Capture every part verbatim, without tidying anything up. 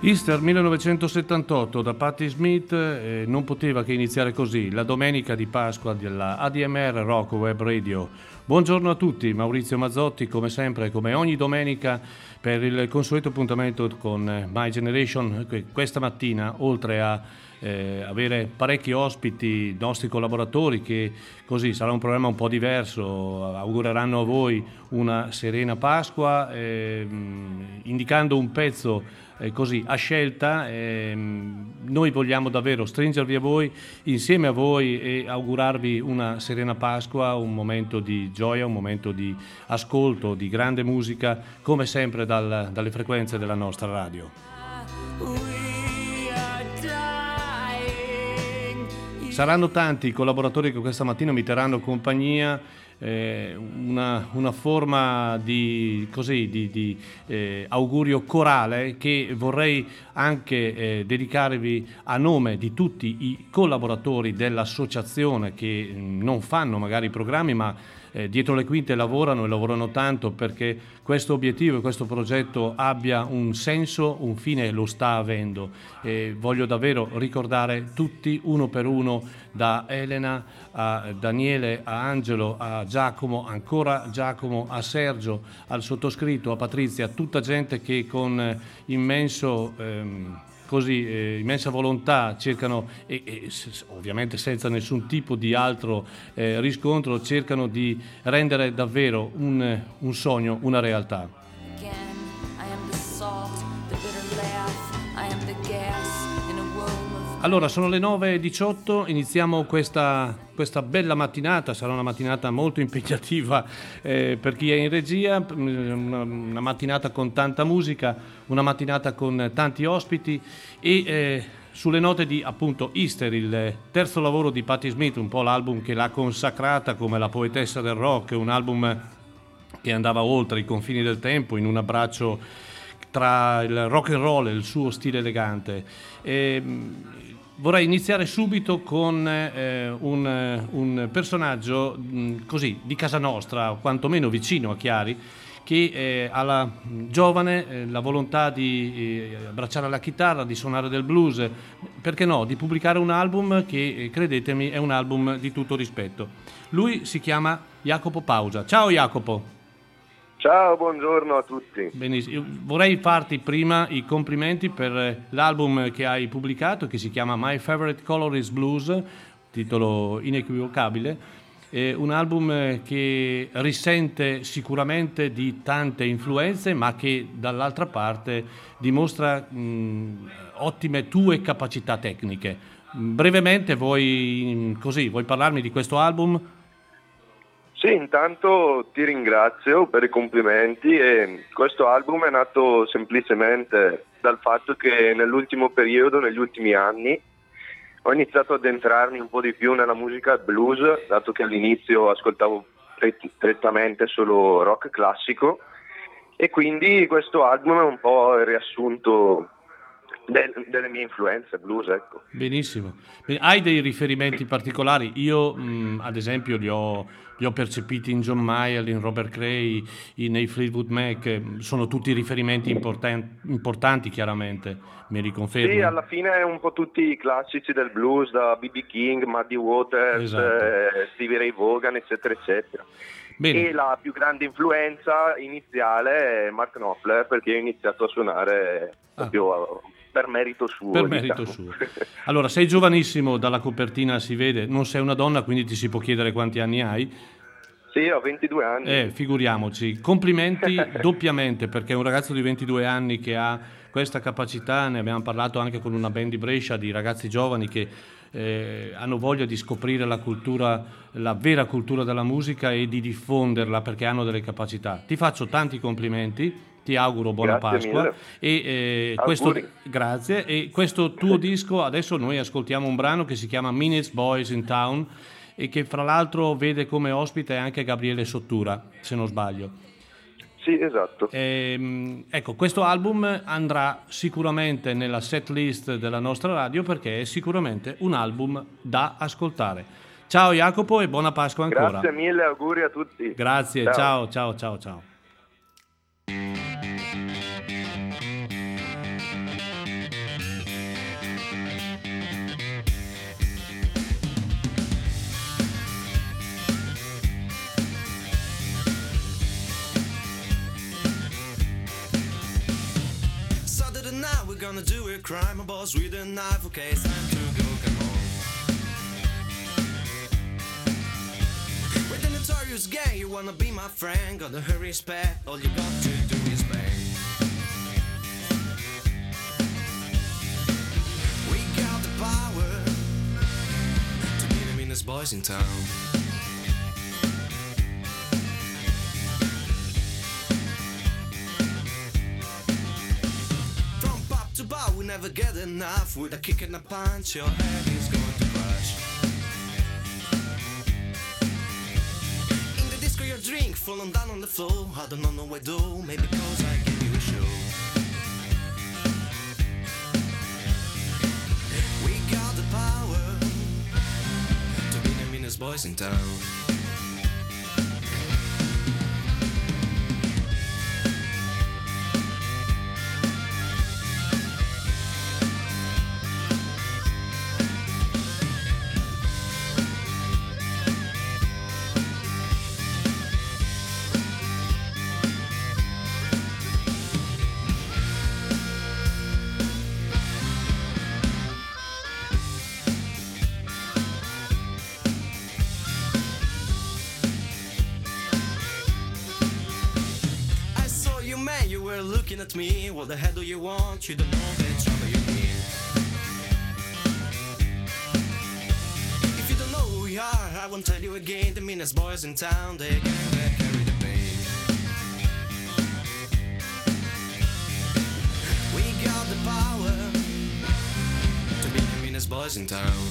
Easter millenovecentosettantotto da Patti Smith, eh, non poteva che iniziare così, la domenica di Pasqua della A D M R Rock Web Radio. Buongiorno a tutti, Maurizio Mazzotti come sempre, come ogni domenica per il consueto appuntamento con My Generation. Questa mattina, oltre a eh, avere parecchi ospiti, nostri collaboratori, che così sarà un programma un po' diverso, augureranno a voi una serena Pasqua, eh, indicando un pezzo Eh, così a scelta. Ehm, noi vogliamo davvero stringervi a voi, insieme a voi, e augurarvi una serena Pasqua, un momento di gioia, un momento di ascolto, di grande musica, come sempre dal, dalle frequenze della nostra radio. Saranno tanti i collaboratori che questa mattina mi terranno compagnia. Eh, una, una forma di, così, di, di eh, augurio corale che vorrei anche eh, dedicarvi a nome di tutti i collaboratori dell'associazione che non fanno magari programmi, ma eh, dietro le quinte lavorano e lavorano tanto perché questo obiettivo e questo progetto abbia un senso, un fine lo sta avendo. Eh, voglio davvero ricordare tutti uno per uno, da Elena a Daniele, a Angelo, a Giacomo, ancora Giacomo, a Sergio, al sottoscritto, a Patrizia, tutta gente che con immenso ehm, così eh, immensa volontà cercano, e, e ovviamente senza nessun tipo di altro eh, riscontro, cercano di rendere davvero un, un sogno una realtà. Allora, sono le nove e diciotto, iniziamo questa, questa bella mattinata. Sarà una mattinata molto impegnativa eh, per chi è in regia, una, una mattinata con tanta musica, una mattinata con tanti ospiti e eh, sulle note di appunto Easter, il terzo lavoro di Patti Smith, un po' l'album che l'ha consacrata come la poetessa del rock, un album che andava oltre i confini del tempo, in un abbraccio tra il rock and roll e il suo stile elegante. E, vorrei iniziare subito con eh, un, un personaggio mh, così di casa nostra, quantomeno vicino a Chiari, che eh, ha la giovane eh, la volontà di eh, abbracciare la chitarra, di suonare del blues, perché no, di pubblicare un album che, eh, credetemi, è un album di tutto rispetto. Lui si chiama Jacopo Pausa. Ciao Jacopo. Ciao, buongiorno a tutti. Benissimo. Io vorrei farti prima i complimenti per l'album che hai pubblicato, che si chiama My Favorite Color is Blues, titolo inequivocabile. È un album che risente sicuramente di tante influenze, ma che dall'altra parte dimostra mh, ottime tue capacità tecniche. Brevemente, vuoi, così, vuoi parlarmi di questo album? Sì, intanto ti ringrazio per i complimenti. E questo album è nato semplicemente dal fatto che nell'ultimo periodo, negli ultimi anni, ho iniziato ad addentrarmi un po' di più nella musica blues, dato che all'inizio ascoltavo prettamente solo rock classico, e quindi questo album è un po' il riassunto del, delle mie influenze blues, ecco. Benissimo. Hai dei riferimenti particolari? Io mh, ad esempio li ho, li ho percepiti in John Mayer, in Robert Cray, in, nei Fleetwood Mac, sono tutti riferimenti importan- importanti chiaramente, mi riconfermi? Sì, alla fine è un po' tutti i classici del blues, da B B King, Muddy Waters, Esatto. eh, Stevie Ray Vaughan, eccetera eccetera. Bene. E la più grande influenza iniziale è Mark Knopfler, perché ho iniziato a suonare Ah. proprio per merito suo. Per merito diciamo. suo. Allora, sei giovanissimo, dalla copertina si vede, non sei una donna, quindi ti si può chiedere quanti anni hai. Sì, ho ventidue anni. Eh, figuriamoci. Complimenti doppiamente, perché un ragazzo di ventidue anni che ha questa capacità, ne abbiamo parlato anche con una band di Brescia, di ragazzi giovani che eh, hanno voglia di scoprire la cultura, la vera cultura della musica e di diffonderla perché hanno delle capacità. Ti faccio tanti complimenti. Ti auguro buona Grazie Pasqua mille. e eh, questo, grazie. E questo tuo disco, adesso noi ascoltiamo un brano che si chiama Minutes Boys in Town e che fra l'altro vede come ospite anche Gabriele Sottura, se non sbaglio. Sì, esatto. Ehm, ecco, questo album andrà sicuramente nella set list della nostra radio perché è sicuramente un album da ascoltare. Ciao Jacopo e buona Pasqua ancora. Grazie mille, auguri a tutti. Grazie, ciao ciao ciao ciao. gonna do a crime, a boss with a knife, okay, it's time to go, come on. With the notorious gang, you wanna be my friend, gotta hurry, respect, all you got to do is bang. We got the power to be the meanest boys in town. We never get enough. With a kick and a punch, your head is going to crash. In the disco, your drink falling down on the floor. I don't know why though, maybe because I gave you a show. We got the power to be the meanest boys in town. Looking at me, what the hell do you want? You don't know the trouble you're in. If you don't know who we are, I won't tell you again. The meanest boys in town, they gang that carry the pain. We got the power to be the meanest boys in town.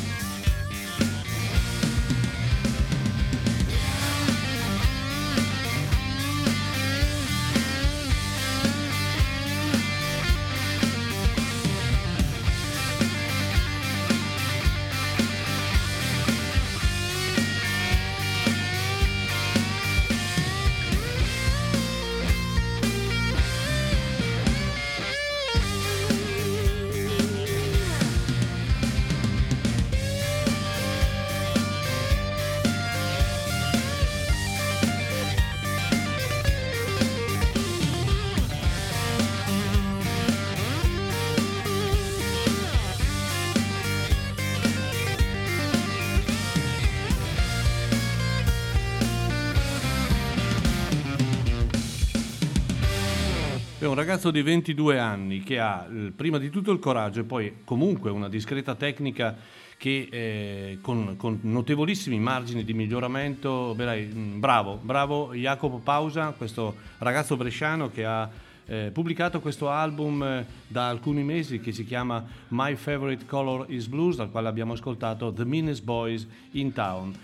È un ragazzo di ventidue anni che ha eh, prima di tutto il coraggio e poi comunque una discreta tecnica che eh, con, con notevolissimi margini di miglioramento. Beh, bravo, bravo Jacopo Pausa, questo ragazzo bresciano che ha eh, pubblicato questo album eh, da alcuni mesi che si chiama My Favorite Color is Blues, dal quale abbiamo ascoltato The Meanest Boys in Town.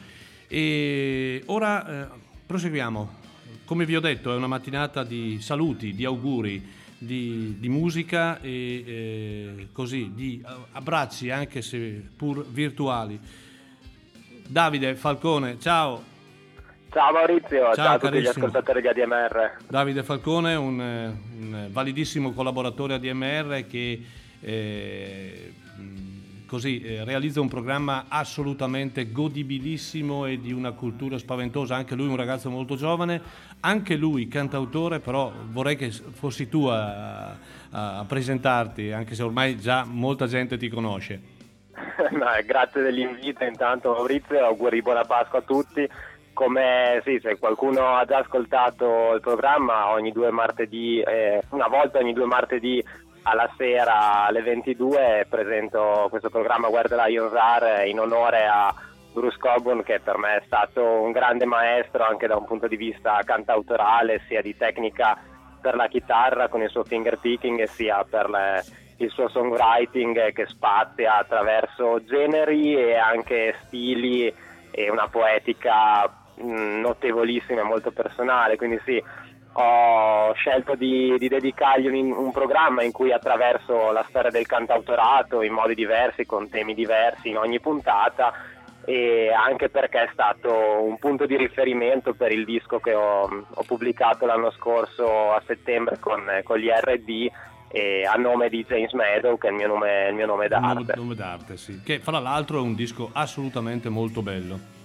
E ora eh, proseguiamo. Come vi ho detto, è una mattinata di saluti, di auguri, di, di musica e eh, così, di abbracci anche se pur virtuali. Davide Falcone, ciao. Ciao Maurizio, ciao, ciao a tutti carissimo. Gli ascoltatori di A D M R. Davide Falcone, un, un validissimo collaboratore A D M R che eh, così eh, realizza un programma assolutamente godibilissimo e di una cultura spaventosa. Anche lui un ragazzo molto giovane, anche lui cantautore, però vorrei che fossi tu a, a, a presentarti, anche se ormai già molta gente ti conosce. No, grazie dell'invito intanto Maurizio, auguri buona Pasqua a tutti. Come sì, se qualcuno ha già ascoltato il programma, ogni due martedì, eh, una volta ogni due martedì alla sera alle ventidue presento questo programma Guarda Lion Rar in onore a Bruce Cockburn, che per me è stato un grande maestro anche da un punto di vista cantautorale, sia di tecnica per la chitarra con il suo finger picking, sia per le, il suo songwriting che spazia attraverso generi e anche stili e una poetica mh, notevolissima e molto personale. Quindi sì, ho scelto di, di dedicargli un, un programma in cui attraverso la storia del cantautorato in modi diversi, con temi diversi in ogni puntata, e anche perché è stato un punto di riferimento per il disco che ho, ho pubblicato l'anno scorso a settembre con, con gli R D, e a nome di James Meadow, che è il mio nome, il mio nome d'arte. Il nome, nome d'arte, sì. Che fra l'altro è un disco assolutamente molto bello.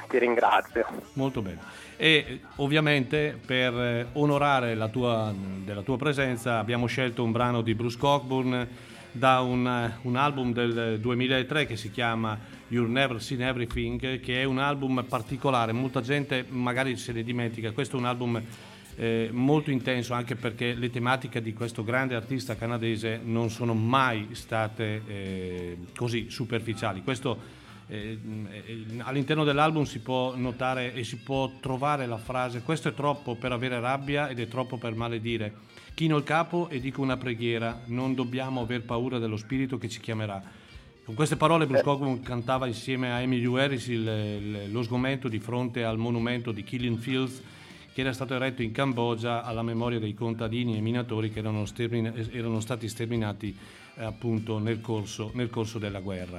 ti ringrazio. Molto bene. E ovviamente per eh, onorare la tua, della tua presenza abbiamo scelto un brano di Bruce Cockburn da un, un album del duemilatré che si chiama You've Never Seen Everything, che è un album particolare, molta gente magari se ne dimentica. Questo è un album eh, molto intenso, anche perché le tematiche di questo grande artista canadese non sono mai state eh, così superficiali. Questo Eh, eh, all'interno dell'album si può notare e si può trovare la frase: questo è troppo per avere rabbia ed è troppo per maledire, chino il capo e dico una preghiera, non dobbiamo aver paura dello spirito che ci chiamerà. Con queste parole Bruce Cockburn cantava insieme a Emmylou Harris il, il, lo sgomento di fronte al monumento di Killing Fields, che era stato eretto in Cambogia alla memoria dei contadini e minatori che erano, stermina, erano stati sterminati eh, appunto nel corso, nel corso della guerra.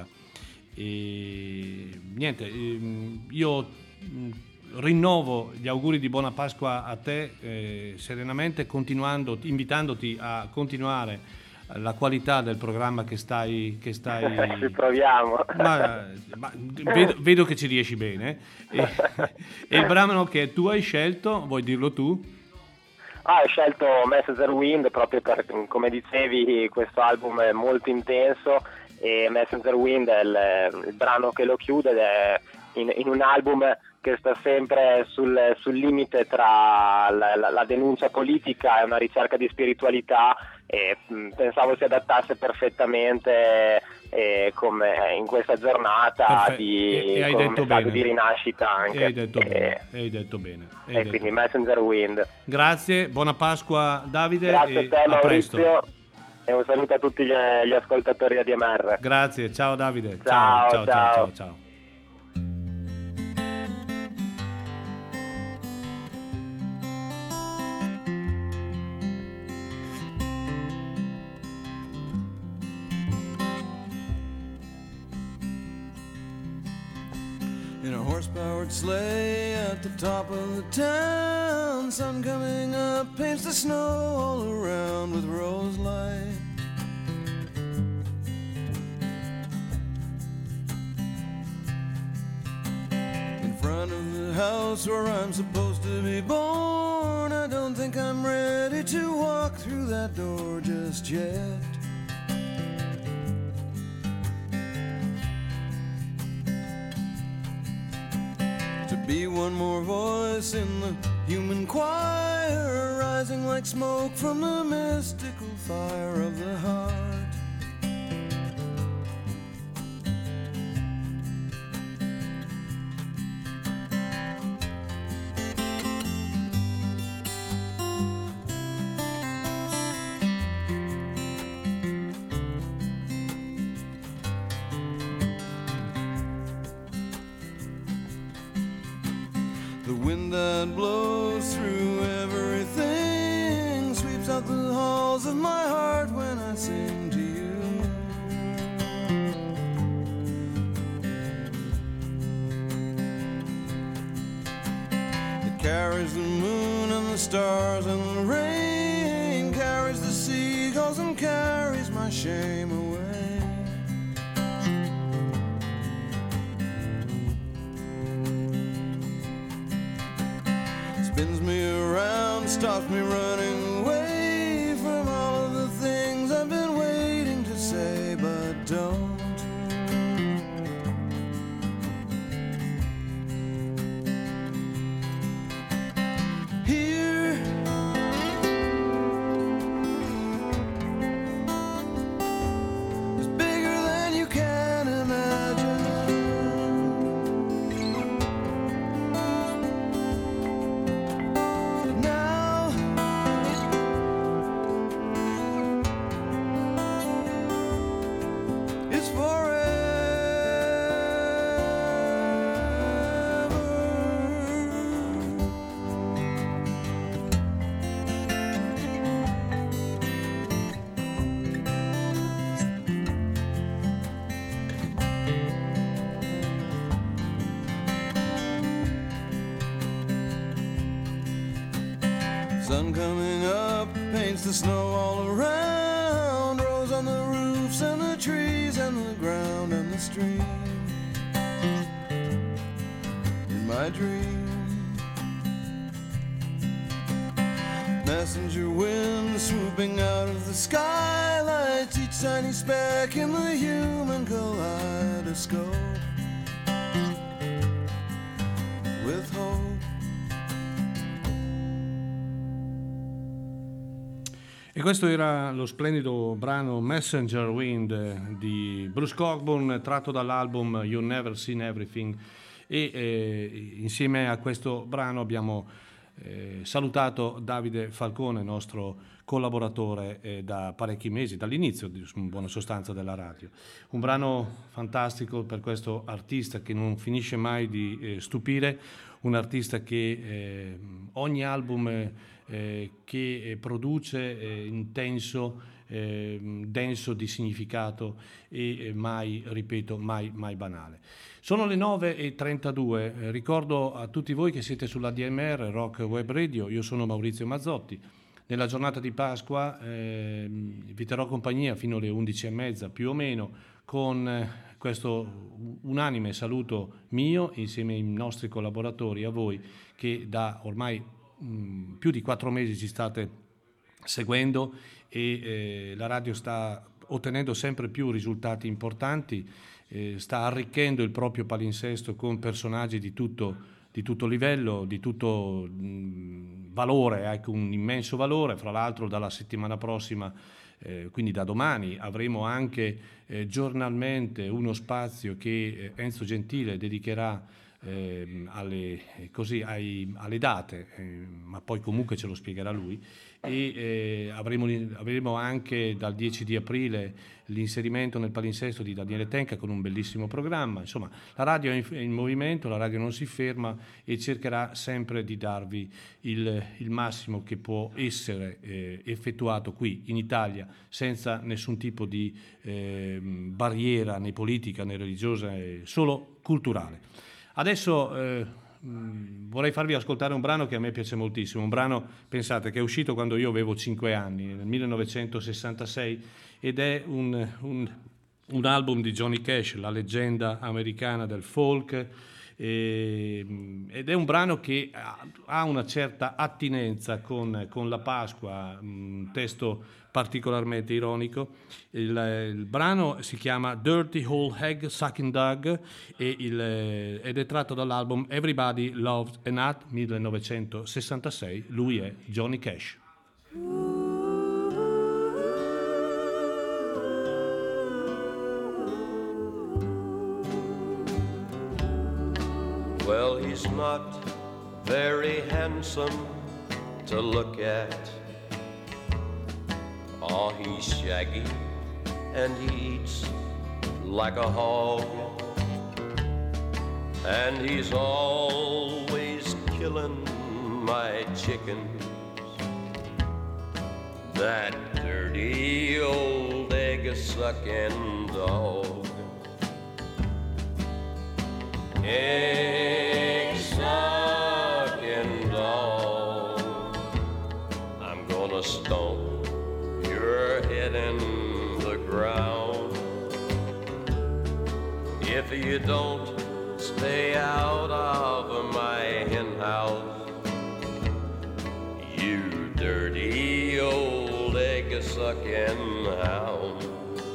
E niente, io rinnovo gli auguri di buona Pasqua a te, eh, serenamente, continuando, invitandoti a continuare la qualità del programma che stai che stai ci proviamo. Ma, ma vedo, vedo che ci riesci bene. E, e il brano che tu hai scelto, vuoi dirlo tu? Ah, ho scelto Messenger Wind proprio per, come dicevi, questo album è molto intenso e Messenger Wind è il, il brano che lo chiude ed è in, in un album che sta sempre sul, sul limite tra la, la, la denuncia politica e una ricerca di spiritualità, e mh, pensavo si adattasse perfettamente eh, come in questa giornata di, e, e hai con detto un messaggio bene. di rinascita anche. E hai detto e, bene, e hai detto bene. Hai e detto quindi bene. Messenger Wind. Grazie, buona Pasqua Davide. Grazie e a te a Maurizio presto. e un saluto a tutti gli, gli ascoltatori di A D M R. Grazie, ciao Davide. Ciao, ciao, ciao, ciao. ciao, ciao. In a horse-powered sleigh at the top of the town, sun coming up paints the snow all around with rose light. In front of the house where I'm supposed to be born, I don't think I'm ready to walk through that door just yet. Be one more voice in the human choir, rising like smoke from the mystical fire of the heart. The wind that blows through everything sweeps out the halls of my heart when I sing to you. It carries the moon and the stars and the rain, carries the seagulls and carries my shame away. Spins me around, stops me running away from all of the things I've been waiting to say but don't. Here is bigger than you can imagine. Now it's forever. Sun coming up paints the snow all around, rose on the roofs and the trees and the ground and the stream. In my dream. Messenger wind swooping out of the skylights, each tiny speck in the human kaleidoscope. With hope. E questo era lo splendido brano Messenger Wind di Bruce Cockburn, tratto dall'album You Never Seen Everything, e eh, insieme a questo brano abbiamo eh, salutato Davide Falcone, nostro collaboratore eh, da parecchi mesi, dall'inizio in buona sostanza della radio. Un brano fantastico per questo artista che non finisce mai di eh, stupire, un artista che eh, ogni album eh, che produce è intenso, eh, denso di significato e eh, mai, ripeto, mai, mai banale. Sono le nove e trentadue, eh, ricordo a tutti voi che siete sulla D M R, Rock Web Radio, io sono Maurizio Mazzotti. Nella giornata di Pasqua eh, vi terrò compagnia fino alle undici e mezza più o meno con eh, questo unanime saluto mio insieme ai nostri collaboratori, a voi che da ormai mh, più di quattro mesi ci state seguendo e eh, la radio sta ottenendo sempre più risultati importanti, eh, sta arricchendo il proprio palinsesto con personaggi di tutto di tutto livello, di tutto mh, valore, ecco, un immenso valore. Fra l'altro dalla settimana prossima, eh, quindi da domani, avremo anche eh, giornalmente uno spazio che eh, Enzo Gentile dedicherà eh, alle, così, ai, alle date, eh, ma poi comunque ce lo spiegherà lui, e eh, avremo, avremo anche dal dieci di aprile l'inserimento nel palinsesto di Daniele Tenca con un bellissimo programma. Insomma, la radio è in, è in movimento, la radio non si ferma e cercherà sempre di darvi il, il massimo che può essere eh, effettuato qui in Italia senza nessun tipo di eh, barriera né politica né religiosa, eh, solo culturale. Adesso eh, vorrei farvi ascoltare un brano che a me piace moltissimo, un brano, pensate, che è uscito quando io avevo cinque anni, nel millenovecentosessantasei, ed è un, un, un album di Johnny Cash, la leggenda americana del folk, e, ed è un brano che ha una certa attinenza con, con la Pasqua, un testo particolarmente ironico. Il, il brano si chiama Dirty Old Egg Sucking Dog e il, ed è tratto dall'album Everybody Loves a Nut millenovecentosessantasei. Lui è Johnny Cash. Well, he's not very handsome to look at. Oh, he's shaggy and he eats like a hog. And he's always killing my chickens. That dirty old egg-sucking dog. Egg-sucking dog, I'm gonna stomp your head in the ground if you don't stay out of my hen house, you dirty old egg-sucking hound.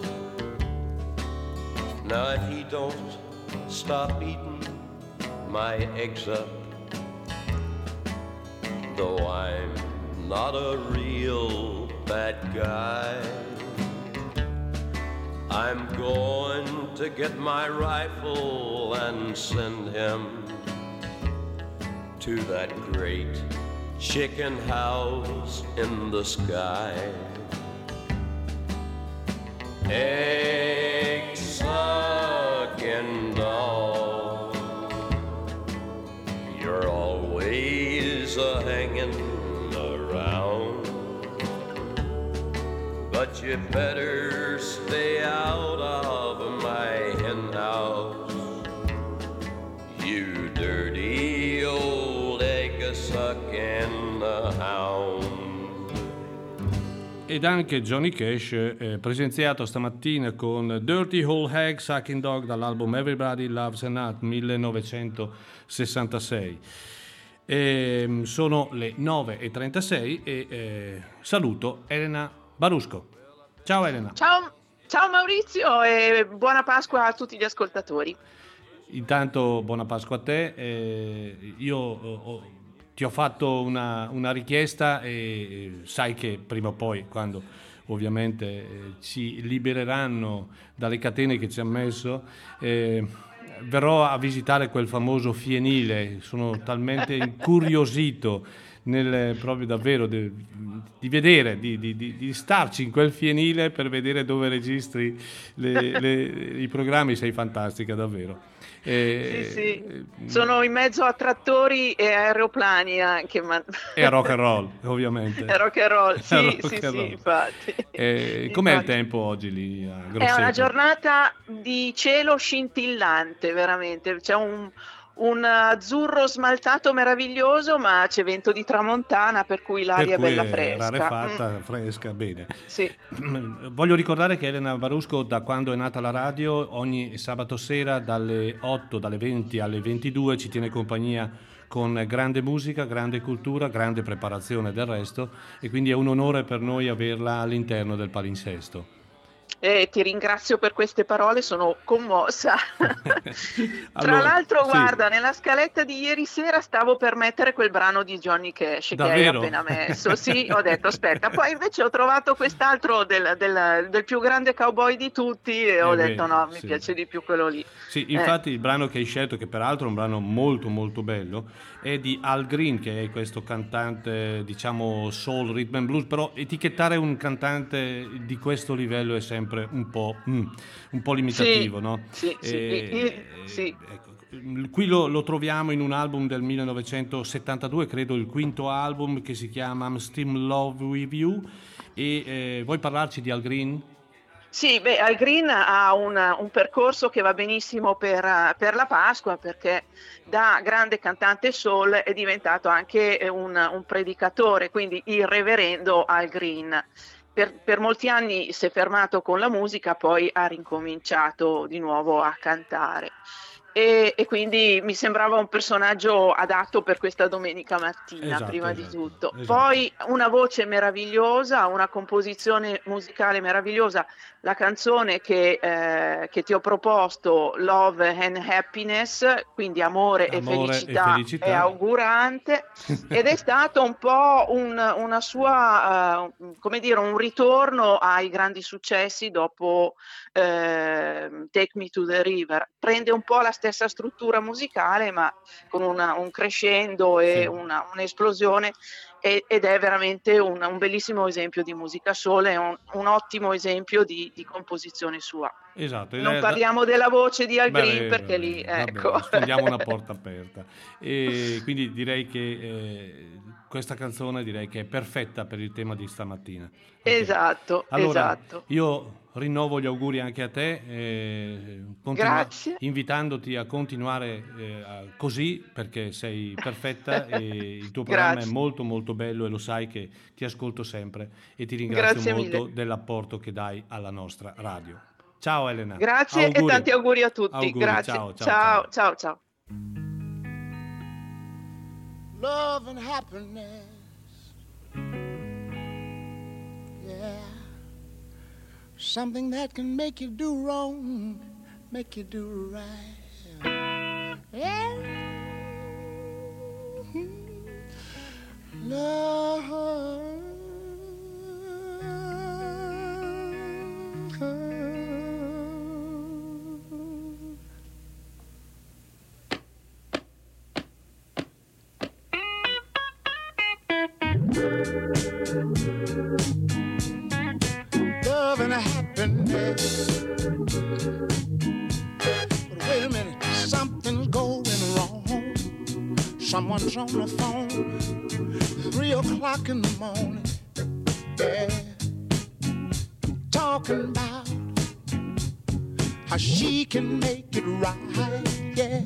Now if he don't stop eating my eggs up, though I'm not a real bad guy, I'm going to get my rifle and send him to that great chicken house in the sky. Egg-sucking dog, you're always a hanging around, but you better stay out of my hen house, you dirty old egg-sucking hound. ed anche Johnny Cash, eh, presenziato stamattina con Dirty Old Hag Sucking Dog dall'album Everybody Loves a Nut millenovecentosessantasei. E, sono le nove e trentasei e eh, saluto Elena Barusco. Ciao Elena. Ciao, ciao Maurizio e buona Pasqua a tutti gli ascoltatori. Intanto buona Pasqua a te. Eh, io ho, ti ho fatto una, una richiesta e sai che prima o poi, quando ovviamente eh, ci libereranno dalle catene che ci hanno messo, eh, verrò a visitare quel famoso fienile. Sono talmente incuriosito nel, proprio davvero di, di vedere, di, di, di starci in quel fienile per vedere dove registri le, le, i programmi. Sei fantastica davvero. Eh, sì, sì. Sono in mezzo a trattori e aeroplani anche, ma... e a rock and roll ovviamente. E rock and roll, sì, rock sì, and sì, roll. Infatti. Eh, com'è infatti. Il tempo oggi lì a Grosseto? È una giornata di cielo scintillante, veramente. C'è un, un azzurro smaltato meraviglioso, ma c'è vento di tramontana, per cui l'aria per cui è bella fresca. Rarefatta, mm. fresca, bene. Sì. Voglio ricordare che Elena Barusco, da quando è nata la radio, ogni sabato sera dalle otto, dalle venti alle ventidue ci tiene compagnia con grande musica, grande cultura, grande preparazione del resto, e quindi è un onore per noi averla all'interno del palinsesto. Eh, ti ringrazio per queste parole, sono commossa. Allora, tra l'altro, sì. Guarda, nella scaletta di ieri sera stavo per mettere quel brano di Johnny Cash. Davvero? Che hai appena messo. Sì, ho detto aspetta, poi invece ho trovato quest'altro del, del, del più grande cowboy di tutti e eh ho beh, detto no, mi sì. piace di più quello lì. Sì, infatti eh. il brano che hai scelto, che peraltro è un brano molto molto bello, è di Al Green, che è questo cantante, diciamo, soul, rhythm and blues, però etichettare un cantante di questo livello è sempre un po', mm, un po' limitativo, sì, no? Sì, e, sì, e, sì. Ecco, qui lo, lo troviamo in un album del millenovecentosettantadue, credo il quinto album, che si chiama I'm Still in Love With You, e eh, vuoi parlarci di Al Green? Sì, beh, Al Green ha un, un percorso che va benissimo per, per la Pasqua, perché da grande cantante soul è diventato anche un, un predicatore, quindi il reverendo Al Green. Per, per molti anni si è fermato con la musica, poi ha ricominciato di nuovo a cantare. E, e quindi mi sembrava un personaggio adatto per questa domenica mattina, esatto, prima esatto, di tutto. Esatto. Poi una voce meravigliosa, una composizione musicale meravigliosa, la canzone che, eh, che ti ho proposto, Love and Happiness, quindi amore, amore e, felicità, e felicità, è augurante, ed è stato un po' un, una sua, uh, come dire, un ritorno ai grandi successi dopo uh, Take Me to the River. Prende un po' la stessa struttura musicale, ma con una, un crescendo e sì. una, un'esplosione, e, ed è veramente un, un bellissimo esempio di musica soul, è un, un ottimo esempio di, di composizione sua. Esatto. Non eh, parliamo da... della voce di Al beh, Green, beh, perché beh, lì vabbè, ecco. sfondiamo una porta aperta. E quindi direi che eh, questa canzone direi che è perfetta per il tema di stamattina. Okay. Esatto, allora, esatto. Io rinnovo gli auguri anche a te, eh, continua- Grazie. invitandoti a continuare eh, a, così, perché sei perfetta e il tuo programma Grazie. È molto molto bello, e lo sai che ti ascolto sempre e ti ringrazio Grazie molto mille. Dell'apporto che dai alla nostra radio. Ciao Elena. Grazie auguri. E tanti auguri a tutti. Auguri. Grazie. Ciao, ciao, ciao, ciao, ciao. Love and happiness. Yeah. Something that can make you do wrong, make you do right. Yeah. Love. Love and happiness. But wait a minute, something's going wrong. Someone's on the phone, three o'clock in the morning. Yeah, talking about how she can make it right. Yeah,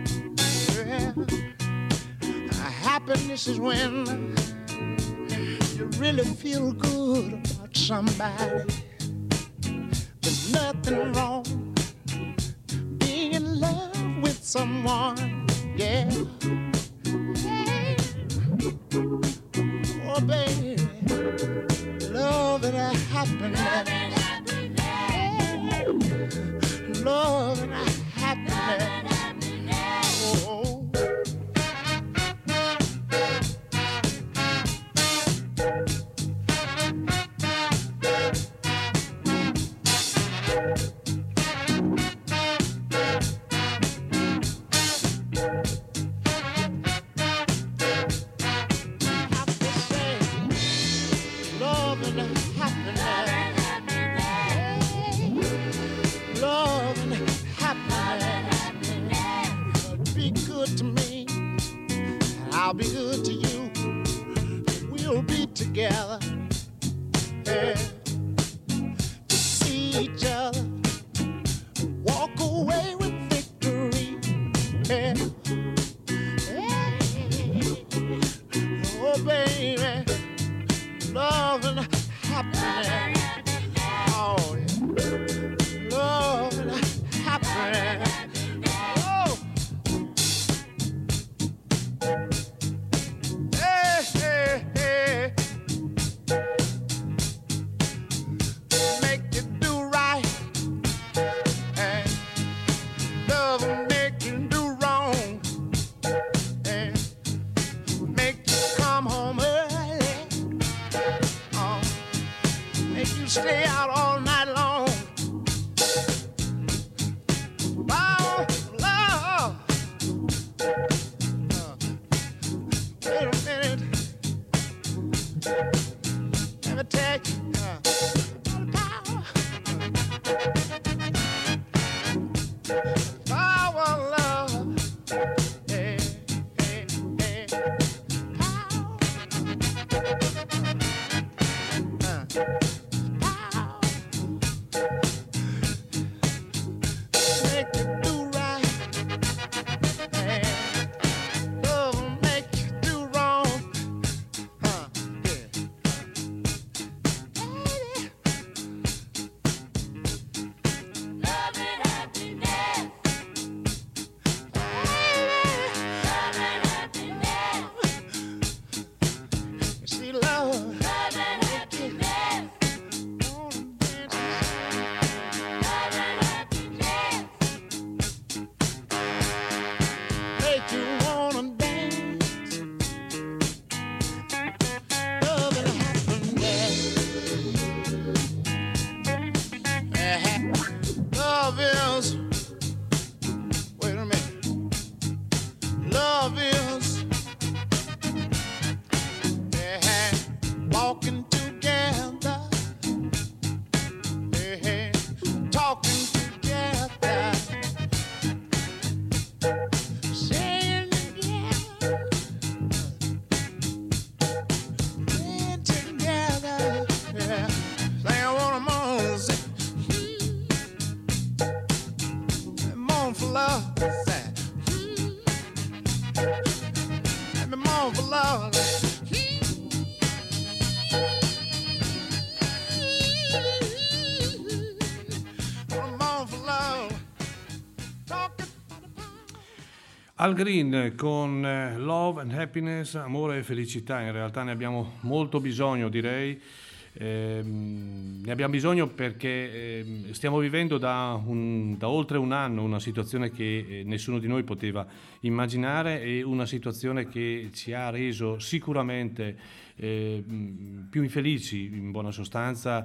yeah. Happiness is when you really feel good about somebody, there's nothing wrong being in love with someone, yeah. Hey. Oh, baby, love and a happiness, hey. Love and a happiness, oh. I'll be good to you. We'll be together, yeah. To see each other, walk away with victory, yeah. Hey. Oh, baby, love and happiness. Oh, yeah. Love and happiness. Stay out all night long. Oh, love. Uh, wait a minute. Let me tell you. Uh, power. Power, love. Hey, hey, hey. Power. Uh. Al Green con Love and Happiness, amore e felicità. In realtà ne abbiamo molto bisogno, direi. Eh, ne abbiamo bisogno perché eh, stiamo vivendo da, un, da oltre un anno una situazione che eh, nessuno di noi poteva immaginare, e una situazione che ci ha reso sicuramente eh, più infelici, in buona sostanza,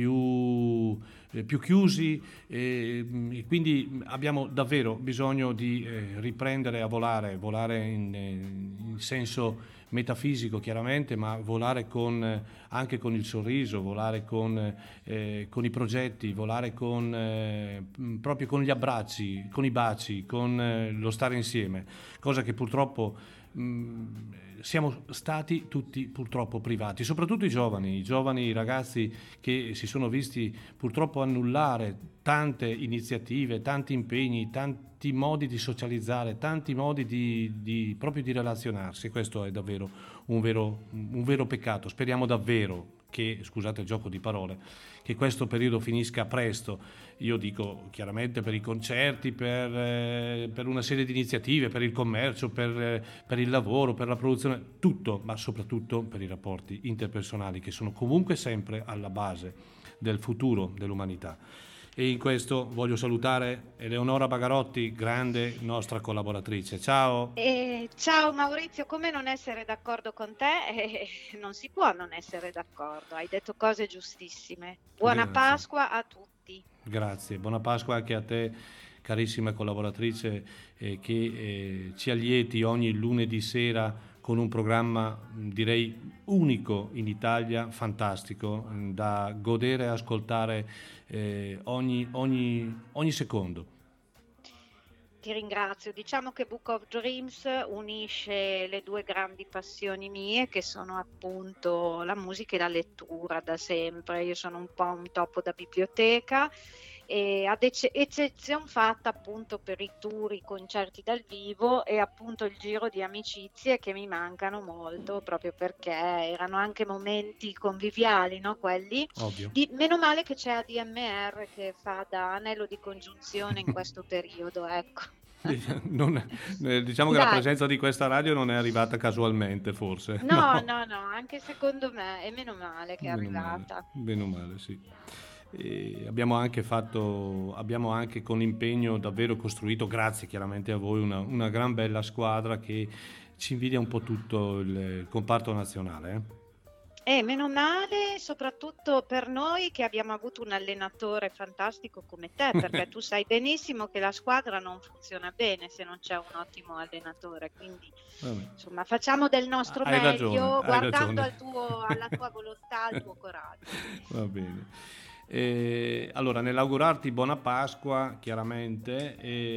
più, eh, più chiusi, eh, e quindi abbiamo davvero bisogno di eh, riprendere a volare, volare in, in senso metafisico chiaramente, ma volare con, anche con il sorriso, volare con, eh, con i progetti, volare con, eh, proprio con gli abbracci, con i baci, con eh, lo stare insieme, cosa che purtroppo mh, siamo stati tutti purtroppo privati, soprattutto i giovani, i giovani i ragazzi che si sono visti purtroppo annullare tante iniziative, tanti impegni, tanti modi di socializzare, tanti modi di, di proprio di relazionarsi. Questo è davvero un vero, un vero peccato. Speriamo davvero che, scusate il gioco di parole, che questo periodo finisca presto. Io dico chiaramente per i concerti, per, eh, per una serie di iniziative, per il commercio, per, eh, per il lavoro, per la produzione, tutto, ma soprattutto per i rapporti interpersonali che sono comunque sempre alla base del futuro dell'umanità. E in questo voglio salutare Eleonora Bagarotti, grande nostra collaboratrice. Ciao! Eh, ciao Maurizio, come non essere d'accordo con te? Eh, non si può non essere d'accordo, hai detto cose giustissime. Buona Grazie. Pasqua a tutti. Grazie, buona Pasqua anche a te, carissima collaboratrice, eh, che eh, ci allieti ogni lunedì sera con un programma direi unico in Italia, fantastico, da godere e ascoltare eh, ogni, ogni, ogni secondo. Ti ringrazio. Diciamo che Book of Dreams unisce le due grandi passioni mie, che sono appunto la musica e la lettura da sempre. Io sono un po' un topo da biblioteca, e ad ecce- eccezione fatta appunto per i tour, i concerti dal vivo e appunto il giro di amicizie che mi mancano molto, proprio perché erano anche momenti conviviali, no? Quelli. Ovvio. Di- meno male che c'è A D M R che fa da anello di congiunzione in questo periodo, ecco. Non è- diciamo che Dai. la presenza di questa radio non è arrivata casualmente, forse. No, no, no, anche secondo me, e meno male che è Bene o male, arrivata. bene o male, sì. E abbiamo anche fatto, abbiamo anche con impegno davvero costruito, grazie chiaramente a voi, una, una gran bella squadra che ci invidia un po' tutto il, il comparto nazionale. eh. E meno male, soprattutto per noi che abbiamo avuto un allenatore fantastico come te, perché tu sai benissimo che la squadra non funziona bene se non c'è un ottimo allenatore, quindi Vabbè. insomma facciamo del nostro Hai meglio, ragione, hai guardando ragione. al tuo, alla tua volontà, al tuo coraggio. Va bene. Eh, allora, nell'augurarti buona Pasqua, chiaramente,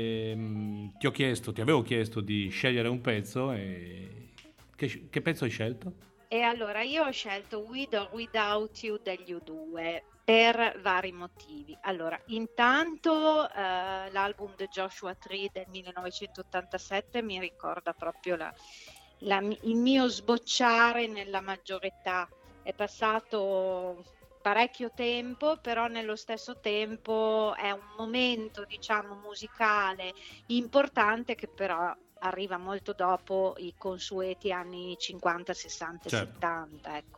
ehm, ti ho chiesto, ti avevo chiesto di scegliere un pezzo. E che, che pezzo hai scelto? E allora io ho scelto With or Without You degli U due per vari motivi. Allora, intanto eh, l'album The Joshua Tree del millenovecentottantasette mi ricorda proprio la, la, il mio sbocciare nella maggiore età. È passato parecchio tempo, però nello stesso tempo è un momento, diciamo, musicale importante che però arriva molto dopo i consueti anni cinquanta, sessanta e Certo. settanta, ecco.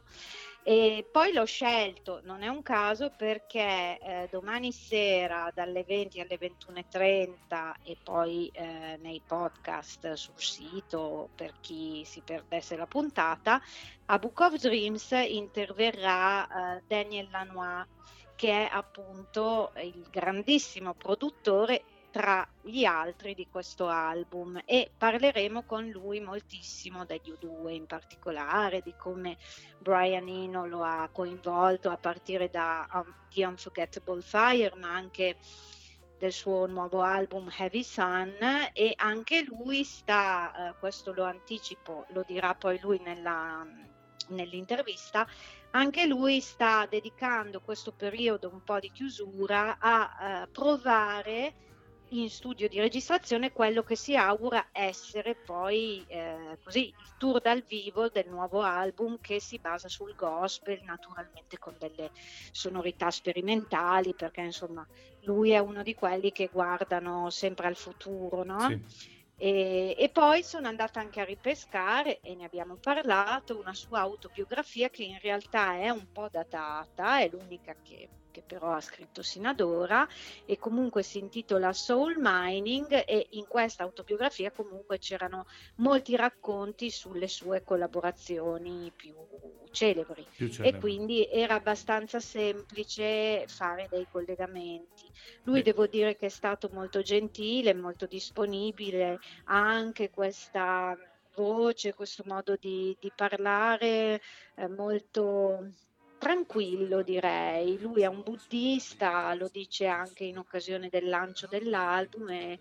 E poi l'ho scelto, non è un caso, perché eh, domani sera dalle venti alle ventuno e trenta e poi eh, nei podcast sul sito per chi si perdesse la puntata, a Book of Dreams interverrà eh, Daniel Lanois, che è appunto il grandissimo produttore tra gli altri di questo album, e parleremo con lui moltissimo degli U due, in particolare di come Brian Eno lo ha coinvolto a partire da um, The Unforgettable Fire, ma anche del suo nuovo album Heavy Sun. E anche lui sta, eh, questo lo anticipo, lo dirà poi lui nella, nell'intervista, anche lui sta dedicando questo periodo un po' di chiusura a eh, provare in studio di registrazione quello che si augura essere poi eh, così il tour dal vivo del nuovo album, che si basa sul gospel, naturalmente con delle sonorità sperimentali, perché insomma lui è uno di quelli che guardano sempre al futuro, no? Sì. E, e poi sono andata anche a ripescare, e ne abbiamo parlato, una sua autobiografia che in realtà è un po' datata, è l'unica che che però ha scritto sino ad ora, e comunque si intitola Soul Mining, e in questa autobiografia comunque c'erano molti racconti sulle sue collaborazioni più celebri, Più e celebri. quindi era abbastanza semplice fare dei collegamenti. Lui, Beh. devo dire che è stato molto gentile, molto disponibile, ha anche questa voce, questo modo di, di parlare eh, molto tranquillo, direi. Lui è un buddista, lo dice anche in occasione del lancio dell'album, e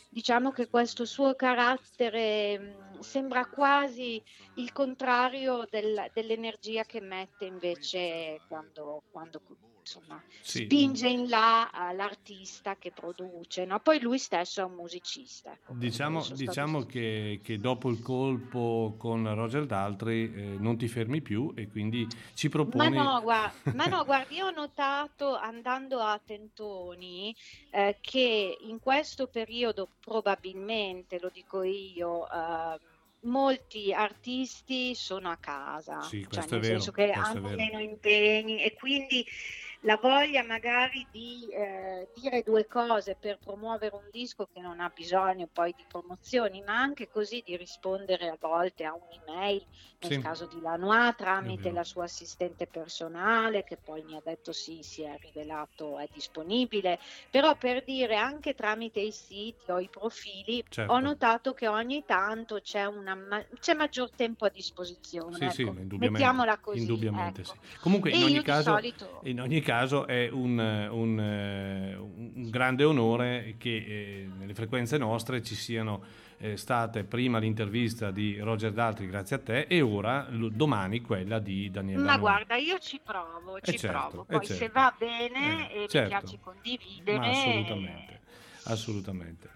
diciamo che questo suo carattere mh, sembra quasi il contrario del- dell'energia che mette invece quando, quando insomma, Sì. spinge in là eh, l'artista che produce, no? Poi lui stesso è un musicista. ecco, quindi Diciamo, sono diciamo stati- che, che dopo il colpo con Roger Daltrey eh, non ti fermi più e quindi ci Ma proponi... no, guarda, ma no, guardi, io ho notato andando a tentoni eh, che in questo periodo probabilmente, lo dico io, eh, molti artisti sono a casa, Sì, cioè questo è nel vero, senso che questo è hanno vero. meno impegni e quindi la voglia magari di eh, dire due cose per promuovere un disco che non ha bisogno poi di promozioni, ma anche così di rispondere a volte a un'email, nel Sì, caso di Lanois, è tramite vero. la sua assistente personale, che poi mi ha detto sì, si è rivelato, è disponibile, però per dire anche tramite i siti o i profili, ho Certo. notato che ogni tanto c'è, una ma- c'è maggior tempo a disposizione, Sì, sì, ecco, ma indubbiamente, mettiamola così, indubbiamente ecco. sì. Comunque E in ogni io di caso, solito... in ogni caso è un, un, eh, un grande onore che eh, nelle frequenze nostre ci siano eh, state prima l'intervista di Roger Daltrey, grazie a te, e ora l- domani quella di Daniel Ma Lanois. guarda, io ci provo, Eh ci certo, provo. eh Poi se certo. va bene Eh, e mi certo. piace condividere, Ma assolutamente, assolutamente.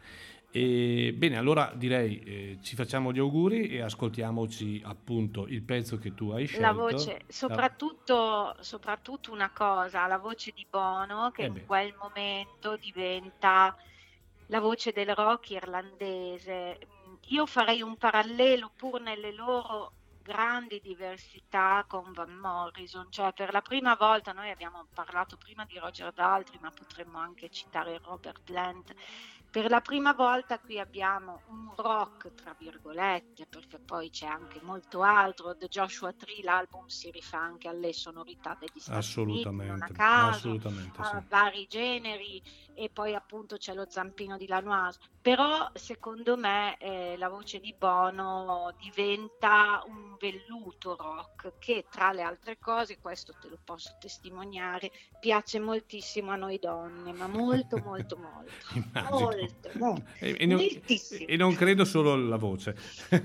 E, bene, allora direi eh, ci facciamo gli auguri e ascoltiamoci appunto il pezzo che tu hai la scelto. voce, soprattutto, soprattutto una cosa, la voce di Bono che Eh in beh. quel momento diventa la voce del rock irlandese. Mm, Io farei un parallelo pur nelle loro grandi diversità con Van Morrison, cioè per la prima volta noi abbiamo parlato prima di Roger Daltrey, ma potremmo anche citare Robert Plant. Per la prima volta qui abbiamo un rock, tra virgolette, perché poi c'è anche molto altro. The Joshua Tree, l'album si rifà anche alle sonorità degli Stati Uniti, non a Assolutamente, caso, assolutamente sì. a vari generi, e poi appunto c'è lo zampino di Lanois. Però secondo me eh, la voce di Bono diventa un velluto rock che, tra le altre cose, questo te lo posso testimoniare, piace moltissimo a noi donne, ma molto molto molto. Immagino. Molto, molto. E, e non, Moltissimo. e non credo solo la voce.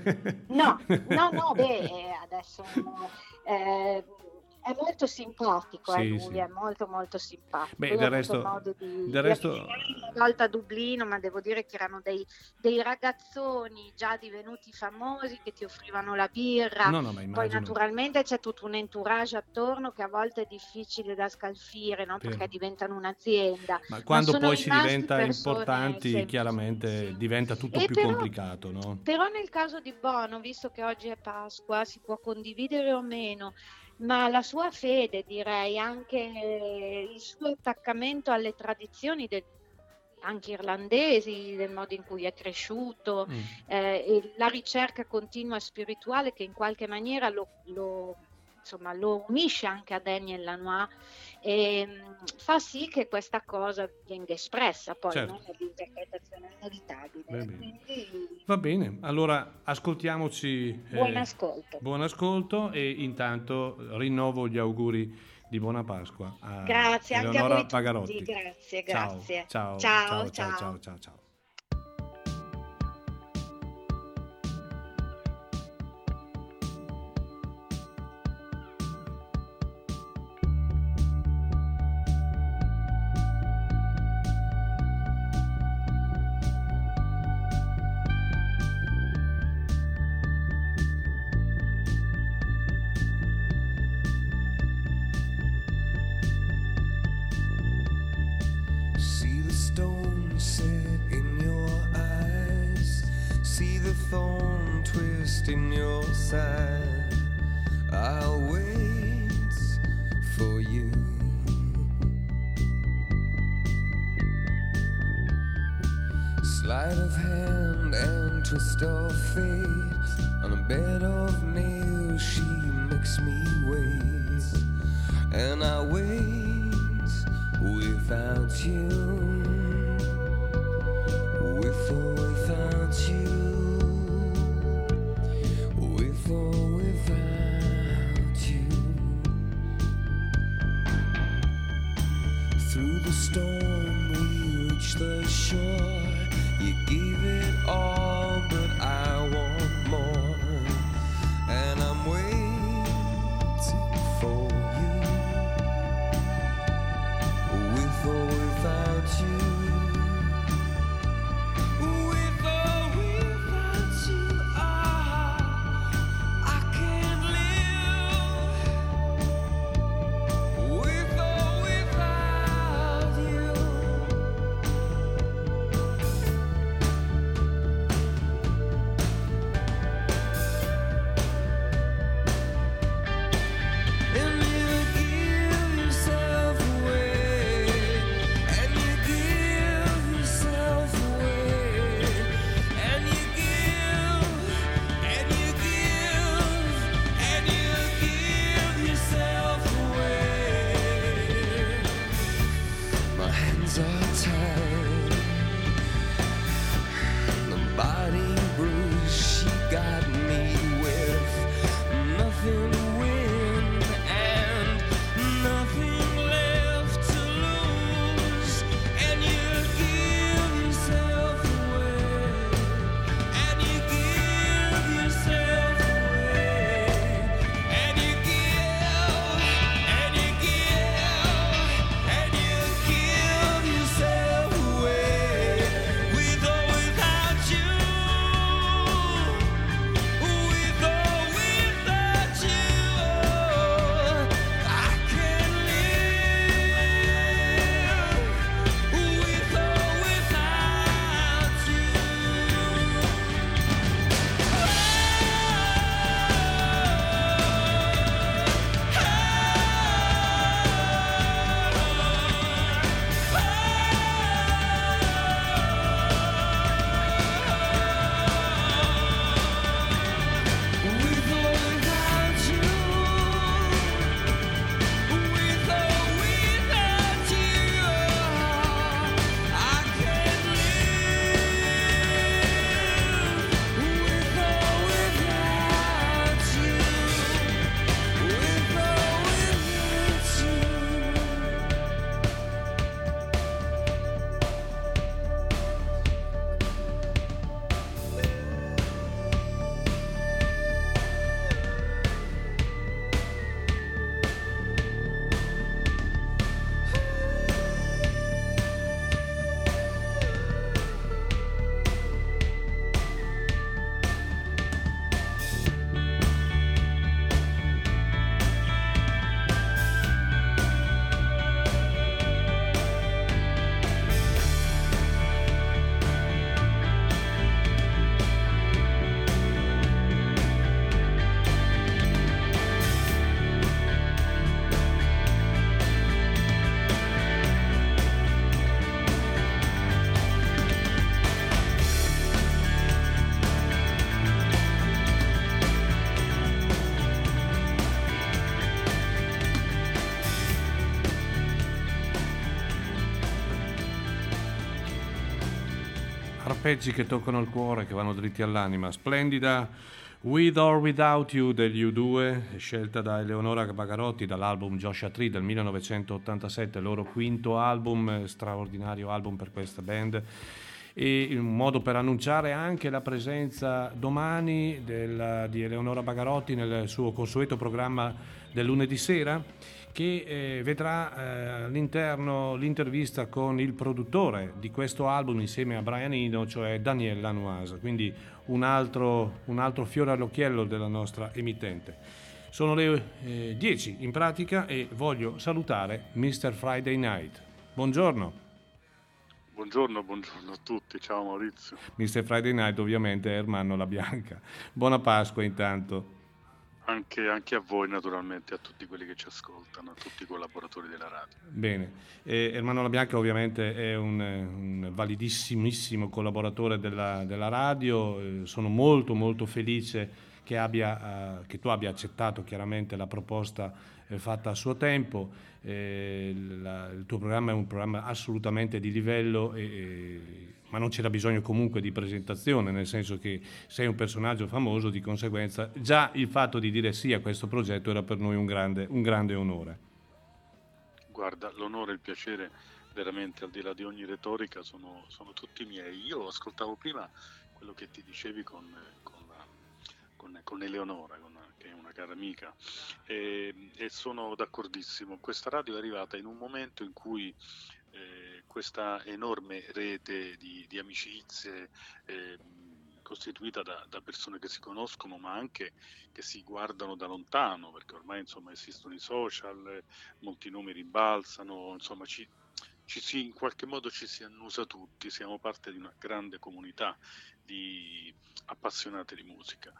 No, no, no, beh, eh, adesso eh, è molto simpatico, eh, Sì, lui sì. è molto molto simpatico. Beh, Io ho del avuto resto- modo di, del di resto- avvicinarmi una volta a Dublino, ma devo dire che erano dei, dei ragazzoni già divenuti famosi che ti offrivano la birra. No, no, ma Poi immagino. naturalmente c'è tutto un entourage attorno che a volte è difficile da scalfire, no? Sì. Perché diventano un'azienda. Ma quando sono poi si rimasti diventa persone importanti, semplici, chiaramente sì. diventa tutto E più però- complicato, no? Però nel caso di Bono, visto che oggi è Pasqua, si può condividere o meno, ma la sua fede, direi, anche eh, il suo attaccamento alle tradizioni del- anche irlandesi, del modo in cui è cresciuto, Mm. eh, e la ricerca continua spirituale che in qualche maniera lo, lo, insomma, lo unisce anche a Daniel Lanois e mh, fa sì che questa cosa venga espressa poi, Certo. no? Nell'interpretazione inevitabile. Va bene. Quindi Va bene, allora ascoltiamoci. eh, buon ascolto. buon ascolto e intanto rinnovo gli auguri di buona Pasqua a Grazie anche a Eleonora voi tutti, Pagarotti. grazie, Ciao, grazie. ciao, Ciao, ciao, ciao, ciao. ciao, ciao, ciao. See the stone set in your eyes. See the thorn twist in your side. I'll wait for you. Sleight of hand and twist of fate. On a bed of nails she makes me wait. And I wait without you, with or without you, with or without you. Through the storm we reach the shore, You gave it all, but I want more, and I'm waiting for you, with or without you. With or without you, ah, I can't live. With or without you. And you give yourself away, and you give yourself away, and you give, and you give, and you give yourself away. My hands are tied, the body bruised, she got me with nothing to win and nothing left to lose. And you give yourself away, and you give yourself away, and you give, and you give, and you give yourself away, with or without you, with or without you, I can't live, with or without you. With or without you, with or without you, I can't live. With or without you, with or without you. Arpeggi che toccano il cuore, che vanno dritti all'anima. Splendida With or Without You degli U due, scelta da Eleonora Bagarotti dall'album Joshua Tree del millenovecentottantasette, loro quinto album, straordinario album per questa band, e un modo per annunciare anche la presenza domani della, di Eleonora Bagarotti nel suo consueto programma del lunedì sera, che eh, vedrà eh, all'interno l'intervista con il produttore di questo album insieme a Brian Eno, cioè Daniel Lanoise, quindi un altro, un altro fiore all'occhiello della nostra emittente. Sono le eh, dieci in pratica e voglio salutare mister Friday Night. Buongiorno. Buongiorno, buongiorno a tutti, ciao Maurizio. mister Friday Night ovviamente è Ermanno La Bianca. Buona Pasqua intanto. Anche, anche a voi naturalmente, a tutti quelli che ci ascoltano, a tutti i collaboratori della radio. Bene, eh, Ermanno La Bianca ovviamente è un, un validissimissimo collaboratore della, della radio, eh, sono molto molto felice che, abbia, eh, che tu abbia accettato chiaramente la proposta eh, fatta a suo tempo. Eh, la, il tuo programma è un programma assolutamente di livello, e, e, ma non c'era bisogno comunque di presentazione, nel senso che sei un personaggio famoso, di conseguenza già il fatto di dire sì a questo progetto era per noi un grande, un grande onore. Guarda, l'onore e il piacere veramente al di là di ogni retorica sono, sono tutti miei. Io ascoltavo prima quello che ti dicevi con, con, la, con, con Eleonora, con, che è una cara amica, e, e sono d'accordissimo. Questa radio è arrivata in un momento in cui eh, questa enorme rete di, di amicizie eh, costituita da, da persone che si conoscono ma anche che si guardano da lontano, perché ormai insomma esistono i social, molti nomi rimbalzano, insomma ci, ci si, in qualche modo ci si annusa tutti, siamo parte di una grande comunità di appassionati di musica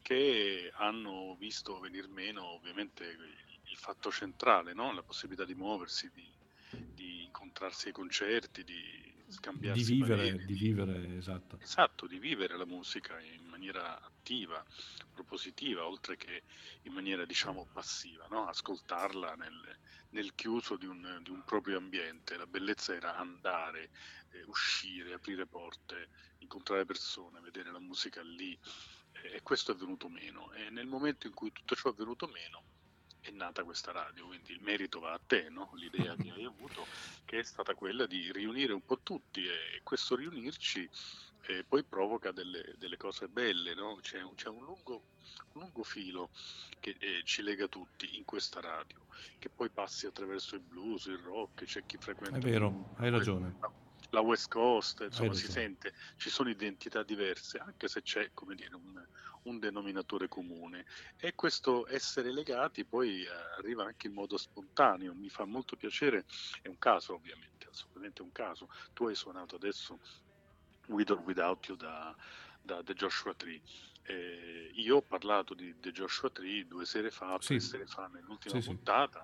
che hanno visto venir meno ovviamente il fatto centrale, no? La possibilità di muoversi, di, di incontrarsi ai concerti, di scambiarsi di vivere, pareri, di vivere, esatto. Esatto, di vivere la musica in maniera attiva, propositiva, oltre che in maniera diciamo passiva, no? Ascoltarla nel, nel chiuso di un, di un proprio ambiente. La bellezza era andare, eh, uscire, aprire porte, incontrare persone, vedere la musica lì, eh, e questo è venuto meno. E nel momento in cui tutto ciò è venuto meno è nata questa radio, quindi il merito va a te, no? L'idea che hai avuto, che è stata quella di riunire un po' tutti, e questo riunirci eh, poi provoca delle, delle cose belle, no? C'è, c'è un, lungo, un lungo filo che eh, ci lega tutti in questa radio, che poi passi attraverso il blues, il rock, c'è chi frequenta... È vero, hai ragione. La West Coast, insomma, si ragione. sente, ci sono identità diverse, anche se c'è, come dire, un, un denominatore comune. E questo essere legati poi eh, arriva anche in modo spontaneo. Mi fa molto piacere, è un caso ovviamente, assolutamente un caso. Tu hai suonato adesso With or Without You da, da The Joshua Tree. Eh, io ho parlato di The Joshua Tree due sere fa, Sì. tre sere fa nell'ultima Sì, sì. puntata,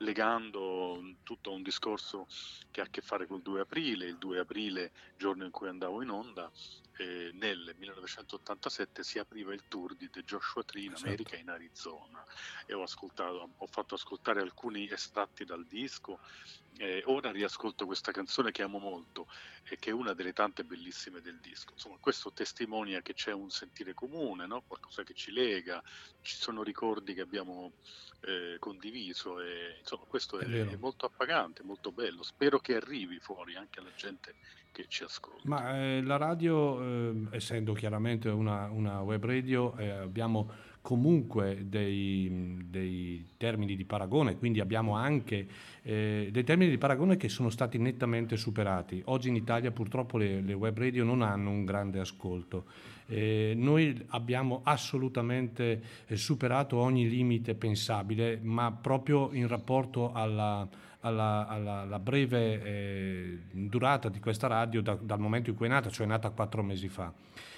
legando tutto a un discorso che ha a che fare col due aprile, il due aprile, giorno in cui andavo in onda. Eh, nel millenovecentottantasette si apriva il tour di The Joshua Tree in Esatto. America, in Arizona, e ho ascoltato, ho fatto ascoltare alcuni estratti dal disco. Eh, ora riascolto questa canzone che amo molto e che è una delle tante bellissime del disco. Insomma, questo testimonia che c'è un sentire comune, no? Qualcosa che ci lega, ci sono ricordi che abbiamo eh, condiviso, e insomma questo è, È vero. è molto appagante, molto bello. Spero che arrivi fuori anche alla gente che ci ascolta. Ma eh, la radio, eh, essendo chiaramente una, una web radio, eh, abbiamo comunque dei, dei termini di paragone, quindi abbiamo anche eh, dei termini di paragone che sono stati nettamente superati. Oggi in Italia purtroppo le, le web radio non hanno un grande ascolto. Eh, noi abbiamo assolutamente eh, superato ogni limite pensabile, ma proprio in rapporto alla, alla, alla, alla breve eh, durata di questa radio da, dal momento in cui è nata, cioè è nata quattro mesi fa.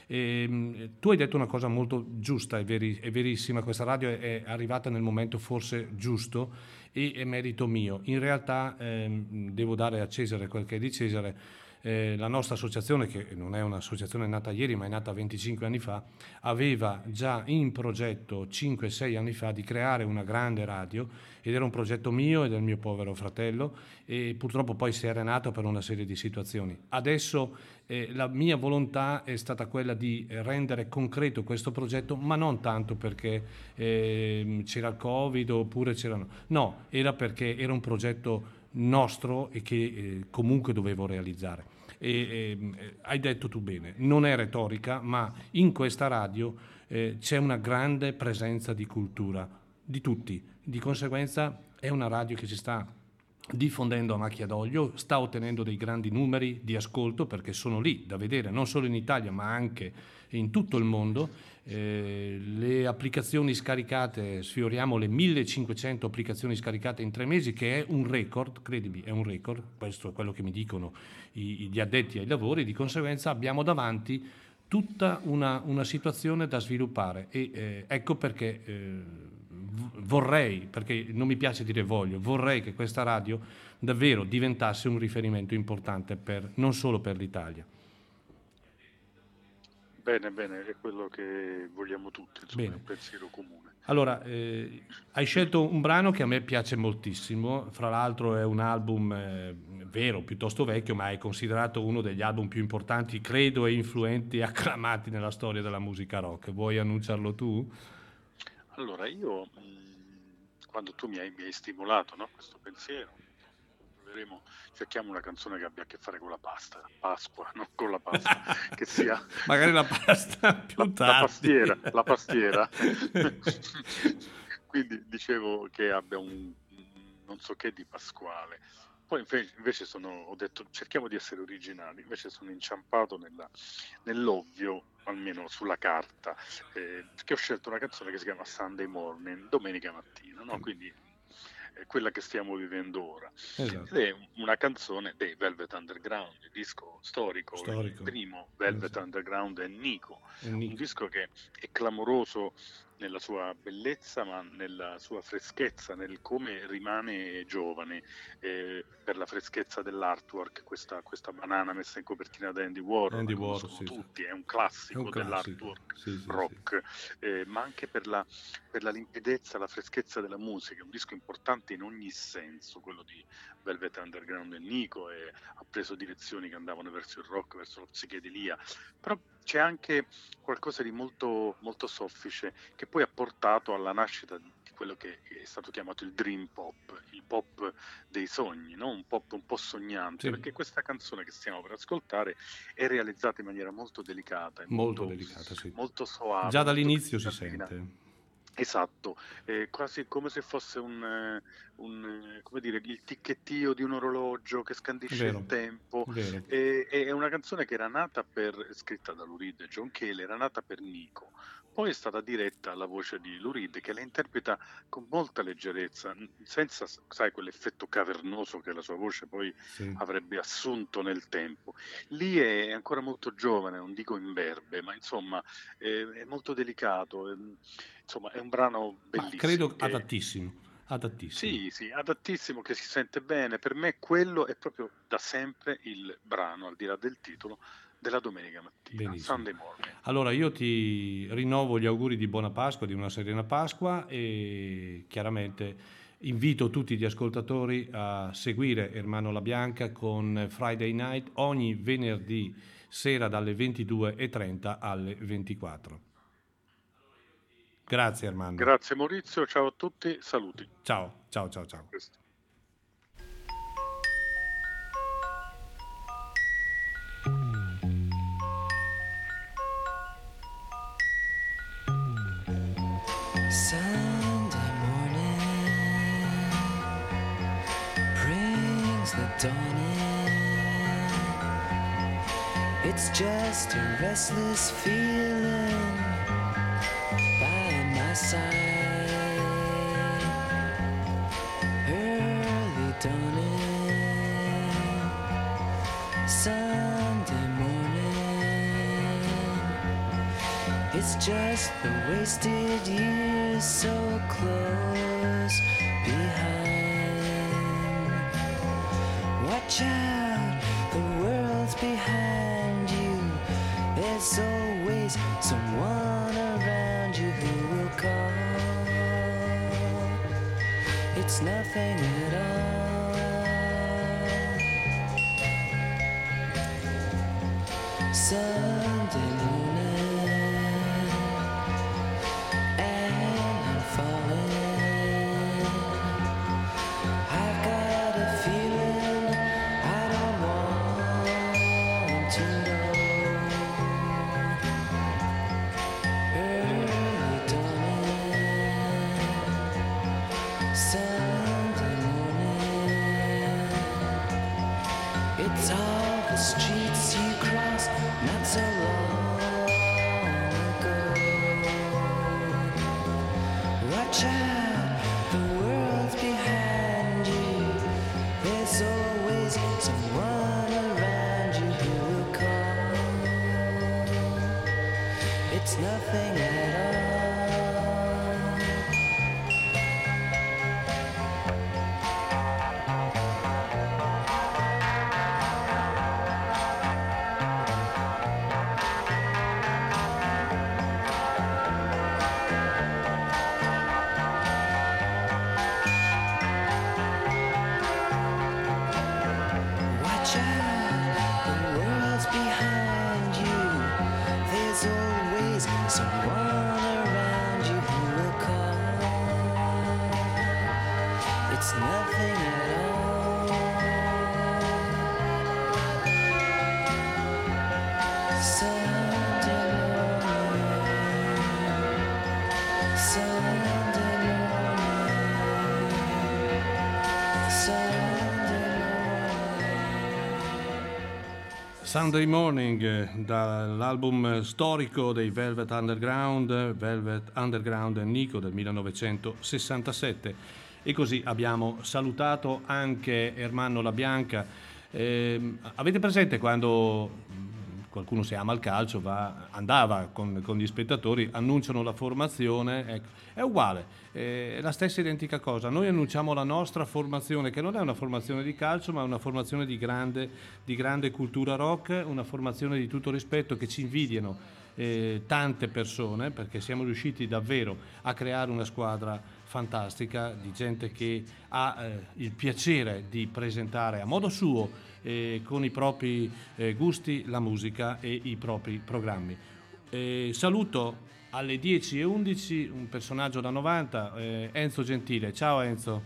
E, tu hai detto una cosa molto giusta, è, veri, è verissima, questa radio è, è arrivata nel momento forse giusto e è merito mio. In realtà ehm, devo dare a Cesare quel che è di Cesare. Eh, la nostra associazione, che non è un'associazione nata ieri ma è nata venticinque anni fa, aveva già in progetto cinque sei anni fa di creare una grande radio, ed era un progetto mio e del mio povero fratello, e purtroppo poi si è arenato per una serie di situazioni. Adesso eh, la mia volontà è stata quella di rendere concreto questo progetto, ma non tanto perché eh, c'era il Covid oppure c'erano... No, era perché era un progetto nostro e che eh, comunque dovevo realizzare. E, eh, hai detto tu bene, non è retorica, ma in questa radio eh, c'è una grande presenza di cultura di tutti, di conseguenza è una radio che si sta diffondendo a macchia d'olio, sta ottenendo dei grandi numeri di ascolto, perché sono lì da vedere non solo in Italia ma anche in tutto il mondo. Eh, le applicazioni scaricate, sfioriamo le millecinquecento applicazioni scaricate in tre mesi, che è un record, credimi, è un record, questo è quello che mi dicono i, gli addetti ai lavori. Di conseguenza abbiamo davanti tutta una, una situazione da sviluppare, e eh, ecco perché eh, vorrei, perché non mi piace dire voglio, vorrei che questa radio davvero diventasse un riferimento importante per, non solo per l'Italia. Bene, bene, è quello che vogliamo tutti, insomma, Bene. È un pensiero comune. Allora, eh, hai scelto un brano che a me piace moltissimo, fra l'altro è un album eh, vero, piuttosto vecchio, ma è considerato uno degli album più importanti, credo, e influenti e acclamati nella storia della musica rock. Vuoi annunciarlo tu? Allora, io, mh, quando tu mi hai, mi hai stimolato, no, questo pensiero, proveremo, cerchiamo una canzone che abbia a che fare con la pasta, Pasqua, non con la pasta, che sia magari la pasta più la, tardi. la pastiera, la pastiera. Quindi dicevo che abbia un non so che di pasquale. Poi invece sono, ho detto cerchiamo di essere originali, invece sono inciampato nella, nell'ovvio, almeno sulla carta, eh, perché ho scelto una canzone che si chiama Sunday Morning, domenica mattina, no? Quindi è quella che stiamo vivendo ora. Esatto. Ed è una canzone dei Velvet Underground, il disco storico, Storico. il primo Velvet Esatto. Underground è Nico, È Nico. un disco che è clamoroso nella sua bellezza, ma nella sua freschezza, nel come rimane giovane, eh, per la freschezza dell'artwork, questa, questa banana messa in copertina da Andy Warhol, Andy la Warhol, conoscono sì, tutti, è un classico, È un classico. dell'artwork Sì, sì, rock, eh, ma anche per la, per la limpidezza, la freschezza della musica, è un disco importante in ogni senso, quello di Velvet Underground e Nico, e ha preso direzioni che andavano verso il rock, verso la psichedelia, però c'è anche qualcosa di molto, molto soffice che poi ha portato alla nascita di quello che è stato chiamato il dream pop, il pop dei sogni, no? Un pop un po' sognante, Sì. perché questa canzone che stiamo per ascoltare è realizzata in maniera molto delicata, Molto molto, delicata, sì. molto soave. Già molto dall'inizio si cristalline. sente. Esatto, eh, quasi come se fosse un, eh, un, eh, come dire, il ticchettio di un orologio che scandisce Vero. il tempo. Vero. E- e- è una canzone che era nata per, scritta da Lou Reed e John Cale, era nata per Nico. Poi è stata diretta alla voce di Lou Reed, che la interpreta con molta leggerezza, n- senza, sai, quell'effetto cavernoso che la sua voce poi Sì. avrebbe assunto nel tempo. Lì è ancora molto giovane, non dico imberbe, ma insomma eh, è molto delicato. eh, Insomma, è un brano Ma bellissimo. credo che- adattissimo. Adattissimo. Sì, sì, adattissimo, che si sente bene. Per me quello è proprio da sempre il brano, al di là del titolo, della domenica mattina, Benissimo. Sunday Morning. Allora io ti rinnovo gli auguri di buona Pasqua, di una serena Pasqua, e chiaramente invito tutti gli ascoltatori a seguire Ermanno La Bianca con Friday Night ogni venerdì sera dalle ventidue e trenta alle ventiquattro. Grazie Ermanno. Grazie Maurizio, ciao a tutti, saluti. Ciao, ciao, ciao, ciao. Questo. Sunday morning brings the dawn in. It's just a restless feeling by my side. Early dawning, Sunday morning. It's just the wasted years so close behind. Watch out, the world's behind you. There's always someone around you who will call. It's nothing at all. Sunday morning, and I'm falling. I've got a feeling I don't want to know. Early dawning, Sunday morning. It's all the streets you cross not so long ago. Watch out, the world's behind you. There's always someone around you who will call. It's nothing at all. Watch out, the world's behind you. There's always someone around you who will call. It's nothing at all. Sunday Morning, eh, dall'album storico dei Velvet Underground, Velvet Underground e Nico del millenovecentosessantasette. E così abbiamo salutato anche Ermanno La Bianca. Eh, avete presente quando qualcuno, se ama il calcio, va, andava con, con gli spettatori, annunciano la formazione? Ecco, è uguale, è la stessa identica cosa. Noi annunciamo la nostra formazione, che non è una formazione di calcio, ma è una formazione di grande, di grande cultura rock, una formazione di tutto rispetto, che ci invidiano eh, tante persone, perché siamo riusciti davvero a creare una squadra fantastica di gente che ha eh, il piacere di presentare a modo suo, eh, con i propri eh, gusti, la musica e i propri programmi. Eh, saluto alle dieci e undici un personaggio da novanta, eh, Enzo Gentile. Ciao Enzo.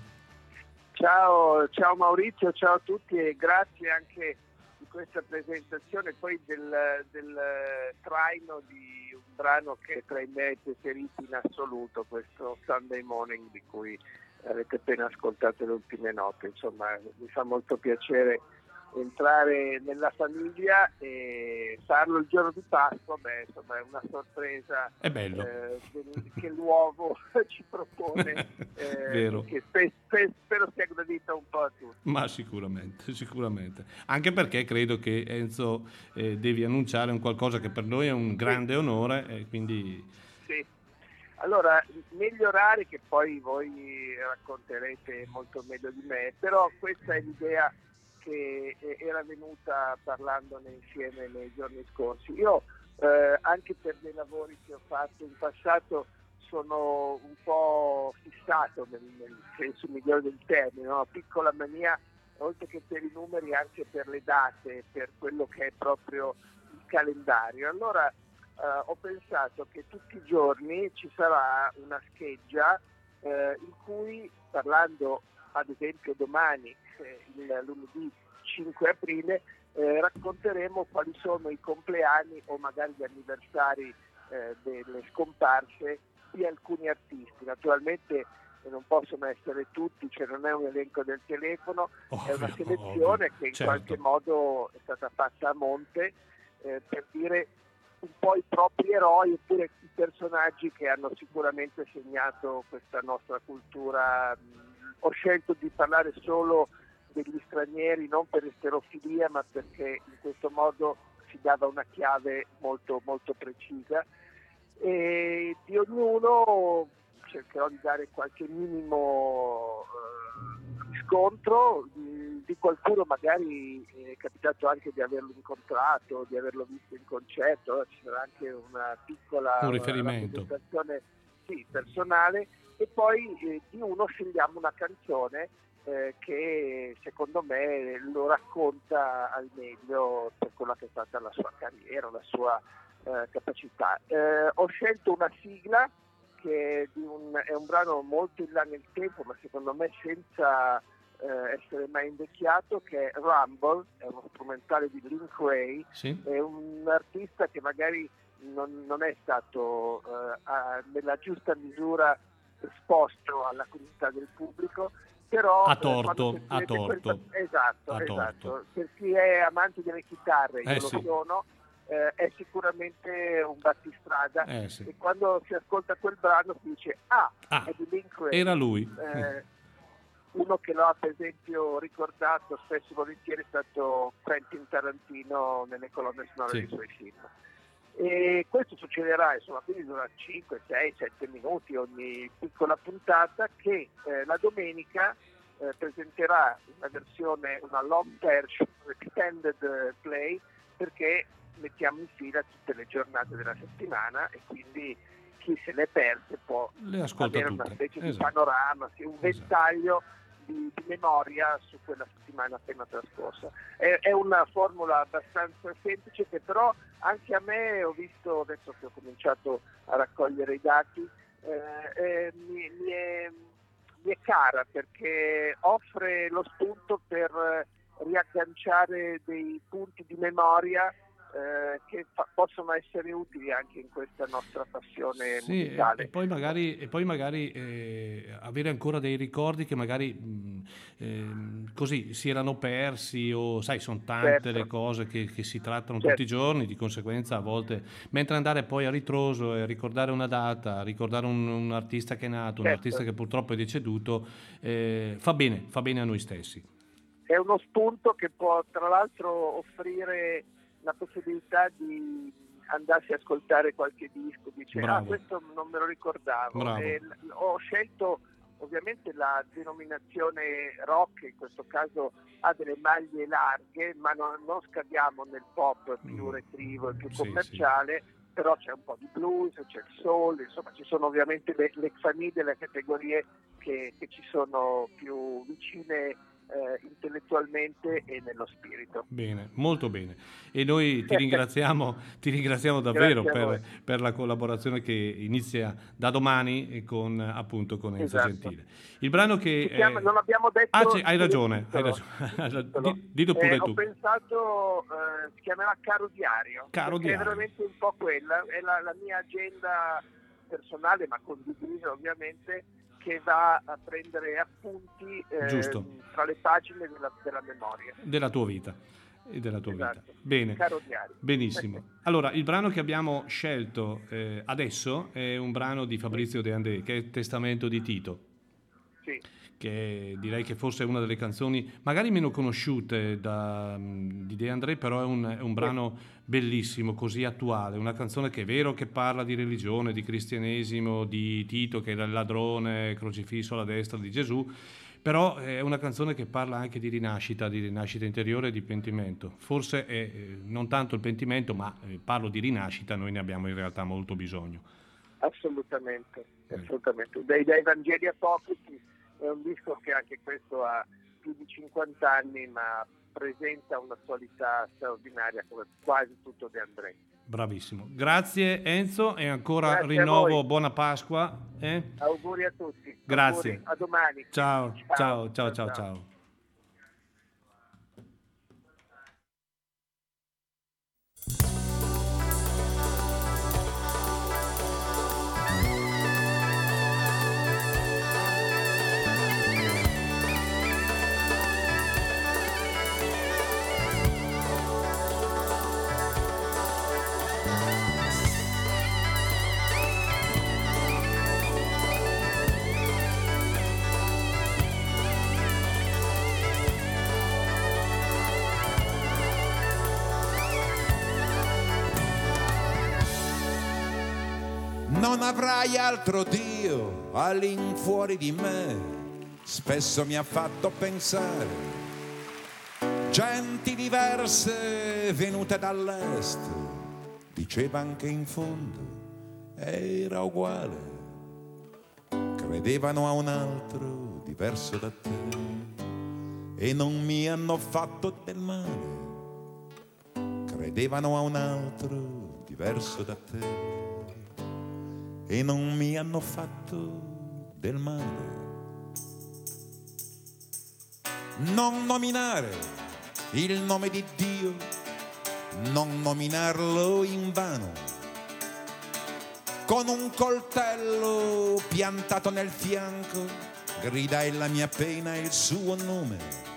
Ciao, ciao Maurizio, ciao a tutti e grazie anche di questa presentazione, poi del, del traino di un brano che è tra i miei preferiti in assoluto, questo Sunday Morning di cui avete appena ascoltato le ultime note. Insomma, mi fa molto piacere entrare nella famiglia e farlo il giorno di Pasqua. Beh, insomma, è una sorpresa. È bello. Eh, che l'uovo ci propone, eh, Vero. Che spe- spe- spero sia gradita un po' a tutti. Ma sicuramente, sicuramente. Anche perché credo che Enzo eh, devi annunciare un qualcosa che per noi è un grande onore, e quindi... Sì. Allora, negli orari che poi voi racconterete molto meglio di me, però questa è l'idea che era venuta parlandone insieme nei giorni scorsi. Io eh, anche per dei lavori che ho fatto in passato sono un po' fissato nel, nel senso migliore del termine, no? Piccola mania, oltre che per i numeri, anche per le date, per quello che è proprio il calendario. Allora eh, ho pensato che tutti i giorni ci sarà una scheggia eh, in cui, parlando ad esempio domani, il lunedì cinque aprile, eh, racconteremo quali sono i compleanni o magari gli anniversari eh, delle scomparse di alcuni artisti. Naturalmente eh, non possono essere tutti, cioè non è un elenco del telefono, ovvio, è una selezione ovvio, che in certo. qualche modo è stata fatta a monte eh, per dire un po' i propri eroi oppure i personaggi che hanno sicuramente segnato questa nostra cultura. Ho scelto di parlare solo degli stranieri, non per esterofilia, ma perché in questo modo si dava una chiave molto, molto precisa. E di ognuno cercherò di dare qualche minimo eh, riscontro, di, di qualcuno magari è capitato anche di averlo incontrato, di averlo visto in concerto. Allora ci sarà anche una piccola un riferimento rappresentazione sì, personale. E poi eh, di uno scegliamo una canzone eh, che secondo me lo racconta al meglio per quella che è stata la sua carriera, la sua eh, capacità. Eh, ho scelto una sigla che è, di un, è un brano molto in là nel tempo, ma secondo me senza eh, essere mai invecchiato, che è Rumble, è uno strumentale di Link Ray, sì. È un artista che magari non, non è stato eh, a, nella giusta misura esposto alla comunità del pubblico, però a torto, eh, a torto. Questa, esatto, a esatto. Torto. Per chi è amante delle chitarre, eh, io sì. lo sono, eh, è sicuramente un battistrada eh, sì. e quando si ascolta quel brano si dice ah, ah è di Link Ray. Era lui. Eh, uno che lo ha per esempio ricordato spesso e volentieri è stato Quentin Tarantino nelle colonne sonore sì. dei suoi film. E questo succederà, insomma, quindi dura cinque, sei, sette minuti ogni piccola puntata, che eh, la domenica eh, presenterà una versione, una long version, extended play, perché mettiamo in fila tutte le giornate della settimana e quindi chi se le perse può le ascolta avere tutte. Una specie esatto. di panorama, sì, un ventaglio esatto. di, di memoria su quella settimana appena trascorsa. È, è una formula abbastanza semplice che però anche a me, ho visto, adesso che ho cominciato a raccogliere i dati, eh, eh, mi, mi, è, mi è cara perché offre lo spunto per riagganciare dei punti di memoria Eh, che fa- possono essere utili anche in questa nostra passione sì, musicale. E, e poi magari, e poi magari eh, avere ancora dei ricordi che magari mh, eh, così si erano persi, o sai, sono tante Certo. le cose che, che si trattano Certo. tutti i giorni, di conseguenza a volte, mentre andare poi a ritroso e ricordare una data, ricordare un, un artista che è nato, un Certo. artista che purtroppo è deceduto, eh, fa bene, fa bene a noi stessi. È uno spunto che può tra l'altro offrire la possibilità di andarsi a ascoltare qualche disco, dice Bravo. ah questo non me lo ricordavo. Bravo. E l- ho scelto ovviamente la denominazione rock, in questo caso ha delle maglie larghe, ma non, non scadiamo nel pop più Mm. retrivo e più Sì, commerciale, però c'è un po' di blues, c'è il soul, insomma ci sono ovviamente le, le famiglie, le categorie che, che ci sono più vicine eh, intellettualmente e nello spirito. Bene, molto bene. E noi ti ringraziamo, ti ringraziamo davvero Grazie a per, voi. per la collaborazione che inizia da domani e con appunto con Enzo Esatto. Gentile. Il brano che Si chiama- eh, non abbiamo detto ah, sì, hai il ragione, hai titolo. ragione. Titolo. Di- Dillo pure Eh, tu. Ho pensato, eh, si chiamerà Caro Diario, Caro perché Diario. è veramente un po' quella, è la, la mia agenda personale, ma condivisa ovviamente, che va a prendere appunti eh, Giusto. tra le pagine della, della memoria. Della tua vita. E della tua Esatto. vita. Bene. Caro Diario. Benissimo. Allora, il brano che abbiamo scelto eh, adesso è un brano di Fabrizio De André, che è Testamento di Tito, Sì. che direi che forse è una delle canzoni magari meno conosciute da, di De André, però è un, è un brano bellissimo, così attuale, una canzone che è vero che parla di religione, di cristianesimo, di Tito che era il ladrone crocifisso alla destra di Gesù, però è una canzone che parla anche di rinascita, di rinascita interiore e di pentimento. Forse è, eh, non tanto il pentimento, ma eh, parlo di rinascita, noi ne abbiamo in realtà molto bisogno. Assolutamente, Eh. assolutamente. Dai, dai Vangeli Apocalipsi è un disco che anche questo ha più di cinquanta anni, ma presenta un'attualità straordinaria come quasi tutto De André. Bravissimo. Grazie Enzo e ancora Grazie a rinnovo voi. buona Pasqua. eh? Auguri a tutti. Grazie. Auguri, a domani. Ciao, ciao, ciao, ciao, ciao. ciao. Non avrai altro Dio all'infuori di me, spesso mi ha fatto pensare. Genti diverse venute dall'est, diceva anche in fondo era uguale. Credevano a un altro diverso da te e non mi hanno fatto del male. Credevano a un altro diverso da te e non mi hanno fatto del male. Non nominare il nome di Dio, non nominarlo in vano, con un coltello piantato nel fianco gridai la mia pena e il suo nome,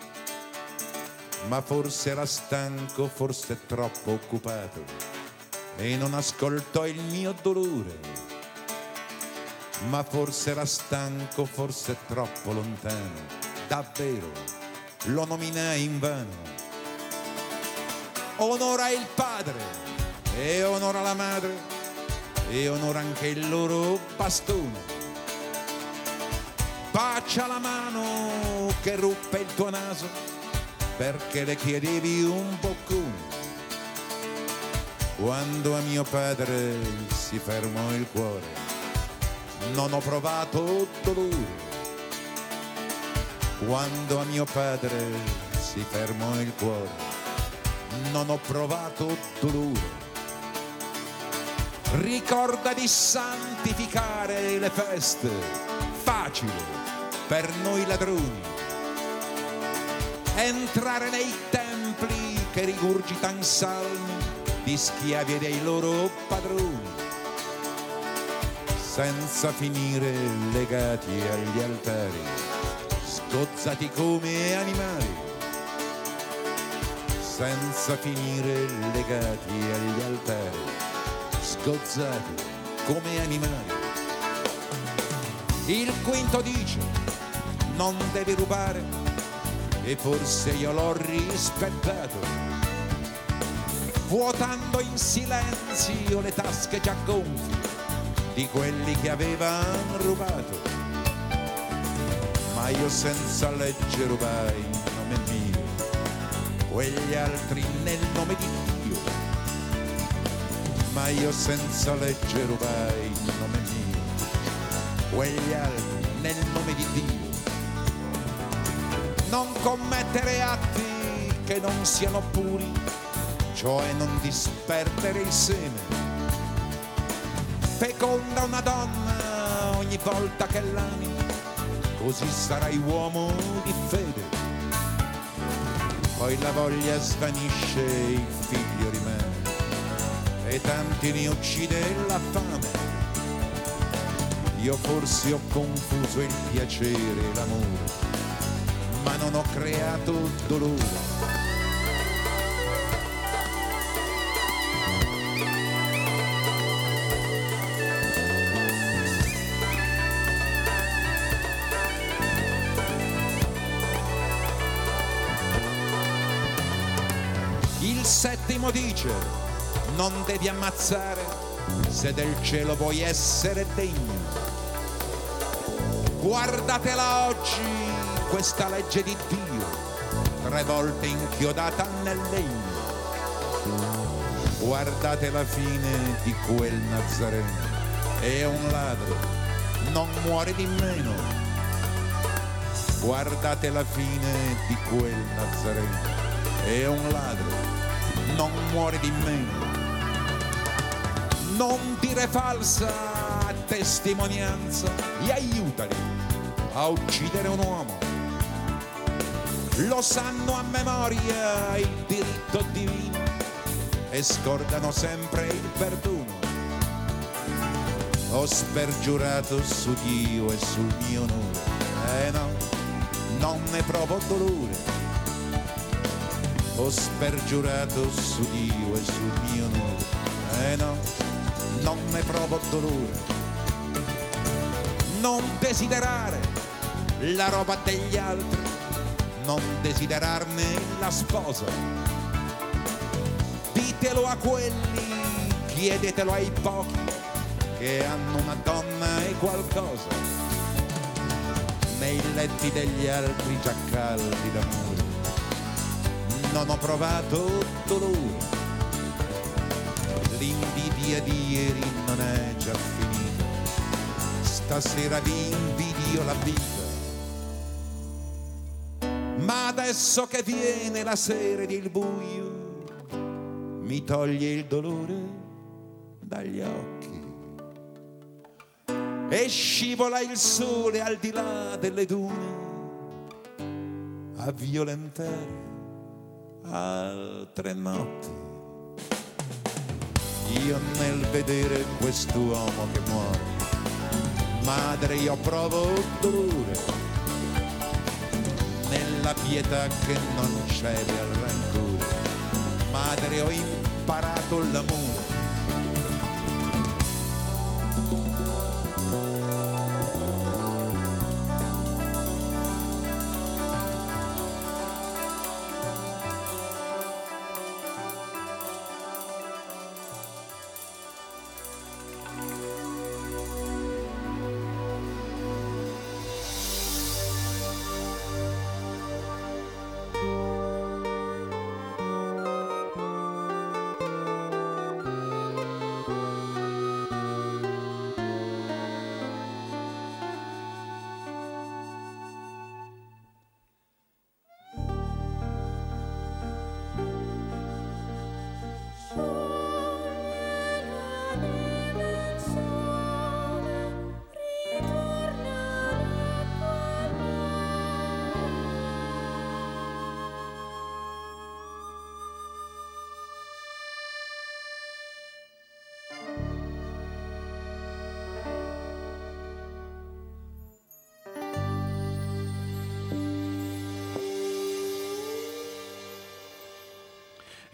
ma forse era stanco, forse troppo occupato e non ascoltò il mio dolore. Ma forse era stanco, forse troppo lontano, davvero lo nominai invano. Onora il padre e onora la madre e onora anche il loro bastone. Bacia la mano che ruppe il tuo naso perché le chiedevi un boccone. Quando a mio padre si fermò il cuore non ho provato dolore. Quando a mio padre si fermò il cuore non ho provato dolore. Ricorda di santificare le feste, facile per noi ladroni. Entrare nei templi che rigurgitan salmi di schiavi e dei loro padroni, senza finire legati agli altari, sgozzati come animali, senza finire legati agli altari, sgozzati come animali. Il quinto dice non devi rubare e forse io l'ho rispettato, vuotando in silenzio le tasche già gonfie di quelli che avevano rubato. Ma io senza legge rubai in nome mio, quegli altri nel nome di Dio. Ma io senza legge rubai in nome mio, quegli altri nel nome di Dio. Non commettere atti che non siano puri, cioè non disperdere il seme. Feconda una donna ogni volta che l'ami, così sarai uomo di fede. Poi la voglia svanisce, il figlio rimane, e tanti ne uccide la fame. Io forse ho confuso il piacere e l'amore, ma non ho creato dolore. Il settimo dice non devi ammazzare se del cielo vuoi essere degno. Guardatela oggi questa legge di Dio, tre volte inchiodata nel legno. Guardate la fine di quel Nazareno, è un ladro, non muore di meno. Guardate la fine di quel Nazareno, è un ladro, non muore di meno. Non dire falsa testimonianza e aiutali a uccidere un uomo. Lo sanno a memoria il diritto divino e scordano sempre il perdono. Ho spergiurato su Dio e sul mio onore, eh no, non ne provo dolore. Ho spergiurato su Dio e sul mio onore, eh no, non ne provo dolore. Non desiderare la roba degli altri, non desiderarne la sposa. Ditelo a quelli, chiedetelo ai pochi che hanno una donna e qualcosa. Nei letti degli altri già caldi d'amore non ho provato dolore. L'invidia di ieri non è già finita, stasera vi invidio la vita. Ma adesso che viene la sera ed il buio, mi toglie il dolore dagli occhi e scivola il sole al di là delle dune a violentare altre notti. Io nel vedere quest'uomo che muore, madre, io provo dolore. Nella pietà che non cede al rancore, madre, ho imparato l'amore.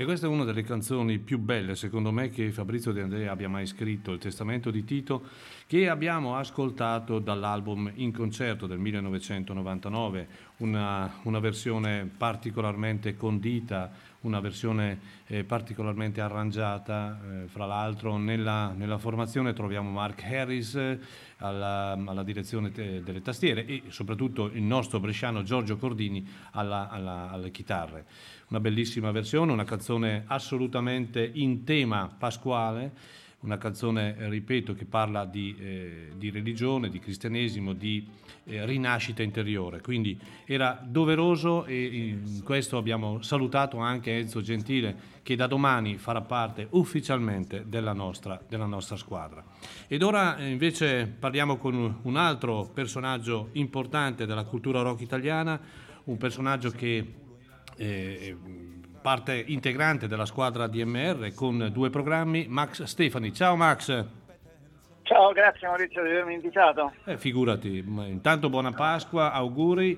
E questa è una delle canzoni più belle, secondo me, che Fabrizio De André abbia mai scritto, Il testamento di Tito, che abbiamo ascoltato dall'album In concerto del millenovecentonovantanove, una, una versione particolarmente condita, una versione eh, particolarmente arrangiata. Eh, fra l'altro nella, nella formazione troviamo Mark Harris eh, alla, alla direzione te, delle tastiere e soprattutto il nostro bresciano Giorgio Cordini alla, alla, alle chitarre. Una bellissima versione, una canzone assolutamente in tema pasquale, una canzone, ripeto, che parla di, eh, di religione, di cristianesimo, di eh, rinascita interiore, quindi era doveroso e in questo abbiamo salutato anche Enzo Gentile, che da domani farà parte ufficialmente della nostra, della nostra squadra. Ed ora eh, invece parliamo con un altro personaggio importante della cultura rock italiana, un personaggio che eh, parte integrante della squadra D M R con due programmi, Max Stefani. Ciao Max. Ciao, grazie Maurizio di avermi invitato. Eh, figurati, intanto buona Pasqua, auguri.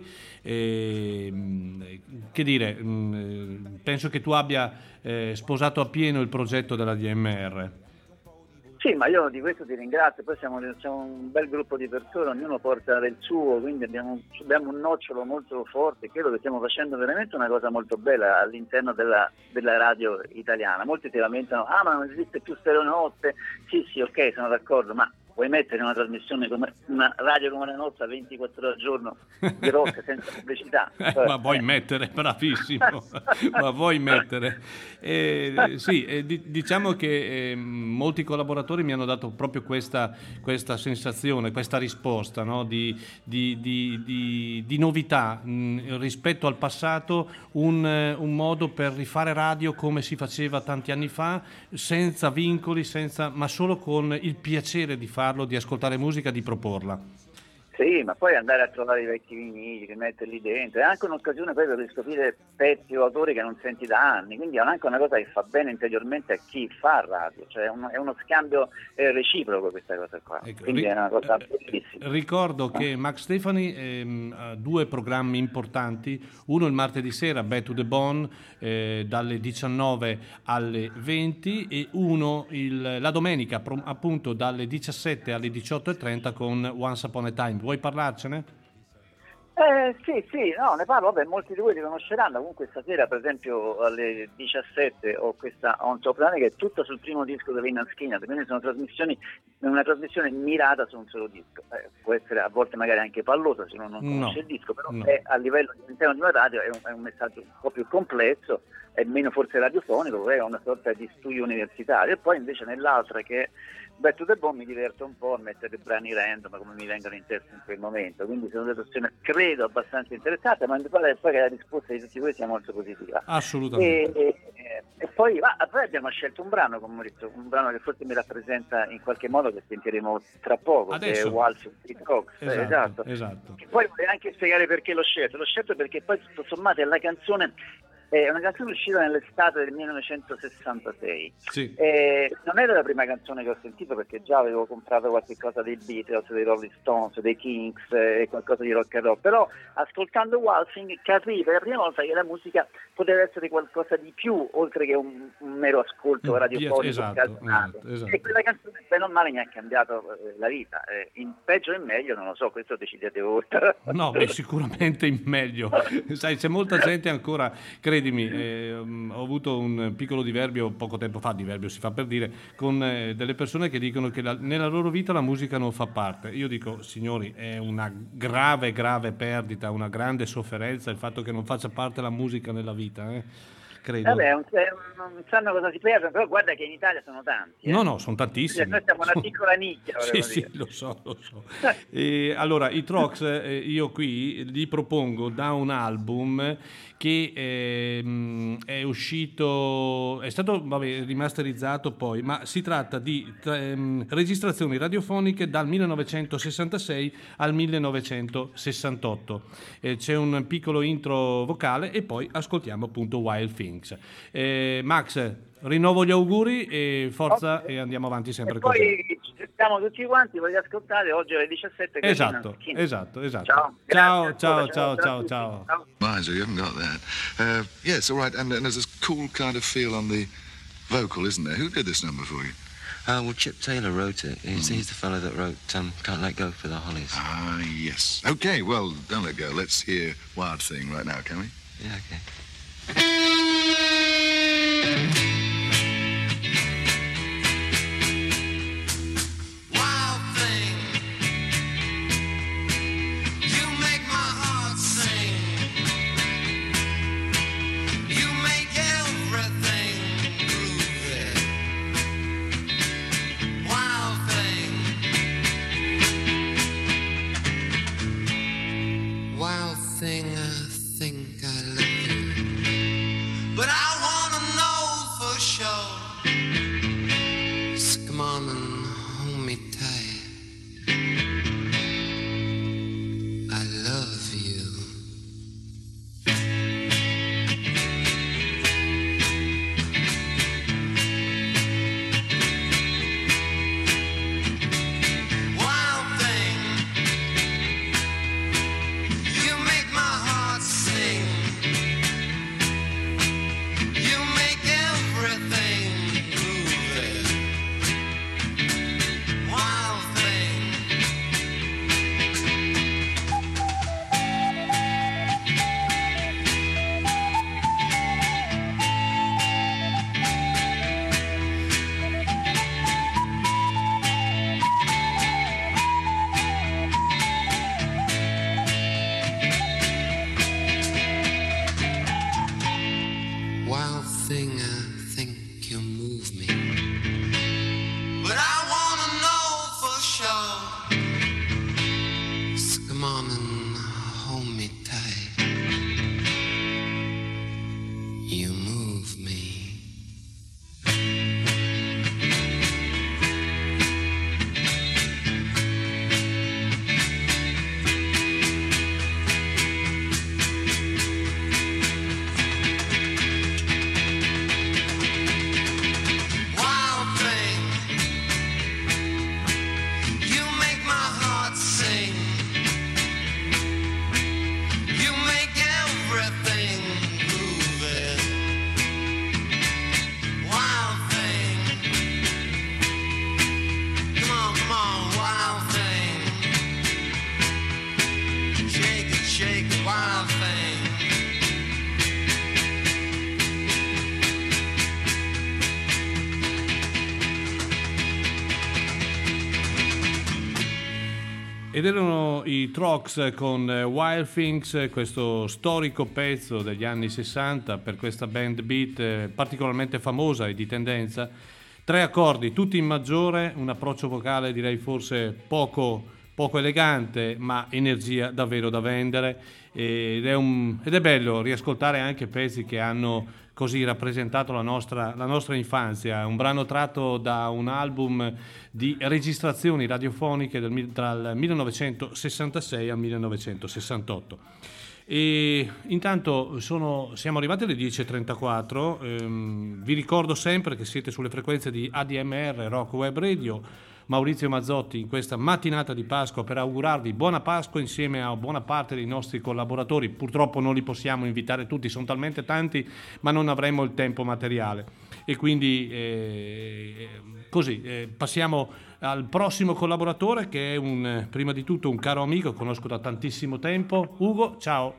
Eh, che dire, penso che tu abbia eh, sposato appieno il progetto della D M R. Sì, ma io di questo ti ringrazio, poi siamo, siamo un bel gruppo di persone, ognuno porta del suo, quindi abbiamo, abbiamo un nocciolo molto forte, credo che stiamo facendo veramente una cosa molto bella all'interno della, della radio italiana. Molti si lamentano, ah ma non esiste più Stereonotte, sì sì ok sono d'accordo, ma vuoi mettere una trasmissione come una radio come la nostra ventiquattro ore al giorno di rock senza pubblicità? Eh, ma vuoi mettere, bravissimo, ma vuoi mettere. Eh, sì, eh, di, diciamo che eh, molti collaboratori mi hanno dato proprio questa, questa sensazione, questa risposta, no? di, di, di, di, di novità mh, rispetto al passato, un, un modo per rifare radio come si faceva tanti anni fa, senza vincoli, senza, ma solo con il piacere di farlo, di ascoltare musica, di proporla. Sì, ma poi andare a trovare i vecchi vinili, rimetterli dentro, è anche un'occasione poi per riscoprire pezzi o autori che non senti da anni, quindi è anche una cosa che fa bene interiormente a chi fa radio, cioè è, un, è uno scambio eh, reciproco questa cosa qua, ecco, quindi ri- è una cosa bellissima. Ricordo che Max Stefani ehm, ha due programmi importanti, uno il martedì sera, Back to the Bone, eh, dalle diciannove alle venti, e uno il, la domenica pro, appunto dalle diciassette alle diciotto e trenta con Once Upon a Time. Vuoi parlarcene? Eh, sì, sì, no, ne parlo, vabbè, molti di voi li conosceranno, comunque stasera per esempio alle diciassette ho questa On Top Planet che è tutta sul primo disco della Inna Skinner, quindi sono trasmissioni, una trasmissione mirata su un solo disco, eh, può essere a volte magari anche pallosa se uno non conosce no, il disco, però no. È a livello all'interno di una radio è un, è un messaggio un po' più complesso, è meno forse radiofonico, è una sorta di studio universitario, e poi invece nell'altra che Back to the Bone mi diverto un po' a mettere brani random come mi vengono in testa in quel momento, quindi sono delle persone credo abbastanza interessate, ma mi pare poi che la risposta di tutti voi sia molto positiva. Assolutamente. E, e, e poi, ah, poi abbiamo scelto un brano, come ho detto, un brano che forse mi rappresenta in qualche modo, che sentiremo tra poco, adesso. Che è Waltz with the Dogs. Esatto, esatto. esatto. E poi vorrei anche spiegare perché l'ho scelto, l'ho scelto perché poi tutto sommato è la canzone. È una canzone uscita nell'estate del millenovecentosessantasei. Sì. Eh, non era la prima canzone che ho sentito perché già avevo comprato qualche cosa dei Beatles, dei Rolling Stones, dei Kings e eh, qualcosa di rock and roll, però ascoltando Waltzing capii per la prima volta che la musica poteva essere qualcosa di più oltre che un, un mero ascolto radiofonico. Esatto, esatto, esatto. E quella canzone bene o male mi ha cambiato eh, la vita, eh, in peggio o in meglio non lo so, questo decidete voi. No, beh, sicuramente in meglio. Sai, c'è molta gente ancora, credimi, eh, ho avuto un piccolo diverbio poco tempo fa, diverbio si fa per dire, con eh, delle persone che dicono che la, nella loro vita la musica non fa parte. Io dico, signori, è una grave, grave perdita, una grande sofferenza il fatto che non faccia parte la musica nella vita, eh. Credo. Vabbè, non, non sanno cosa si perdono, però guarda che in Italia sono tanti. Eh. No, no, sono tantissimi. Noi siamo una piccola nicchia. Sì, sì, dire. lo so, lo so. E, allora, i Trox, eh, io qui li propongo da un album che eh, è uscito, è stato vabbè, rimasterizzato poi, ma si tratta di eh, registrazioni radiofoniche dal millenovecentosessantasei al millenovecentosessantotto. Eh, c'è un piccolo intro vocale e poi ascoltiamo appunto Wild Things. Eh, Max, rinnovo gli auguri e forza, okay. E andiamo avanti sempre e così. Poi Aspettiamo tutti quanti, voglio ascoltare oggi alle diciassette. Esatto, esatto, esatto. Ciao, ciao, grazie, ciao, ciao, ciao, ciao, ciao. ciao. Miser, you haven't got that. Uh, yes, all right, and, and there's this cool kind of feel on the vocal, isn't there? Who did this number for you? Uh, well, Chip Taylor wrote it. He's, Mm. he's the fellow that wrote um, Can't Let Go for the Hollies. Ah, yes. Okay, well, don't let go. Let's hear Wild Thing right now, can we? Yeah, okay. Wild thing, you make my heart sing. You make everything groovy. Wild thing, wild thing, I think I love you, but I wanna know for sure. So come on and hold me tight. I love you. Wild thing, you make my heart sing. You make everything groovy. Wild thing. Wild thing, I think you move me. But I wanna know for sure. So come on and hold me tight. You move me. Wild thing, you make my heart sing. You make everything groovy. Wild thing, come on, come on, wild thing. Shake it, shake it, wild thing. Ed erano i Trox con eh, Wild Things, questo storico pezzo degli anni sessanta per questa band beat eh, particolarmente famosa e di tendenza. Tre accordi, tutti in maggiore, un approccio vocale direi forse poco, poco elegante, ma energia davvero da vendere. Ed è, un, ed è bello riascoltare anche pezzi che hanno così rappresentato la nostra, la nostra infanzia. Un brano tratto da un album di registrazioni radiofoniche del, tra il millenovecentosessantasei al millenovecentosessantotto. E intanto sono, siamo arrivati alle dieci e trentaquattro. Ehm, vi ricordo sempre che siete sulle frequenze di A D M R Rock Web Radio. Maurizio Mazzotti in questa mattinata di Pasqua per augurarvi buona Pasqua insieme a buona parte dei nostri collaboratori. Purtroppo non li possiamo invitare tutti, sono talmente tanti, ma non avremo il tempo materiale. E quindi eh, così eh, passiamo al prossimo collaboratore, che è un, prima di tutto un caro amico, conosco da tantissimo tempo. Ugo, ciao.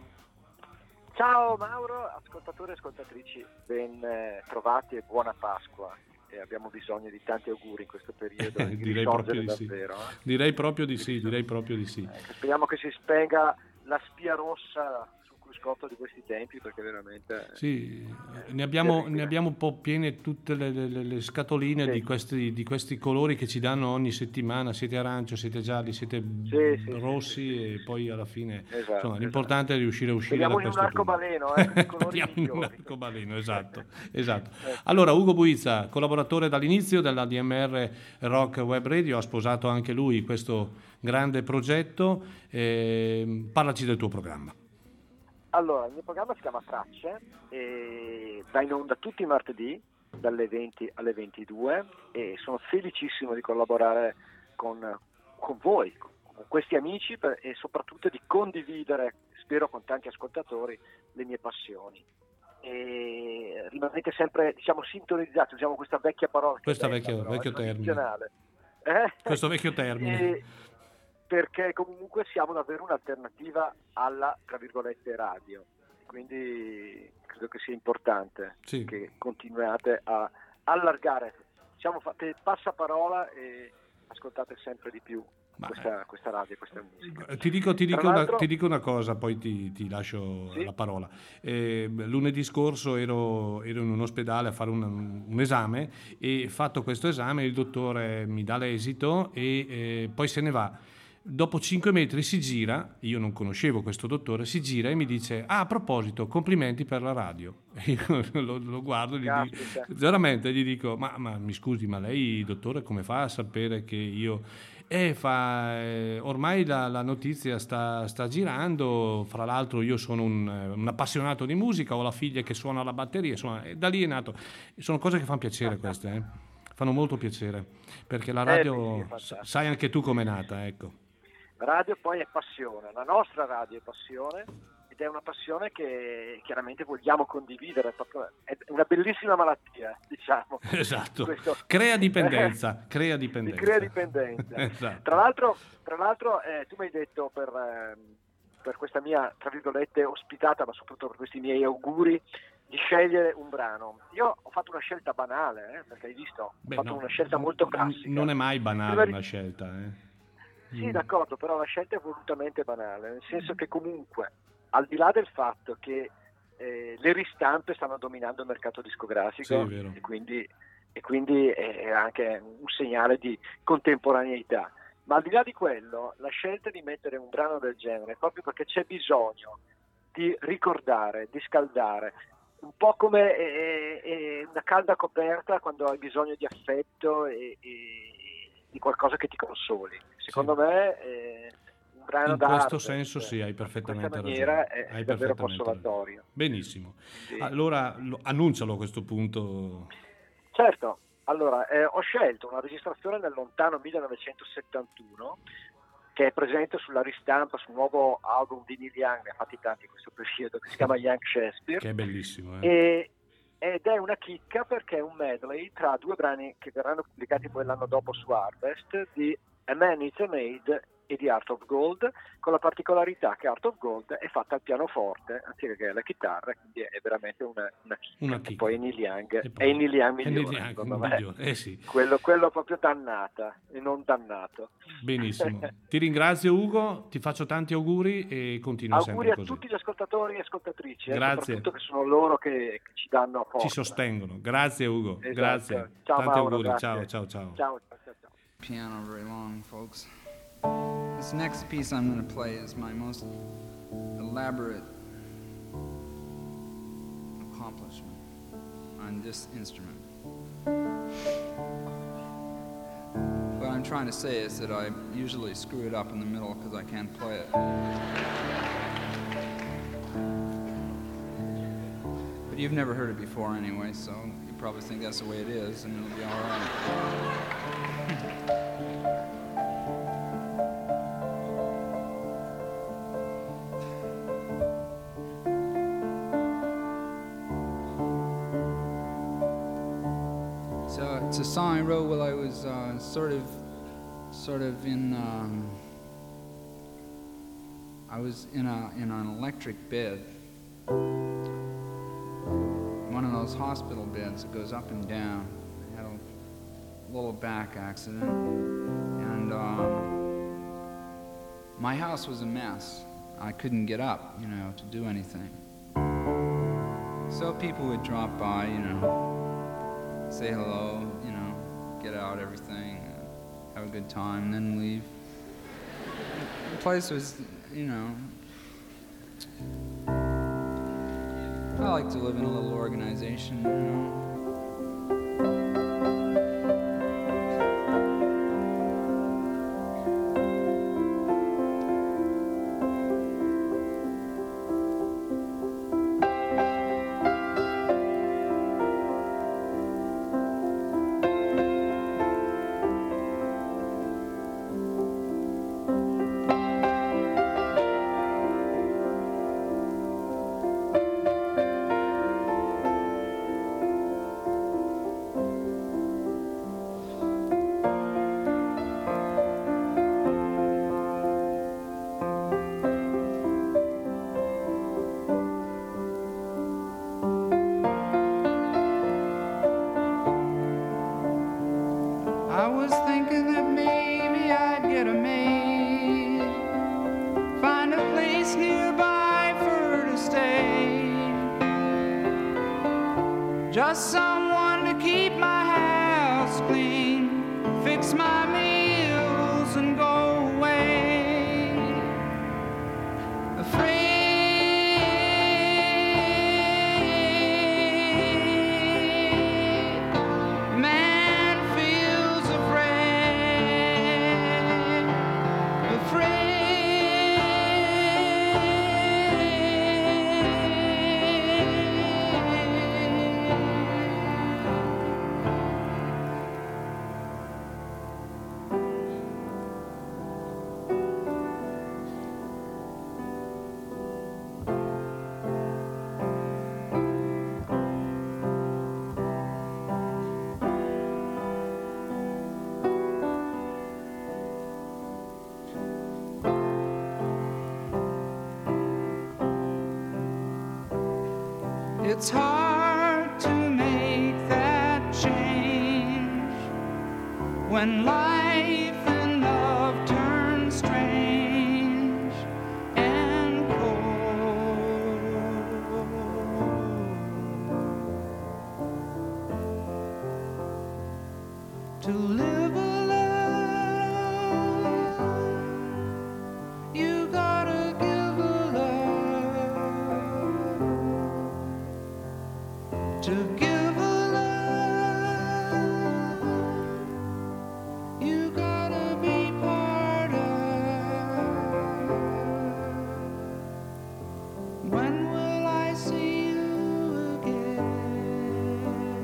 Ciao Mauro, ascoltatori e ascoltatrici, ben eh, trovati e buona Pasqua. E abbiamo bisogno di tanti auguri in questo periodo. Di direi proprio di sì. davvero, eh? Direi proprio di sì, direi proprio di sì. Ecco, speriamo che si spenga la spia rossa sul cruscotto di questi tempi, perché veramente sì, eh, ne, abbiamo, ne abbiamo un po' piene tutte le, le, le scatoline sì. di, questi, di questi colori che ci danno ogni settimana. Siete arancio, siete gialli, siete sì, sì, rossi sì, sì, e poi alla fine esatto, insomma, esatto. l'importante è riuscire a uscire Speriamo da questo in un arcobaleno, eh, Speriamo in un arcobaleno, esatto, esatto. Allora, Ugo Buizza, collaboratore dall'inizio della D M R Rock Web Radio, ha sposato anche lui questo grande progetto. Eh, parlaci del tuo programma. Allora, il mio programma si chiama Tracce e va in onda tutti i martedì dalle venti alle ventidue e sono felicissimo di collaborare con, con voi, con questi amici per, e soprattutto di condividere, spero con tanti ascoltatori, le mie passioni. E rimanete sempre, diciamo, sintonizzati, usiamo questa vecchia parola, Questa bella, vecchio, però, vecchio è termine. tradizionale. Eh? Questo vecchio termine. E, perché comunque siamo davvero un'alternativa alla, tra virgolette, radio. Quindi credo che sia importante sì. che continuiate a allargare, diciamo, fate passaparola e ascoltate sempre di più questa, questa radio, questa musica. Ti dico, ti, dico Tra una, l'altro- ti dico una cosa, poi ti, ti lascio Sì? la parola. Eh, lunedì scorso ero, ero in un ospedale a fare un, un esame e fatto questo esame il dottore mi dà l'esito e eh, poi se ne va. Dopo cinque metri si gira, io non conoscevo questo dottore, si gira e mi dice: ah, a proposito, complimenti per la radio. E io lo, lo guardo e gli dico, veramente gli dico: ma, ma mi scusi, ma lei, dottore, come fa a sapere che io... Eh, fa, eh, ormai la, la notizia sta, sta girando, fra l'altro io sono un, un appassionato di musica, ho la figlia che suona la batteria, insomma, e da lì è nato. Sono cose che fanno piacere queste, eh? Fanno molto piacere, perché la radio, Eh, sì, è sai anche tu com'è nata, ecco. Radio poi è passione, la nostra radio è passione ed è una passione che chiaramente vogliamo condividere, proprio, è una bellissima malattia, diciamo. Esatto, Questo- crea dipendenza, crea dipendenza. Di crea dipendenza. Esatto. Tra l'altro, tra l'altro eh, tu mi hai detto per, ehm, per questa mia, tra virgolette, ospitata, ma soprattutto per questi miei auguri, di scegliere un brano. Io ho fatto una scelta banale, eh, perché hai visto, ho Beh, fatto no, una scelta molto classica. Non è mai Prima banale di- una scelta, eh. Sì, d'accordo, però la scelta è volutamente banale, nel senso che comunque, al di là del fatto che eh, le ristampe stanno dominando il mercato discografico, Sì, è vero. e quindi, e quindi è anche un segnale di contemporaneità, ma al di là di quello, la scelta di mettere un brano del genere è proprio perché c'è bisogno di ricordare, di scaldare, un po' come eh, eh, una calda coperta quando hai bisogno di affetto e, e di qualcosa che ti consoli. Secondo me eh, un brano In d'arte, questo senso sì, hai perfettamente questa maniera ragione. è Hai davvero perfettamente consolatorio. ragione. Benissimo. Sì. Allora lo- annuncialo a questo punto. Certo, allora eh, ho scelto una registrazione del lontano millenovecentosettantuno che è presente sulla ristampa sul nuovo album di Neil Young, ne ha fatti tanti in questo periodo, che si chiama Young Shakespeare. Che è bellissimo. Eh? E, ed è una chicca perché è un medley tra due brani che verranno pubblicati poi l'anno dopo su Harvest, di A Man Is a Maid e di Heart of Gold, con la particolarità che Heart of Gold è fatta al pianoforte anziché alla chitarra, quindi è veramente una, una chicca. Una E chicca. poi Neil Young E è poi- il Neil Young è Neil migliore, Young, secondo il me. migliore, eh sì. quello, quello proprio dannata e non dannato. Benissimo. Ti ringrazio Ugo, ti faccio tanti auguri e continua Auguri sempre a così. tutti gli ascoltatori e ascoltatrici, eh, Grazie. soprattutto che sono loro che, che ci danno forza. Ci sostengono. Grazie Ugo, Esatto. grazie. Ciao, Tanti Mauro, auguri, grazie. ciao ciao ciao. Ciao, ciao, ciao. Piano very long, folks. This next piece I'm going to play is my most elaborate accomplishment on this instrument. What I'm trying to say is that I usually screw it up in the middle because I can't play it. But you've never heard it before anyway, so you probably think that's the way it is, and it'll be all right. So it's a song I wrote while I was uh, sort of, sort of in. Um, I was in a in an electric bed, one of those hospital beds that goes up and down. I had a little back accident, and um, my house was a mess. I couldn't get up, you know, to do anything. So people would drop by, you know, say hello, you know, get out everything, uh, have a good time, and then leave. The place was, you know, I like to live in a little organization, you know. place nearby for her to stay. Just someone to keep my house clean, fix my meals and go away. Afraid it's hard to make that change when life and love turn strange and cold. To live alone, you gotta give a love. To give a love, you gotta be part of. When will I see you again?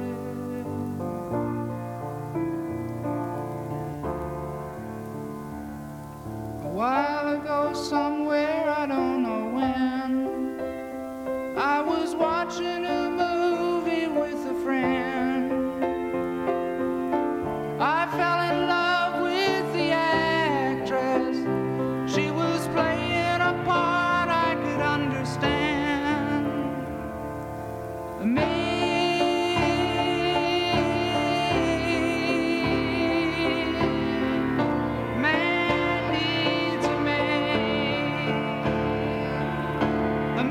A while ago, somewhere, I don't know when, I was watching a movie with a friend. I fell in love with the actress. She was playing a part I could understand. A maid, man needs a maid. A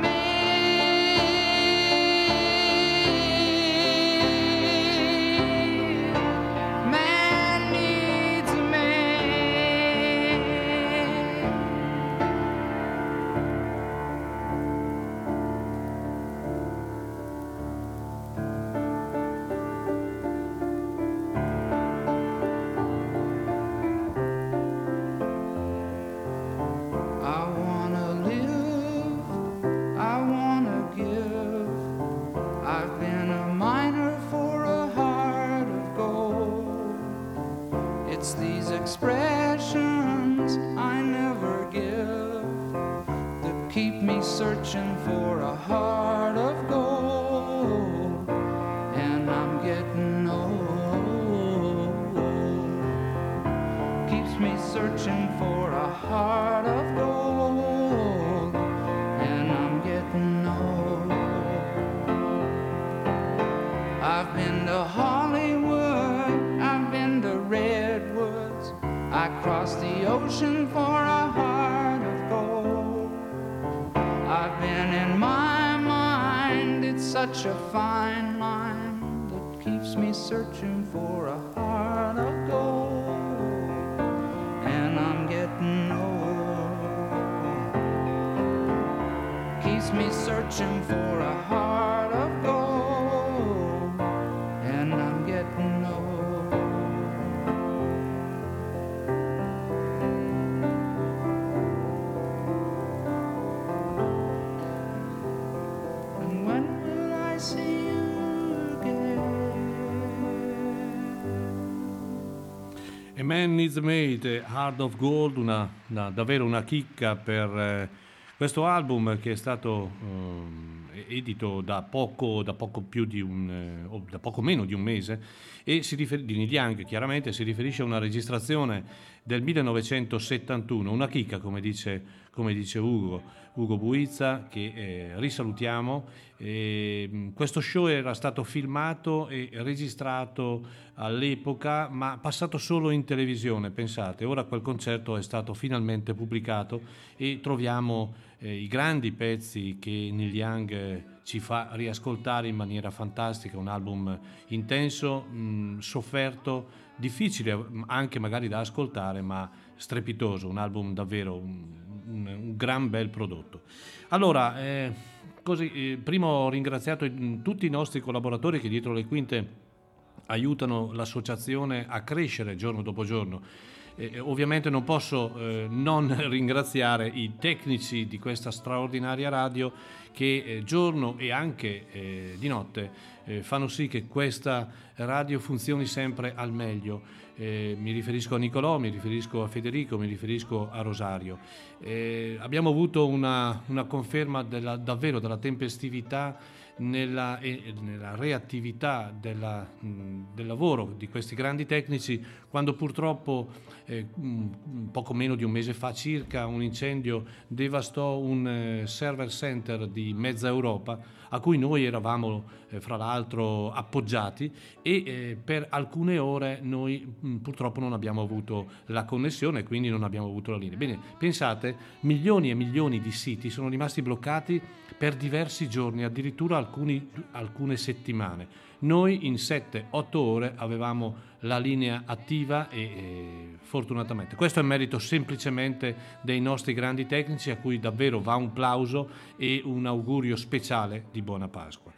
man needs a man. I wanna live, I wanna give. I've been a miner for a heart of gold. It's these expressions I never give that keep me searching for a heart of gold. And I'm getting old. Keeps me searching for a heart of gold. And I'm getting old. I've been to Hollywood, I've been to Redwoods, I crossed the ocean for a heart of gold. I've been in my mind, it's such a fine line that keeps me searching for a heart of gold. And I'm getting old. Keeps me searching for a heart of gold. And I'm getting old. And when will I see you again? A Man Needs a Maid, Heart of Gold, una, una- davvero una chicca per eh, questo album che è stato ehm, edito da poco, da poco più di un, eh, o da poco meno di un mese, e si rifer- di Neil Young, chiaramente si riferisce a una registrazione del millenovecentosettantuno, una chicca, come dice, come dice Ugo. Ugo Buizza, che eh, risalutiamo. E, mh, questo show era stato filmato e registrato all'epoca, ma passato solo in televisione, pensate. Ora quel concerto è stato finalmente pubblicato e troviamo eh, i grandi pezzi che Neil Young eh, ci fa riascoltare in maniera fantastica, un album intenso, mh, sofferto, difficile anche magari da ascoltare, ma strepitoso, un album davvero un, un, un gran bel prodotto. Allora, eh, così, eh, prima ho ringraziato i, tutti i nostri collaboratori che dietro le quinte aiutano l'associazione a crescere giorno dopo giorno. Eh, ovviamente non posso eh, non ringraziare i tecnici di questa straordinaria radio che eh, giorno e anche eh, di notte eh, fanno sì che questa radio funzioni sempre al meglio. Eh, mi riferisco a Nicolò, mi riferisco a Federico, mi riferisco a Rosario. Eh, abbiamo avuto una, una conferma della, davvero della tempestività nella, eh, nella reattività della, mh, del lavoro di questi grandi tecnici, quando purtroppo eh, mh, poco meno di un mese fa circa un incendio devastò un eh, server center di mezza Europa a cui noi eravamo eh, fra l'altro appoggiati e eh, per alcune ore noi mh, purtroppo non abbiamo avuto la connessione e quindi non abbiamo avuto la linea. Bene, pensate, milioni e milioni di siti sono rimasti bloccati per diversi giorni, addirittura alcuni, alcune settimane. Noi in sette otto ore avevamo la linea attiva e, e fortunatamente. Questo è merito semplicemente dei nostri grandi tecnici a cui davvero va un plauso e un augurio speciale di buona Pasqua.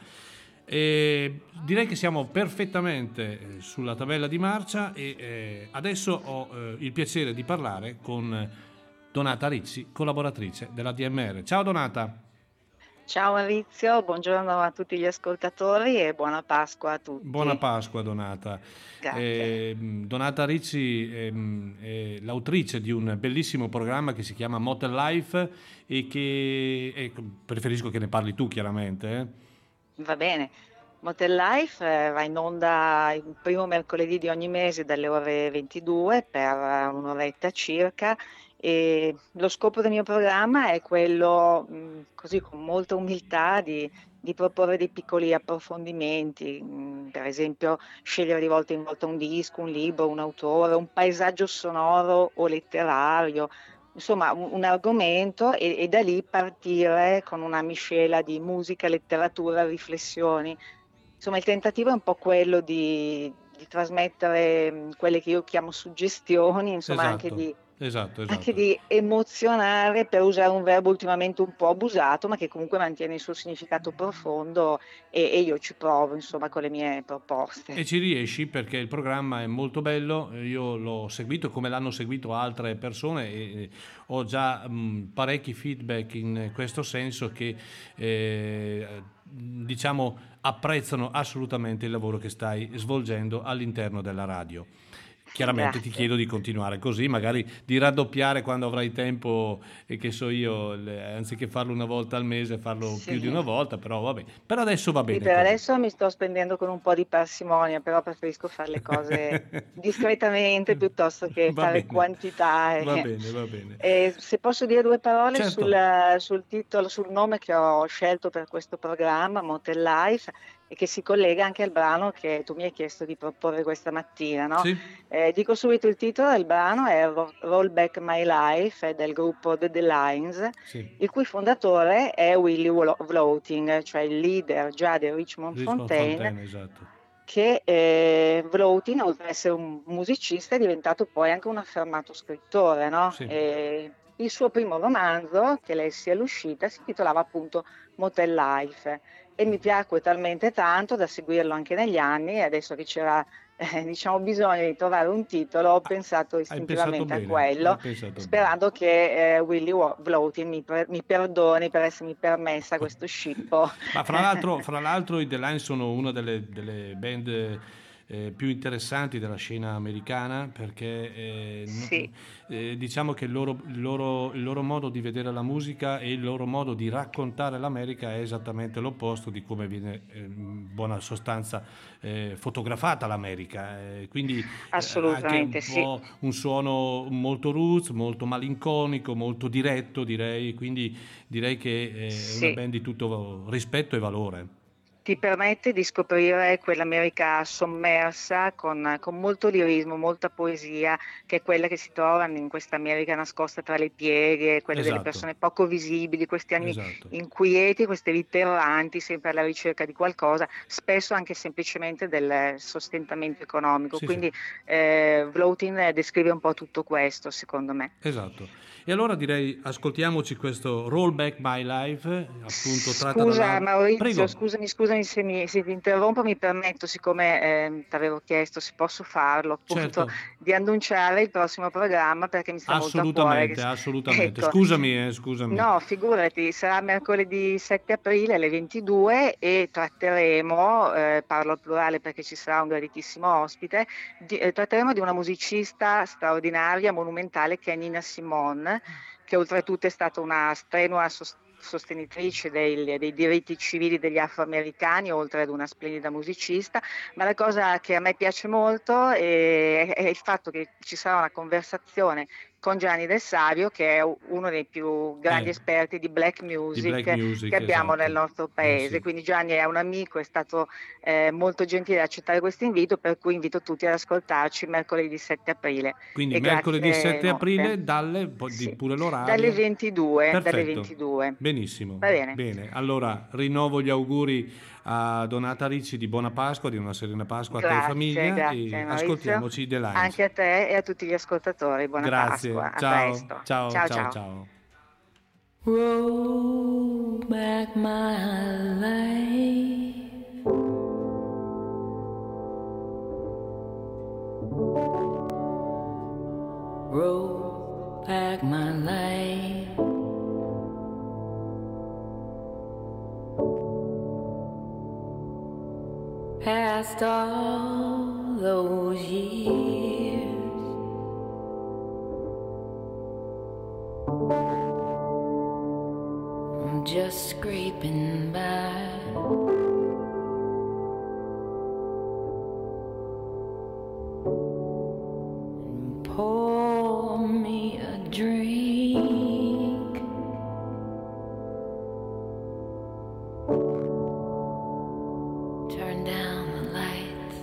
E direi che siamo perfettamente sulla tabella di marcia e eh, adesso ho eh, il piacere di parlare con Donata Ricci, collaboratrice della D M R. Ciao Donata! Ciao Maurizio, buongiorno a tutti gli ascoltatori e buona Pasqua a tutti. Buona Pasqua Donata. Eh, Donata Ricci è, è l'autrice di un bellissimo programma che si chiama Motel Life e che e preferisco che ne parli tu chiaramente. Eh. Va bene. Motel Life eh, va in onda il primo mercoledì di ogni mese dalle ore ventidue per un'oretta circa. E lo scopo del mio programma è quello, mh, così con molta umiltà, di, di proporre dei piccoli approfondimenti, mh, per esempio scegliere di volta in volta un disco, un libro, un autore, un paesaggio sonoro o letterario, insomma un, un argomento e, e da lì partire con una miscela di musica, letteratura, riflessioni. Insomma il tentativo è un po' quello di, di trasmettere mh, quelle che io chiamo suggestioni, insomma Esatto. anche di... Esatto, esatto. anche di emozionare, per usare un verbo ultimamente un po' abusato, ma che comunque mantiene il suo significato profondo e, e io ci provo, insomma, con le mie proposte. E ci riesci perché il programma è molto bello, io l'ho seguito come l'hanno seguito altre persone e ho già mh, parecchi feedback in questo senso che eh, diciamo apprezzano assolutamente il lavoro che stai svolgendo all'interno della radio. Chiaramente Grazie. Ti chiedo di continuare così, magari di raddoppiare quando avrai tempo e che so io, le, anziché farlo una volta al mese, farlo sì. più di una volta, però va bene. Per adesso va bene. Sì, per così. adesso mi sto spendendo con un po' di parsimonia, però preferisco fare le cose discretamente piuttosto che va fare bene. quantità. E... Va bene, va bene. E se posso dire due parole certo. sul, sul titolo, sul nome che ho scelto per questo programma, Motel Life, e che si collega anche al brano che tu mi hai chiesto di proporre questa mattina, no? Sì. Eh, dico subito il titolo del brano è Roll Back My Life, è del gruppo The The Lines, sì. il cui fondatore è Willie Floating, cioè il leader già di Richmond, Richmond Fontaine, Fontaine esatto. che eh, Floating, oltre ad essere un musicista, è diventato poi anche un affermato scrittore, no? Sì. E il suo primo romanzo, che lessi all'uscita, si intitolava appunto Motel Life e mi piacque talmente tanto da seguirlo anche negli anni e adesso che c'era eh, diciamo bisogno di trovare un titolo ho pensato istintivamente pensato a quello, pensato sperando bene. che eh, Willie Floating mi, pre- mi perdoni per essermi permessa questo scippo. Ma fra l'altro, fra l'altro i The Line sono una delle, delle band eh, più interessanti della scena americana perché eh, sì. eh, diciamo che il loro, il, loro, il loro modo di vedere la musica e il loro modo di raccontare l'America è esattamente l'opposto di come viene eh, in buona sostanza eh, fotografata l'America, eh, quindi assolutamente eh, anche un, po' sì. un suono molto roots, molto malinconico, molto diretto direi, quindi direi che è sì. una band di tutto rispetto e valore. Ti ti permette di scoprire quell'America sommersa con, con molto lirismo, molta poesia, che è quella che si trova in questa America nascosta tra le pieghe, quelle Esatto. delle persone poco visibili, questi anni Esatto. inquieti, queste vite erranti, sempre alla ricerca di qualcosa, spesso anche semplicemente del sostentamento economico. Sì, Quindi eh, Floating descrive un po' tutto questo, secondo me. Esatto. E allora direi ascoltiamoci questo Roll Back My Life, appunto tratta Scusa dalla... Maurizio, Prego. scusami, scusami se, mi, se ti interrompo, mi permetto, siccome eh, ti avevo chiesto se posso farlo, appunto, Certo. di annunciare il prossimo programma perché mi sta molto a cuore. Assolutamente, che- assolutamente. Ecco. Scusami, eh, scusami. No, figurati, sarà mercoledì sette aprile alle ventidue e tratteremo, eh, parlo al plurale perché ci sarà un graditissimo ospite, di- eh, tratteremo di una musicista straordinaria, monumentale, che è Nina Simone, che oltretutto è stata una strenua sos- sostenitrice dei, dei diritti civili degli afroamericani, oltre ad una splendida musicista. Ma la cosa che a me piace molto è, è il fatto che ci sarà una conversazione con Gianni Del Savio, che è uno dei più grandi Eh, esperti di black music, black music, che abbiamo esatto. nel nostro paese. Eh, sì. Quindi Gianni è un amico, è stato eh, molto gentile ad accettare questo invito, per cui invito tutti ad ascoltarci mercoledì sette aprile. Quindi E mercoledì grazie sette molte. aprile dalle, poi di pure l'orario. Dalle ventidue, dalle Perfetto. ventidue. Benissimo. Va bene. Allora rinnovo gli auguri a Donata Ricci di buona Pasqua, di una serena Pasqua a te e Grazie, famiglia, grazie, e Maurizio. ascoltiamoci The Lines. Anche a te e a tutti gli ascoltatori. Buona Grazie. Pasqua. A Ciao. presto. Ciao, ciao, ciao, ciao. ciao. Roll back my life. Roll back my life. Past all those years. I'm just scraping by. And pour me a drink. Turn down the lights.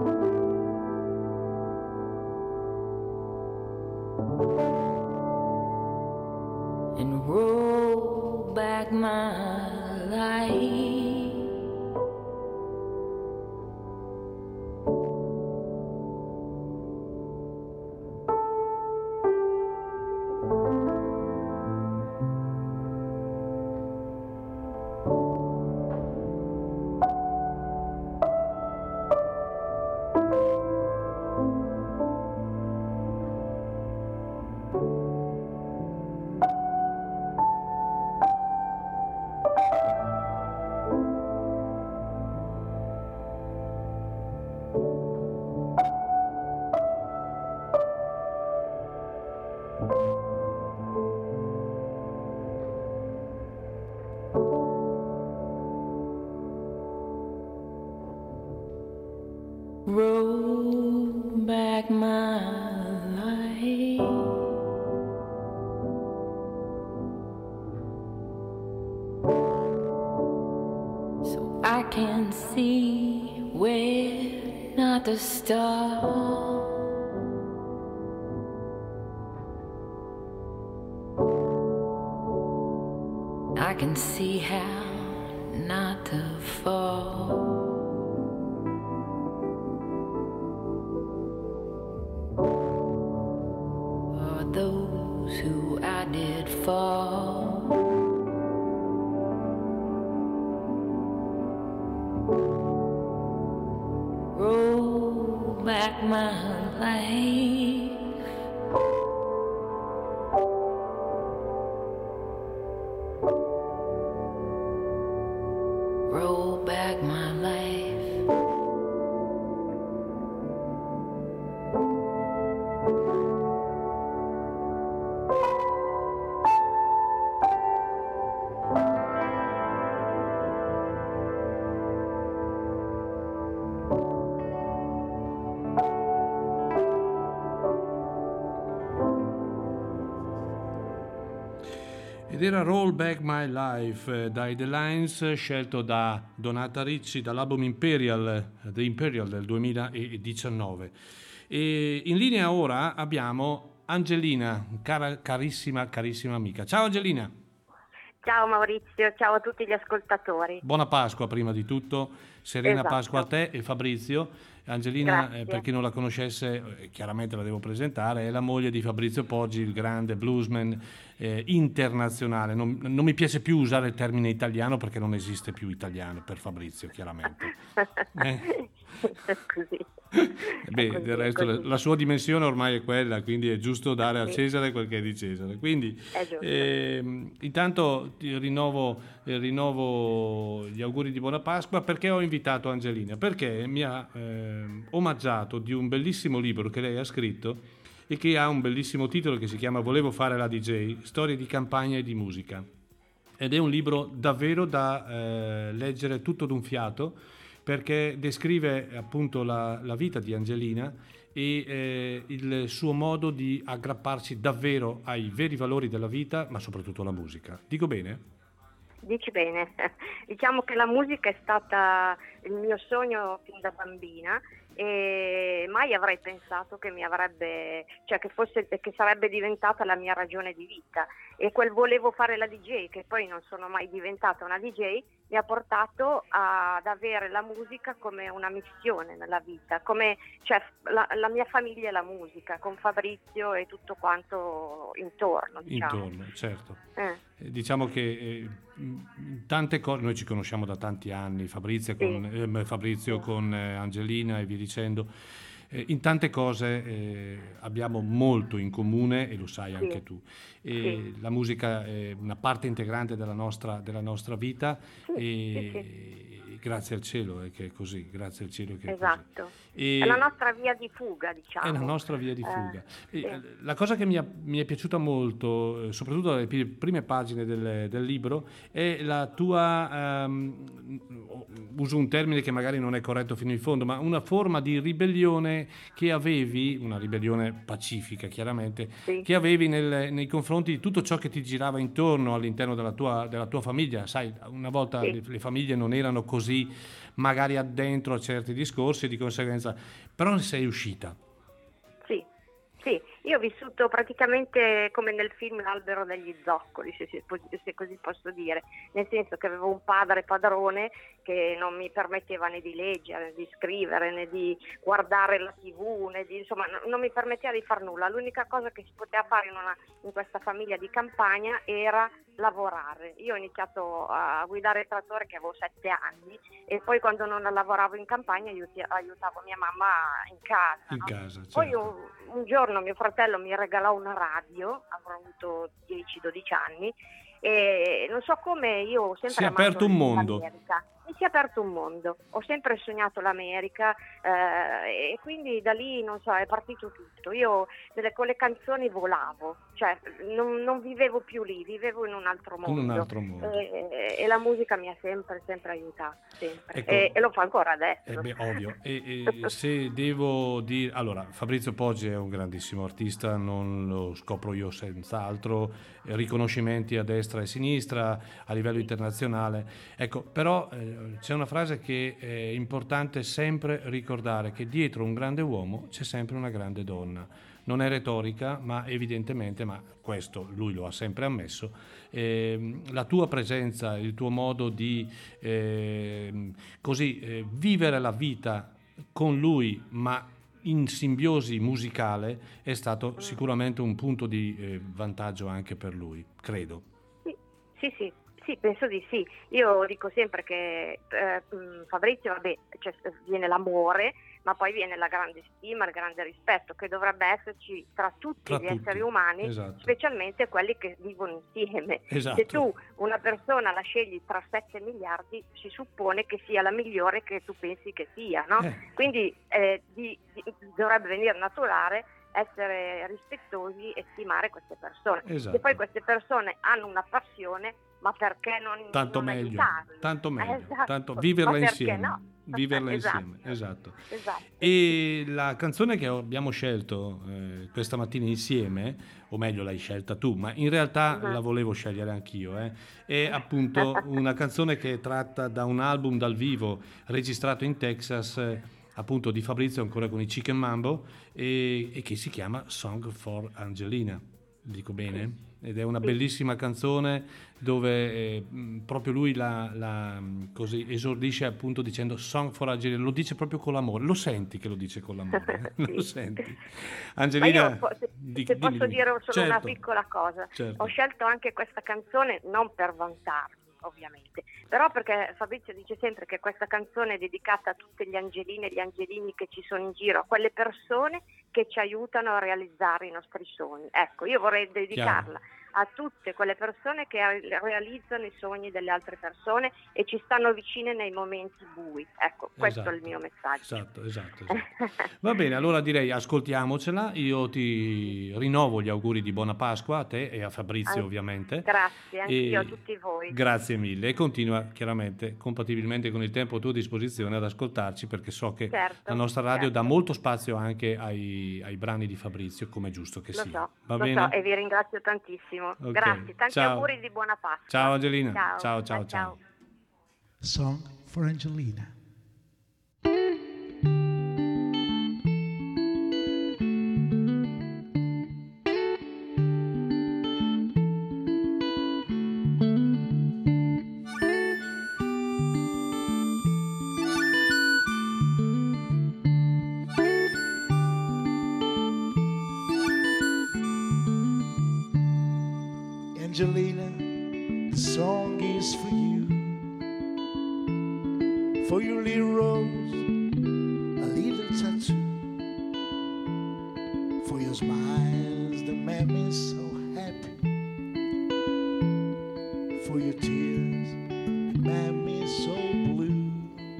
And roll back my life. Roll back my life. So I can see where not to stop. I can see how not to fall. For those who I did fall. Roll back my life. Roll back my life. Ed era Roll Back My Life eh, dai The Lines, scelto da Donata Ricci dall'album Imperial, The Imperial del duemiladiciannove. E in linea ora abbiamo Angelina, cara, carissima, carissima amica. Ciao Angelina. Ciao Maurizio, ciao a tutti gli ascoltatori. Buona Pasqua prima di tutto, serena Esatto. Pasqua a te e Fabrizio. Angelina, Grazie. eh, per chi non la conoscesse, eh, chiaramente la devo presentare, è la moglie di Fabrizio Poggi, il grande bluesman eh, internazionale. Non, non mi piace più usare il termine italiano perché non esiste più italiano per Fabrizio, chiaramente. Eh? Così. Beh, così, del resto così. la, la sua dimensione ormai è quella, quindi è giusto dare a Sì. Cesare quel che è di Cesare. Quindi È giusto. ehm, intanto ti rinnovo, eh, rinnovo gli auguri di buona Pasqua. Perché ho invitato Angelina? Perché mi ha ehm, omaggiato di un bellissimo libro che lei ha scritto e che ha un bellissimo titolo che si chiama Volevo fare la D J, storie di campagna e di musica. Ed è un libro davvero da eh, leggere tutto d'un fiato, perché descrive appunto la, la vita di Angelina e eh, il suo modo di aggrapparsi davvero ai veri valori della vita, ma soprattutto alla musica. Dico bene? Dici bene, diciamo che la musica è stata il mio sogno fin da bambina e mai avrei pensato che mi avrebbe, cioè che fosse, che sarebbe diventata la mia ragione di vita, e quel volevo fare la D J, che poi non sono mai diventata una D J, mi ha portato ad avere la musica come una missione nella vita, come cioè la, la mia famiglia è la musica, con Fabrizio e tutto quanto intorno, diciamo. Intorno, certo. Eh. Eh, Diciamo che eh, in tante cose, noi ci conosciamo da tanti anni, Fabrizio con, eh, Fabrizio con eh, Angelina e via dicendo, eh, in tante cose eh, abbiamo molto in comune e lo sai Sì. anche tu. E Sì. la musica è una parte integrante della nostra, della nostra vita Sì, e, sì, e grazie al cielo è che è così, grazie al cielo che è Esatto. così. E- È la nostra via di fuga, diciamo. è la nostra via di Eh, fuga. E, sì. eh, La cosa che mi, ha- mi è piaciuta molto, eh, soprattutto dalle pi- prime pagine del, del libro, è la tua, ehm, uso un termine che magari non è corretto fino in fondo, ma una forma di ribellione che avevi, una ribellione pacifica chiaramente, Sì. che avevi nel- nei confronti di tutto ciò che ti girava intorno all'interno della tua, della tua famiglia. Sai, una volta Sì. le, le famiglie non erano così magari addentro a certi discorsi e di conseguenza, però ne sei uscita. Sì, sì, io ho vissuto praticamente come nel film L'albero degli zoccoli, se, se- se così posso dire, nel senso che avevo un padre padrone che non mi permetteva né di leggere, né di scrivere, né di guardare la tivù, né di, insomma, no- non mi permetteva di far nulla. L'unica cosa che si poteva fare in, una, in questa famiglia di campagna era lavorare. Io ho iniziato a guidare il trattore che avevo sette anni e poi quando non lavoravo in campagna aiuti- aiutavo mia mamma in casa. In no? casa, Poi certo. un, un giorno mio fratello mi regalò una radio, avrò avuto dieci dodici anni, e non so come io ho sempre Si è amato aperto un mondo. l'America. Mi si è aperto un mondo, ho sempre sognato l'America eh, e quindi da lì non so è partito tutto. Io delle, con le canzoni volavo, cioè non, non vivevo più lì, vivevo in un altro mondo, In un altro mondo. E, e la musica mi ha sempre sempre aiutato, sempre. Ecco. e, e lo fa ancora adesso. Eh beh, ovvio. E, e se devo dire, allora, Fabrizio Poggi è un grandissimo artista, non lo scopro io senz'altro, eh, riconoscimenti a destra e a sinistra, a livello internazionale. Ecco, però eh, c'è una frase che è importante sempre ricordare, che dietro un grande uomo c'è sempre una grande donna. Non è retorica, ma evidentemente, ma questo lui lo ha sempre ammesso, ehm, la tua presenza, il tuo modo di ehm, così eh, vivere la vita con lui, ma in simbiosi musicale, è stato sicuramente un punto di eh, vantaggio anche per lui, credo. Sì, sì, sì, penso di sì. Io dico sempre che eh, mh, Fabrizio, vabbè, cioè, viene l'amore, ma poi viene la grande stima, il grande rispetto che dovrebbe esserci tra tutti Tra gli tutti, esseri umani, esatto. specialmente quelli che vivono insieme. Esatto. Se tu una persona la scegli tra sette miliardi, si suppone che sia la migliore che tu pensi che sia, no? Eh. Quindi eh, di- di- dovrebbe venire naturale essere rispettosi e stimare queste persone. Esatto. Se poi queste persone hanno una passione, ma perché non, Tanto non meglio, aiutarli? tanto meglio, Esatto. tanto viverla Ma perché insieme. no? viverla Esatto. insieme, esatto. Esatto. E la canzone che abbiamo scelto eh, questa mattina insieme, o meglio l'hai scelta tu, ma in realtà Mhm. la volevo scegliere anch'io, eh, è appunto una canzone che è tratta da un album dal vivo registrato in Texas, eh, appunto di Fabrizio, ancora con i Chicken Mambo, e, e che si chiama Song for Angelina, dico bene? Ed è una bellissima canzone dove eh, mh, proprio lui la, la, mh, così esordisce appunto dicendo Song for Angelina, lo dice proprio con l'amore, lo senti che lo dice con l'amore, eh? Lo senti. Ma Angelina, io, po- se, di- se dimmi, posso dimmi. dire solo una Certo, piccola cosa, certo. ho scelto anche questa canzone non per vantarmi, ovviamente, però perché Fabrizio dice sempre che questa canzone è dedicata a tutte le angeline e gli angelini che ci sono in giro, a quelle persone che ci aiutano a realizzare i nostri sogni. Ecco, io vorrei dedicarla a tutte quelle persone che re- realizzano i sogni delle altre persone e ci stanno vicine nei momenti bui. Ecco, questo Esatto, è il mio messaggio. Esatto, esatto, esatto. Va bene, allora direi ascoltiamocela, io ti rinnovo gli auguri di buona Pasqua a te e a Fabrizio An- ovviamente. Grazie, anch'io E a tutti voi. Grazie mille e continua chiaramente, compatibilmente con il tempo a tua disposizione, ad ascoltarci, perché so che Certo, la nostra radio certo. dà molto spazio anche ai, ai brani di Fabrizio, come è giusto che Lo sia. so, Va lo bene? so e vi ringrazio tantissimo. Ok, Grazie, tanti ciao. auguri di buona Pasqua. Ciao Angelina, Ciao, ciao ciao. ciao. ciao. Song for Angelina. Angelina, the song is for you, for your little rose, a little tattoo, for your smiles that made me so happy, for your tears that made me so blue,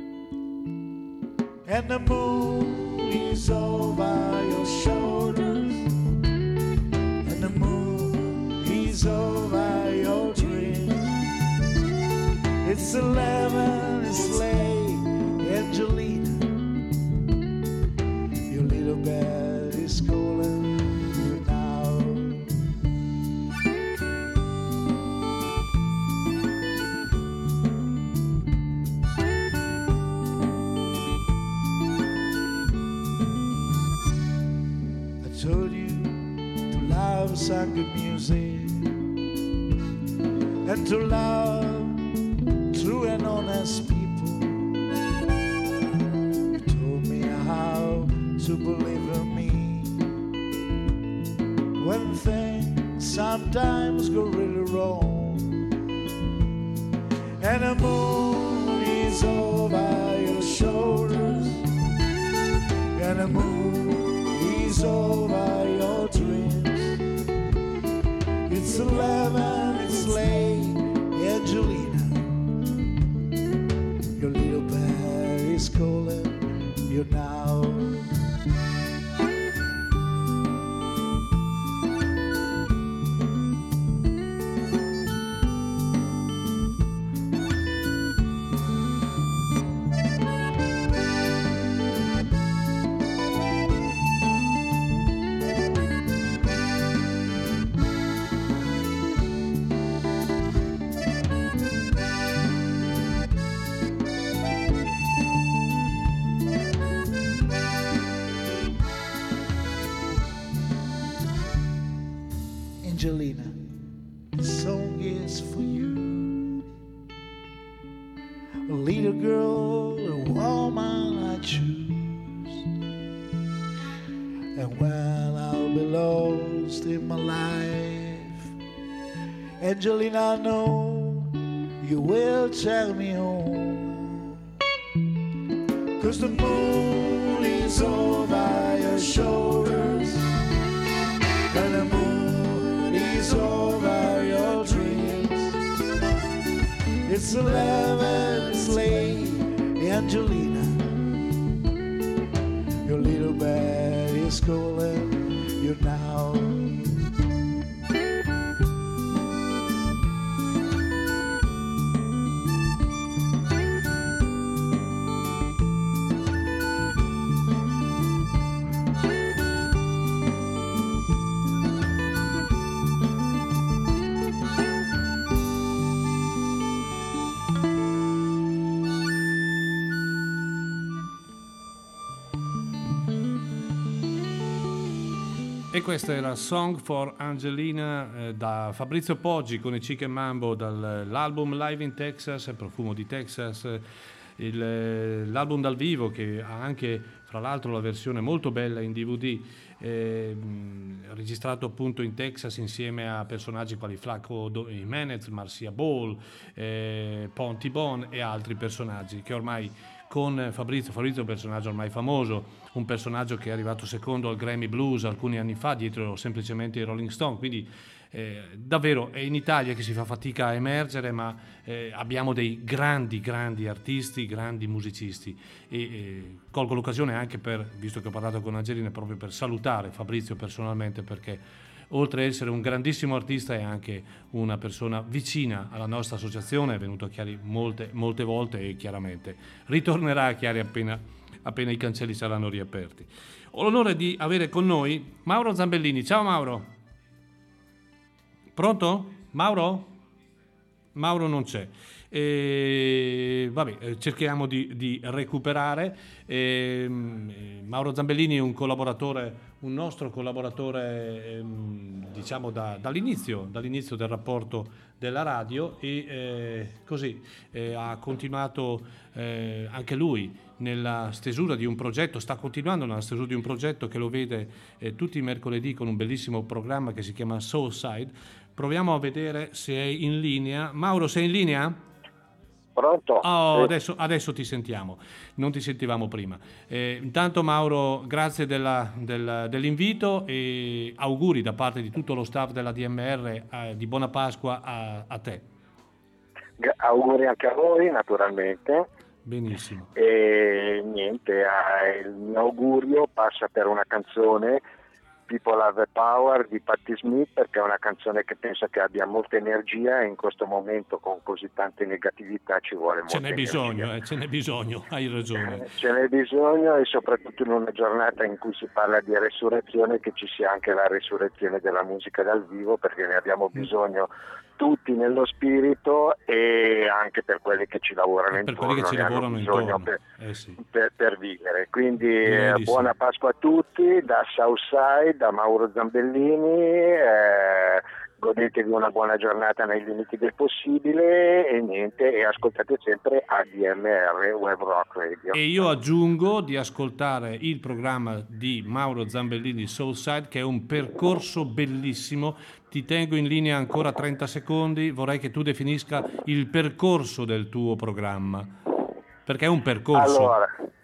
and the moon is over your shoulders, and the moon is over your dreams. It's eleven, it's late, Angelina. Your little bed is calling you now. I told you to love some good music and to love true and honest people. You told me how to believe in me when things sometimes go really wrong, and the moon is over your shoulders, and the moon is over your dreams. It's eleven, it's late, Angelina. Your little bear is calling you now. Angelina, the song is for you. A little girl, a woman I choose. And when I'll be lost in my life, Angelina, I know you will tell me home. 'Cause the moon is over your shoulders, and the moon is over your dreams. It's eleven, it's late, Angelina. Your little bed is calling you now. E questa era Song for Angelina eh, da Fabrizio Poggi con i Chicken Mambo dall'album Live in Texas, Profumo di Texas, il, l'album dal vivo che ha anche fra l'altro la versione molto bella in D V D, eh, registrato appunto in Texas insieme a personaggi quali Flaco Jimenez, Marcia Ball, eh, Ponty Bon e altri personaggi che ormai con Fabrizio, Fabrizio è un personaggio ormai famoso, un personaggio che è arrivato secondo al Grammy Blues alcuni anni fa dietro semplicemente i Rolling Stone, quindi eh, davvero è in Italia che si fa fatica a emergere, ma eh, abbiamo dei grandi grandi artisti, grandi musicisti e eh, colgo l'occasione anche per, visto che ho parlato con Angelina, proprio per salutare Fabrizio personalmente, perché oltre ad essere un grandissimo artista è anche una persona vicina alla nostra associazione, è venuto a Chiari molte, molte volte e chiaramente ritornerà a Chiari appena, appena i cancelli saranno riaperti. Ho l'onore di avere con noi Mauro Zambellini. Ciao Mauro. Pronto? Mauro? Mauro non c'è. E, vabbè, cerchiamo di, di recuperare. E, Mauro Zambellini è un collaboratore, un nostro collaboratore, diciamo da, dall'inizio, dall'inizio del rapporto della radio e eh, così eh, ha continuato eh, anche lui nella stesura di un progetto, sta continuando nella stesura di un progetto che lo vede eh, tutti i mercoledì con un bellissimo programma che si chiama Soulside. Proviamo a vedere se è in linea. Mauro, sei in linea? Pronto? Oh, sì. adesso, adesso ti sentiamo, non ti sentivamo prima. Eh, intanto Mauro, grazie della, del, dell'invito e auguri da parte di tutto lo staff della D M R eh, di buona Pasqua a, a te. Auguri anche a voi naturalmente. Benissimo. E niente, eh, il mio augurio passa per una canzone, People Have the Power di Patti Smith, perché è una canzone che penso che abbia molta energia e in questo momento con così tante negatività ci vuole molta Ce n'è energia. bisogno, eh, ce n'è bisogno, hai ragione. Ce n'è bisogno e soprattutto in una giornata in cui si parla di resurrezione che ci sia anche la resurrezione della musica dal vivo, perché ne abbiamo bisogno tutti nello spirito e anche per quelli che ci lavorano per intorno, quelli che ci ne hanno lavorano bisogno intorno. per, Eh sì. per, per vivere. Quindi Direi eh, di buona sì. Pasqua a tutti da Southside, da Mauro Zambellini, eh, godetevi una buona giornata nei limiti del possibile e niente, e ascoltate sempre A D M R Web Rock Radio. E io aggiungo di ascoltare il programma di Mauro Zambellini Soulside, che è un percorso bellissimo. Ti tengo in linea ancora trenta secondi, vorrei che tu definisca il percorso del tuo programma, perché è un percorso. Allora,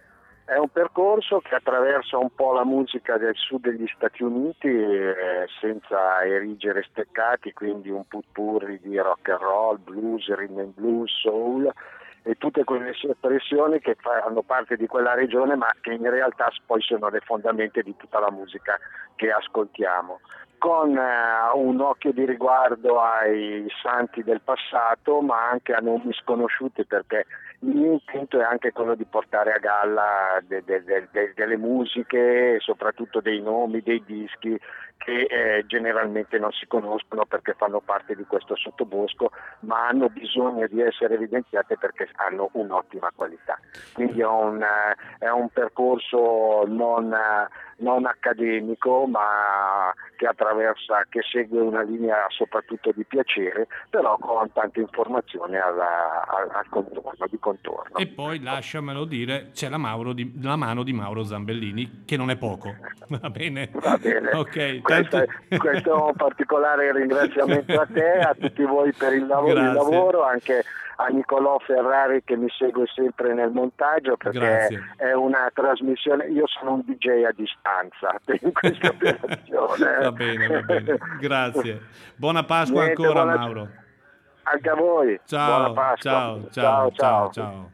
è un percorso che attraversa un po' la musica del sud degli Stati Uniti eh, senza erigere steccati, quindi un potpourri di rock and roll, blues, rhythm and blues, soul e tutte quelle espressioni che fanno parte di quella regione ma che in realtà poi sono le fondamenta di tutta la musica che ascoltiamo, con uh, un occhio di riguardo ai santi del passato ma anche a nomi sconosciuti, perché il mio intento è anche quello di portare a galla de, de, de, de, delle musiche e soprattutto dei nomi, dei dischi che eh, generalmente non si conoscono perché fanno parte di questo sottobosco, ma hanno bisogno di essere evidenziate perché hanno un'ottima qualità. Quindi è un, eh, è un percorso non, eh, non accademico, ma che attraversa, che segue una linea soprattutto di piacere, però con tante informazioni alla, al, al contorno, di contorno. E poi lasciamelo dire, c'è la, Mauro di, la mano di Mauro Zambellini, che non è poco. Va bene? Va bene. Ok. Questo, tanto... è, questo è un particolare ringraziamento a te, a tutti voi per il lavoro, il Grazie. lavoro, anche a Nicolò Ferrari che mi segue sempre nel montaggio, perché Grazie. è una trasmissione, io sono un D J a distanza in questa operazione. Va bene, va bene. Grazie. Buona Pasqua Niente, ancora buona... Mauro. Anche a voi. Ciao, Buona Pasqua. ciao, ciao, ciao. ciao, ciao.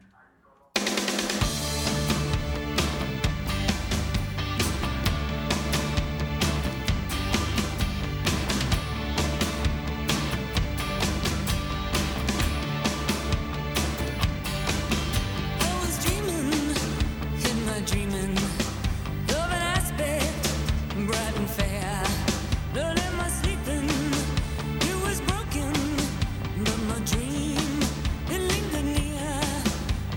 It lingered near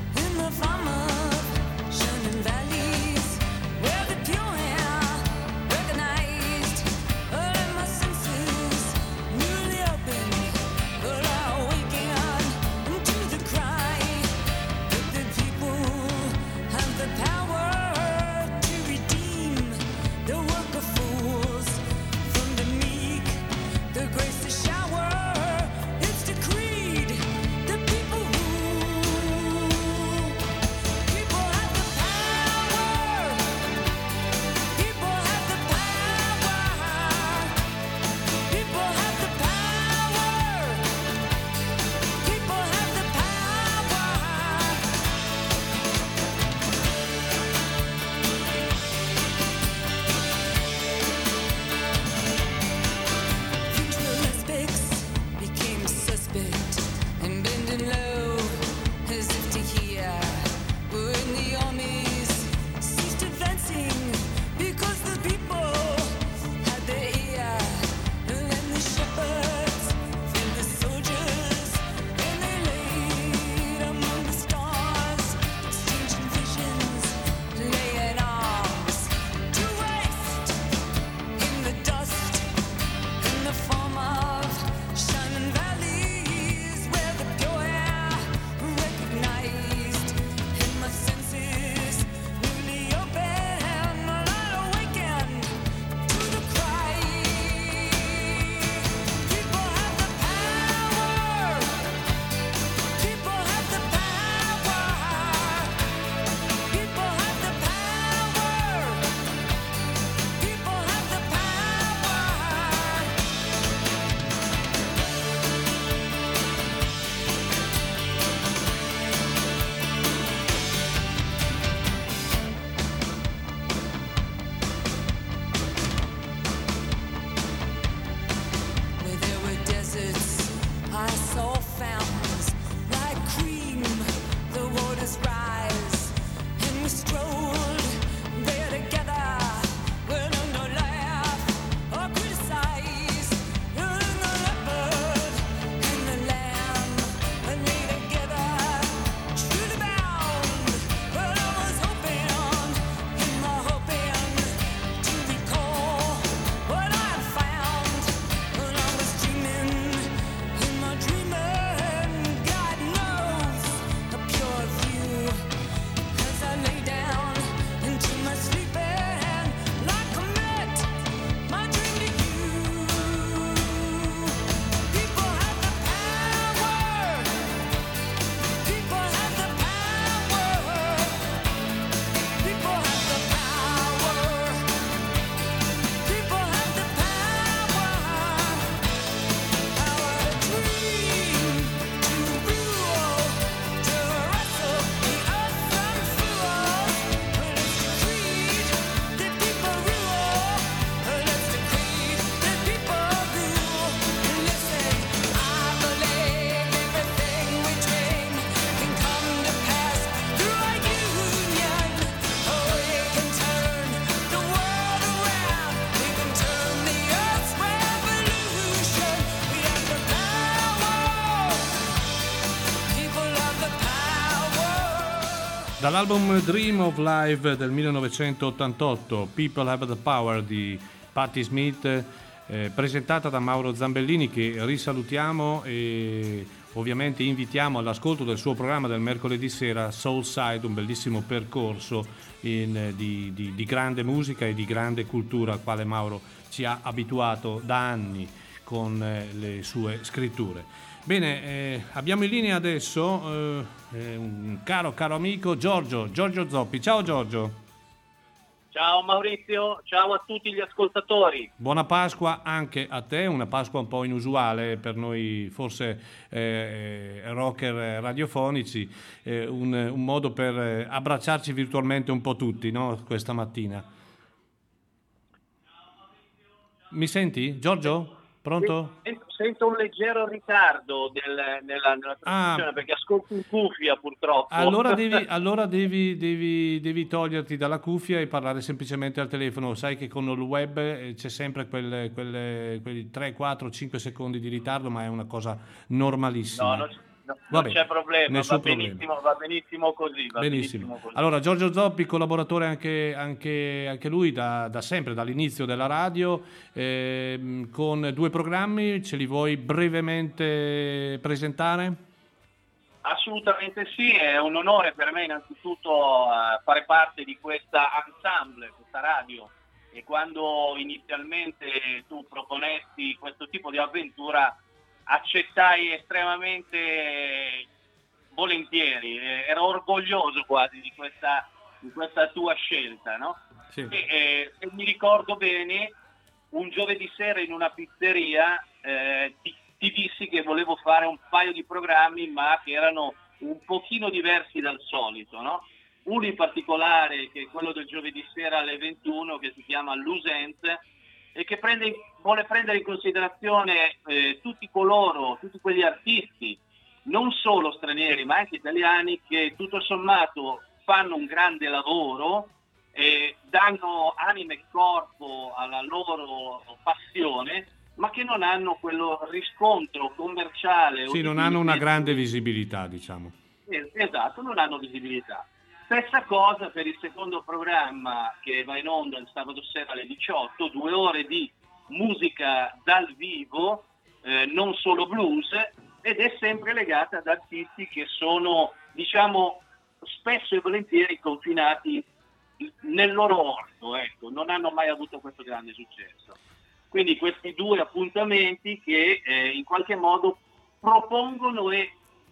Dall'album Dream of Life del millenovecentottantotto, People Have the Power di Patti Smith, eh, presentata da Mauro Zambellini, che risalutiamo e ovviamente invitiamo all'ascolto del suo programma del mercoledì sera, Soulside, un bellissimo percorso in, di, di, di grande musica e di grande cultura al quale Mauro ci ha abituato da anni con eh, le sue scritture. Bene, eh, abbiamo in linea adesso eh, eh, un caro caro amico Giorgio, Giorgio Zoppi. Ciao Giorgio. Ciao Maurizio, ciao a tutti gli ascoltatori. Buona Pasqua anche a te, una Pasqua un po' inusuale per noi forse eh, rocker radiofonici, eh, un, un modo per abbracciarci virtualmente un po' tutti, no? Questa mattina. Mi senti Giorgio? Pronto? Sento un leggero ritardo del, nella, nella trasmissione, Ah. perché ascolto in cuffia purtroppo. Allora, devi, allora devi, devi, devi toglierti dalla cuffia e parlare semplicemente al telefono. Sai che con il web eh, c'è sempre quelle, quelle, quei tre, quattro, cinque secondi di ritardo, ma è una cosa normalissima. No, non, no, Va non bene, c'è problema, va nessun benissimo, problema. va benissimo così. Va Benissimo. benissimo così. Allora, Giorgio Zoppi, collaboratore anche, anche, anche lui da, da sempre, dall'inizio della radio, ehm, con due programmi. Ce li vuoi brevemente presentare? Assolutamente sì, è un onore per me innanzitutto eh, fare parte di questa ensemble, questa radio, e quando inizialmente tu proponessi questo tipo di avventura accettai estremamente volentieri, eh, ero orgoglioso quasi di questa, di questa tua scelta, no? Sì. E, eh, se mi ricordo bene, un giovedì sera in una pizzeria eh, ti, ti dissi che volevo fare un paio di programmi, ma che erano un pochino diversi dal solito, no? Uno in particolare, che è quello del giovedì sera alle ventuno, che si chiama L'Usenze, e che prende, vuole prendere in considerazione eh, tutti coloro, tutti quegli artisti, non solo stranieri ma anche italiani, che tutto sommato fanno un grande lavoro, eh, danno anima e corpo alla loro passione, ma che non hanno quello riscontro commerciale. Sì, o non di hanno una business. grande visibilità, diciamo. Eh, Esatto, non hanno visibilità. Stessa cosa per il secondo programma, che va in onda il sabato sera alle diciotto, due ore di musica dal vivo, eh, non solo blues, ed è sempre legata ad artisti che sono, diciamo, spesso e volentieri confinati nel loro orto, ecco, non hanno mai avuto questo grande successo. Quindi questi due appuntamenti che eh, in qualche modo propongono e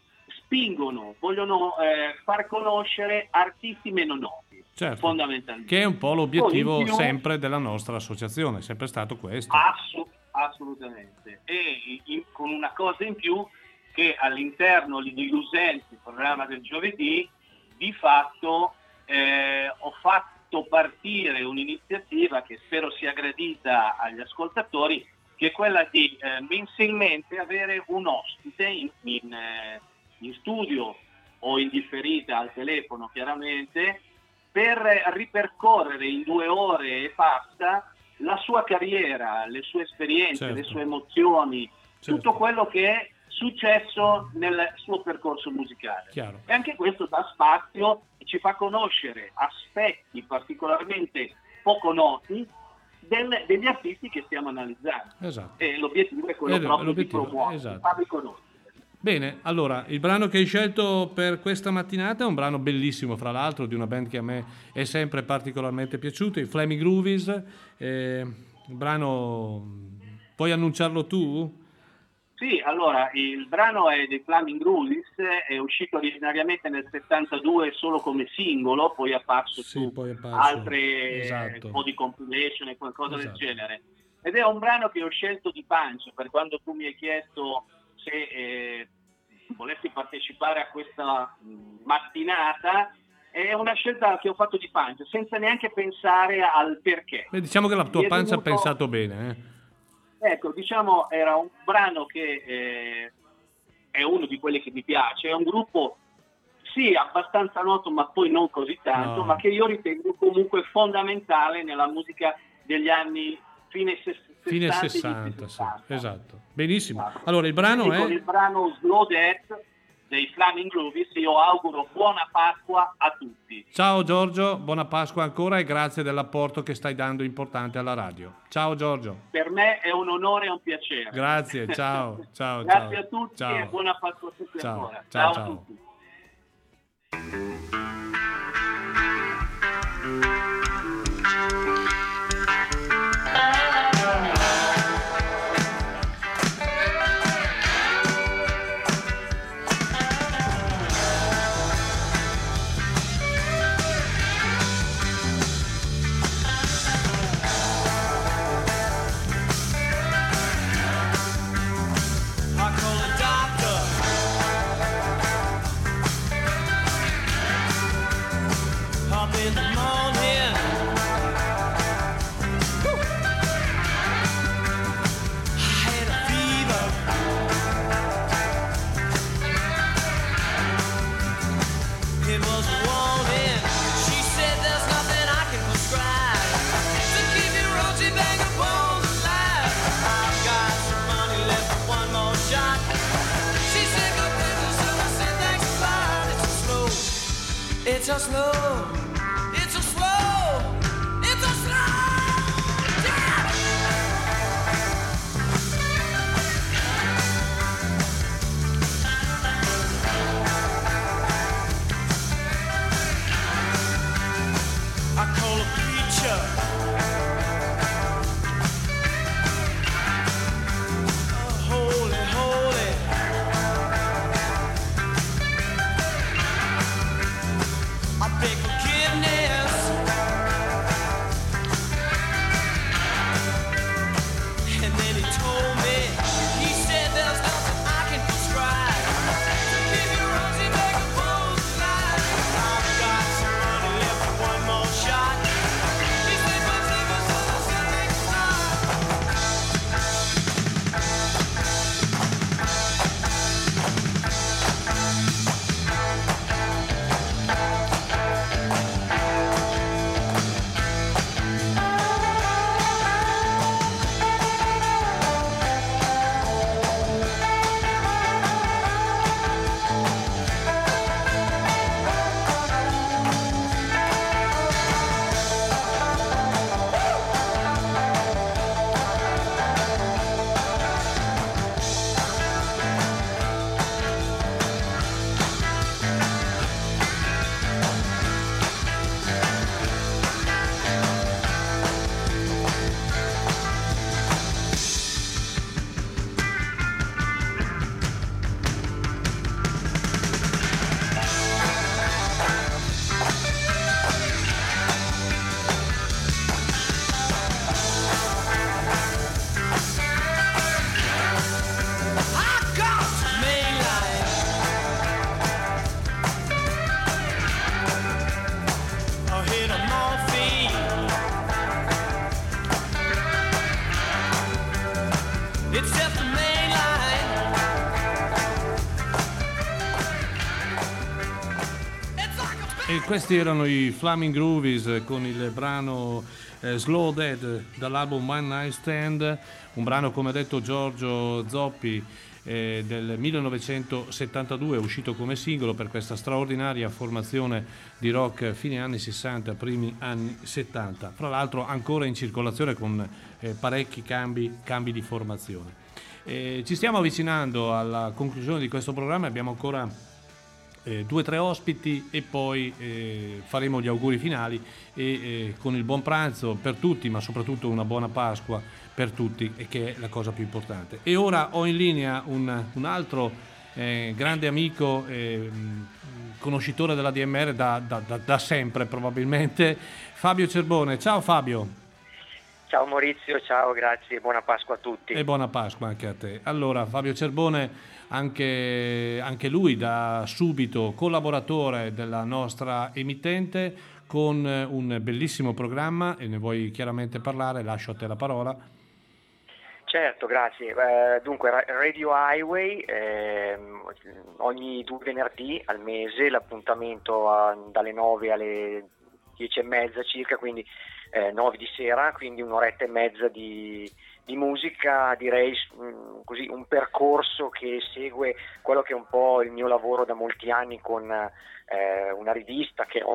spingono, vogliono eh, far conoscere artisti meno noti, Certo, fondamentalmente. che è un po' l'obiettivo Poi in più- sempre della nostra associazione, è sempre stato questo. Assu- assolutamente. E in- con una cosa in più, che all'interno di L'Usenze, il programma del giovedì, di fatto eh, ho fatto partire un'iniziativa che spero sia gradita agli ascoltatori, che è quella di eh, mensilmente avere un ospite in, in, eh, in studio o in differita al telefono, chiaramente, per ripercorrere in due ore e passa la sua carriera, le sue esperienze, Certo. le sue emozioni, Certo. tutto quello che è successo nel suo percorso musicale. Chiaro. E anche questo dà spazio e ci fa conoscere aspetti particolarmente poco noti del- degli artisti che stiamo analizzando. Esatto. E l'obiettivo è quello Ed è proprio l'obiettivo, di promuovere, esatto. di farli conoscere. Bene, allora, il brano che hai scelto per questa mattinata è un brano bellissimo, fra l'altro, di una band che a me è sempre particolarmente piaciuta, i Flaming Groovies. Eh, il brano, puoi annunciarlo tu? Sì, allora, il brano è dei Flaming Groovies, è uscito originariamente nel settantadue solo come singolo, poi è apparso Sì, su poi è apparso. altre Esatto. un po' di compilation e qualcosa Esatto. del genere. Ed è un brano che ho scelto di pancia, per quando tu mi hai chiesto se eh, volessi partecipare a questa mh, mattinata. È una scelta che ho fatto di pancia, senza neanche pensare al perché. Beh, diciamo che la tua Mi è pancia ha venuto- pensato bene. Eh? Ecco, diciamo, era un brano che eh, è uno di quelli che mi piace, è un gruppo sì abbastanza noto ma poi non così tanto, No. ma che io ritengo comunque fondamentale nella musica degli anni fine sessanta. Fine sessanta, sì, esatto. Benissimo. Allora, il brano Quindi con è... il brano Slow Death dei Flaming Groovies io auguro buona Pasqua a tutti. tutti. Ciao Giorgio, buona Pasqua ancora e grazie dell'apporto che stai dando importante alla radio. Ciao Giorgio. Per me è un onore e un piacere. Grazie, ciao. ciao Grazie ciao. a tutti ciao. e buona Pasqua a tutti Ciao. ancora. Ciao, Ciao, ciao. a tutti. I call a doctor. Up in the morning. Woo. I had a fever. It was a warning. She said there's nothing I can prescribe to keep your rosy bag of bones alive. I've got some money left for one more shot. She said go business and I said thanks a lot. It's a slow, it's a slow, it's a slow, it's a slow death. I call a preacher. Oh, holy, holy. I beg forgiveness. And then he told me, he said there's nothing I can prescribe to keep your rosy back of bones alive. I've got some money left for one more shot. He said, but leave us all the same I got mainline. I hit a morphine. It's just the mainline. E questi erano i Flaming Groovies con il brano eh, Slow Dead dall'album One Night Stand, un brano, come ha detto Giorgio Zoppi, eh, del millenovecentosettantadue, uscito come singolo per questa straordinaria formazione di rock fine anni sessanta, primi anni settanta, fra l'altro ancora in circolazione con eh, parecchi cambi, cambi di formazione. Eh, ci stiamo avvicinando alla conclusione di questo programma, abbiamo ancora Eh, due o tre ospiti e poi eh, faremo gli auguri finali e eh, con il buon pranzo per tutti, ma soprattutto una buona Pasqua per tutti, e che è la cosa più importante. E ora ho in linea un, un altro eh, grande amico, eh, conoscitore della D M R da, da, da, da sempre probabilmente, Fabio Cerbone. Ciao Fabio. Ciao Maurizio, ciao, grazie, buona Pasqua a tutti. E buona Pasqua anche a te. Allora, Fabio Cerbone, anche, anche lui da subito collaboratore della nostra emittente, con un bellissimo programma, e ne vuoi chiaramente parlare, lascio a te la parola. Certo, grazie. Eh, dunque, Radio Highway, eh, ogni due venerdì al mese, l'appuntamento a, dalle nove alle dieci e mezza circa, quindi eh, nove di sera, quindi un'oretta e mezza di, di musica, direi mh, così, un percorso che segue quello che è un po' il mio lavoro da molti anni con eh, una rivista che ho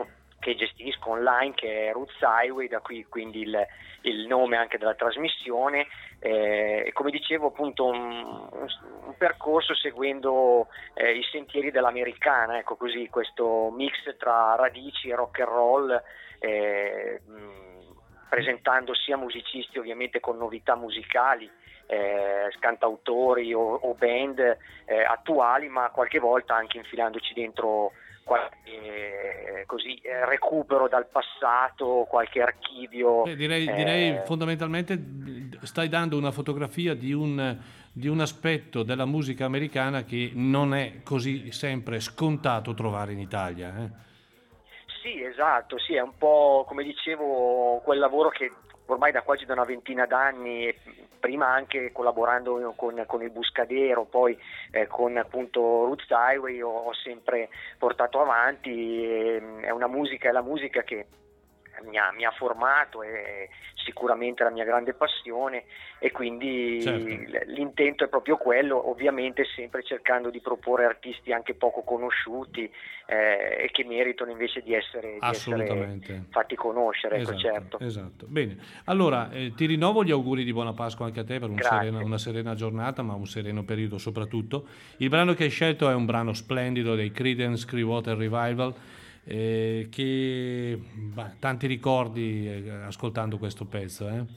che gestisco online, che è Roots Highway, da qui quindi il, il nome anche della trasmissione. Eh, e come dicevo, appunto un, un, un percorso seguendo eh, i sentieri dell'americana, ecco così, questo mix tra radici e rock and roll, eh, mh, presentando sia musicisti ovviamente con novità musicali, eh, cantautori o, o band eh, attuali, ma qualche volta anche infilandoci dentro qualche eh, così, eh, recupero dal passato, qualche archivio. Eh, direi, eh, direi fondamentalmente stai dando una fotografia di un, di un aspetto della musica americana che non è così sempre scontato trovare in Italia. Eh? Sì, esatto, sì, è un po', come dicevo, quel lavoro che ormai da quasi da una ventina d'anni, prima anche collaborando con, con il Buscadero, poi eh, con appunto Roots Highway ho, ho sempre portato avanti. E, è una musica, è la musica che mi ha, mi ha formato, è sicuramente la mia grande passione, e quindi certo. L'intento è proprio quello, ovviamente sempre cercando di proporre artisti anche poco conosciuti eh, e che meritano invece di essere, di essere fatti conoscere. Esatto, ecco, certo. Esatto. Bene, allora eh, ti rinnovo gli auguri di buona Pasqua anche a te per un serena, una serena giornata, ma un sereno periodo soprattutto. Il brano che hai scelto è un brano splendido dei Creedence Clearwater Revival, Eh, che bah, tanti ricordi eh, ascoltando questo pezzo. Eh?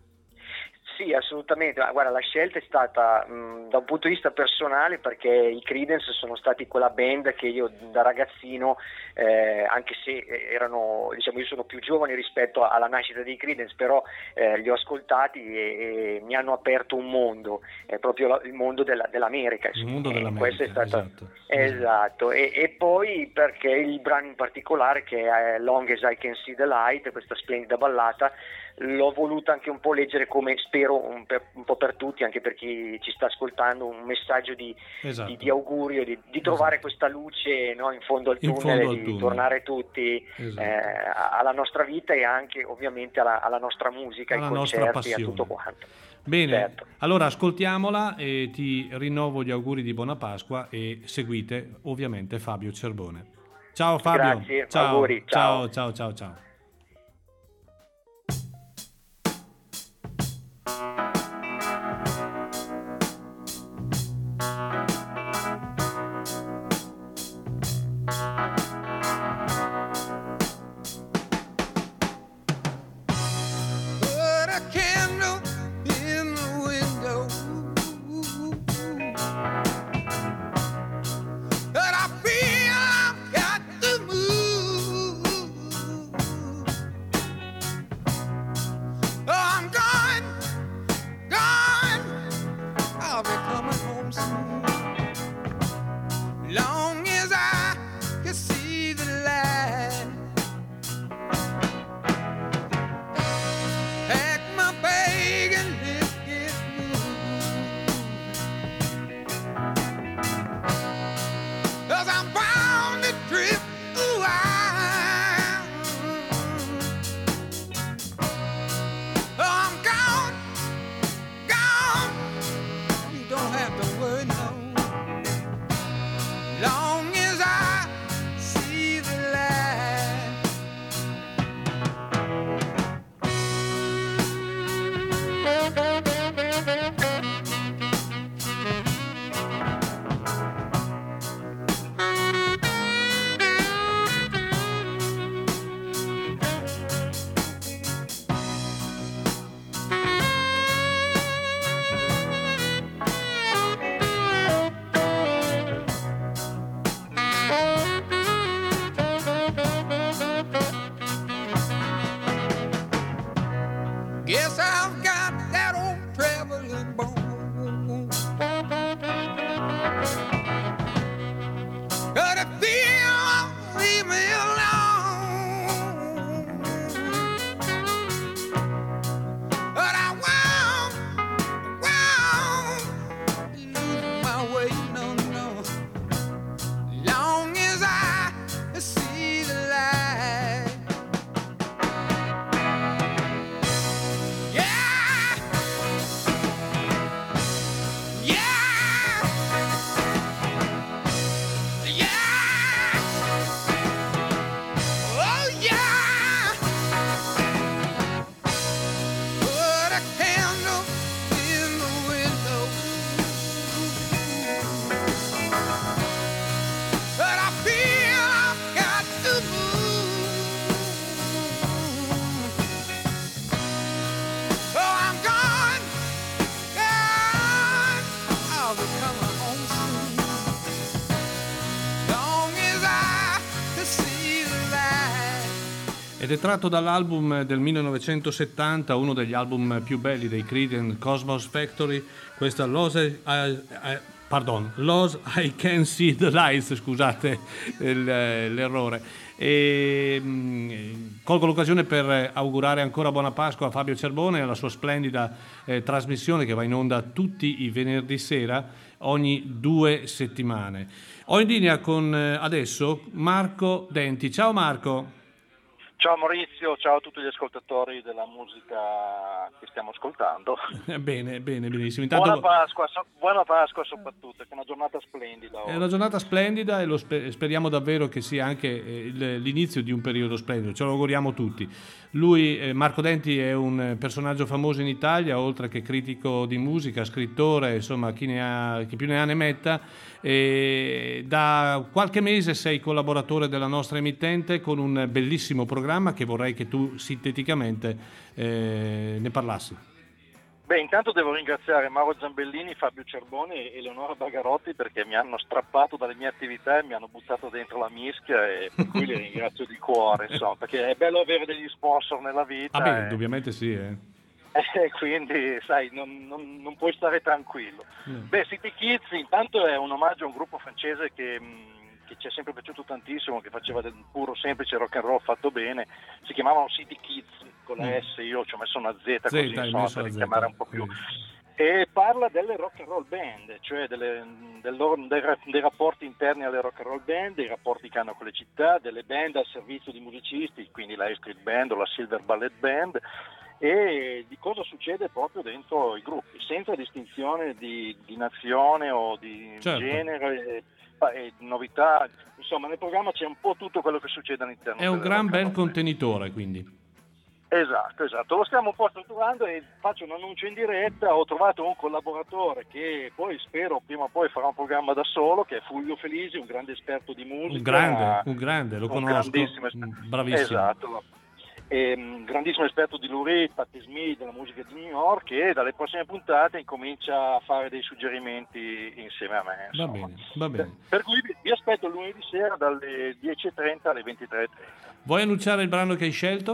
Sì, assolutamente. Guarda, la scelta è stata mh, da un punto di vista personale, perché i Creedence sono stati quella band che io da ragazzino, eh, anche se erano, diciamo, io sono più giovane rispetto alla nascita dei Creedence, però eh, li ho ascoltati e, e mi hanno aperto un mondo, eh, proprio la, il mondo della, dell'America. Il mondo e dell'America, è stata, esatto. Esatto. E, e poi perché il brano in particolare, che è Long as I Can See the Light, questa splendida ballata, l'ho voluta anche un po' leggere come, spero, un, per, un po' per tutti, anche per chi ci sta ascoltando, un messaggio di, esatto. di, di augurio, di, di trovare esatto. questa luce, no, in fondo al in tunnel, fondo al di tunnel. tornare tutti esatto. eh, alla nostra vita e anche ovviamente alla, alla nostra musica, alla ai concerti, a tutto quanto. Bene, certo. Allora ascoltiamola e ti rinnovo gli auguri di buona Pasqua e seguite ovviamente Fabio Cerbone. Ciao Fabio. Grazie, ciao. auguri, ciao. Ciao, ciao, ciao, ciao. Long as I can see ed è tratto dall'album del millenovecentosettanta, uno degli album più belli dei Creedence Cosmos Factory, questa Lost I, I, pardon, Lost I Can See the Lights, scusate il, l'errore. E, mh, colgo l'occasione per augurare ancora buona Pasqua a Fabio Cerbone e alla sua splendida eh, trasmissione che va in onda tutti i venerdì sera ogni due settimane. Ho in linea con eh, adesso Marco Denti. Ciao Marco. Ciao Maurizio, ciao a tutti gli ascoltatori della musica che stiamo ascoltando. Bene, bene, benissimo. Intanto... Buona Pasqua, so- buona Pasqua soprattutto, che è una giornata splendida. È una giornata splendida e lo sper- speriamo davvero che sia anche eh, il, l'inizio di un periodo splendido, ce lo auguriamo tutti. Lui, eh, Marco Denti, è un personaggio famoso in Italia, oltre che critico di musica, scrittore, insomma chi, ne ha, chi più ne ha ne metta. E da qualche mese sei collaboratore della nostra emittente con un bellissimo programma che vorrei che tu sinteticamente eh, ne parlassi. Beh, intanto devo ringraziare Mauro Zambellini, Fabio Cerbone e Eleonora Bagarotti perché mi hanno strappato dalle mie attività e mi hanno buttato dentro la mischia, e per cui li ringrazio di cuore, insomma, perché è bello avere degli sponsor nella vita. Ah beh, e... indubbiamente sì, eh. E quindi, sai, non, non, non puoi stare tranquillo. Mm. Beh, City Kids intanto è un omaggio a un gruppo francese che, che ci è sempre piaciuto tantissimo, che faceva del puro semplice rock and roll fatto bene. Si chiamavano City Kids con la S, io ci ho messo una Z, così Z, insomma, per richiamare un po' più. E parla delle rock and roll band, cioè delle, del loro, dei, dei rapporti interni alle rock and roll band, dei rapporti che hanno con le città, delle band al servizio di musicisti, quindi la Street Band o la Silver Ballet Band, e di cosa succede proprio dentro i gruppi, senza distinzione di, di nazione o di certo. genere e, e novità. Insomma, nel programma c'è un po' tutto quello che succede all'interno. È un gran bel contenitore, quindi. Esatto, esatto. Lo stiamo un po' strutturando e faccio un annuncio in diretta. Ho trovato un collaboratore che poi spero prima o poi farà un programma da solo, che è Fulvio Felisi, un grande esperto di musica. Un grande, un grande, lo un conosco. Grandissimo, bravissimo. Esatto. E, um, grandissimo esperto di Lou Reed, Patti Smith, della musica di New York, e dalle prossime puntate incomincia a fare dei suggerimenti insieme a me. Va bene, va bene. Per cui vi aspetto lunedì sera dalle dieci e trenta alle ventitré e trenta. Vuoi annunciare il brano che hai scelto?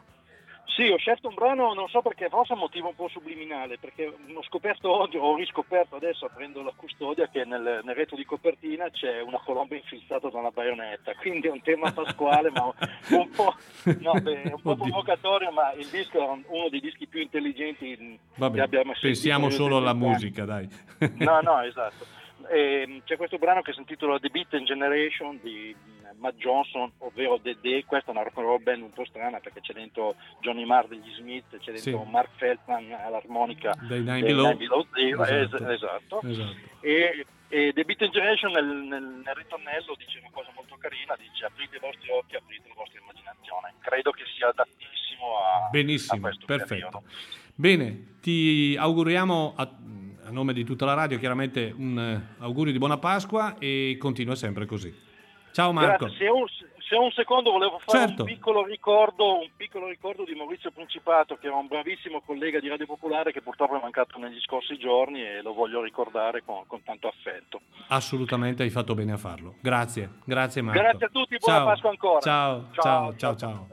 Sì, ho scelto un brano, non so perché, forse a motivo un po' subliminale, perché ho scoperto oggi, ho riscoperto adesso aprendo la custodia, che nel, nel retro di copertina c'è una colomba infilzata da una baionetta, quindi è un tema pasquale, ma un po', no, beh, un po' provocatorio, ma il disco è uno dei dischi più intelligenti Vabbè, che abbiamo sentito. pensiamo solo alla musica, dai. No, no, esatto. E c'è questo brano che si intitola The Beat Generation di Matt Johnson, ovvero The Day. Questa è una rock and roll band un po' strana perché c'è dentro Johnny Marr degli Smith, c'è dentro Sì. Mark Feldman all'armonica dei Nine dei Below. Nine Below Zero. Esatto. Es- esatto. Esatto. E, e The Beat Generation nel, nel, nel ritornello dice una cosa molto carina, dice: aprite i vostri occhi, aprite la vostra immaginazione. Credo che sia adattissimo a, Benissimo, a questo perfetto. periodo. Bene, ti auguriamo a, a nome di tutta la radio chiaramente un uh, augurio di buona Pasqua e continua sempre così. Ciao Marco. Grazie. Se ho, se ho un secondo volevo fare Certo. un piccolo ricordo, un piccolo ricordo di Maurizio Principato, che era un bravissimo collega di Radio Popolare che purtroppo è mancato negli scorsi giorni, e lo voglio ricordare con, con tanto affetto. Assolutamente, hai fatto bene a farlo. Grazie, grazie Marco. Grazie a tutti, buona Ciao. Pasqua ancora. Ciao, ciao, ciao, ciao.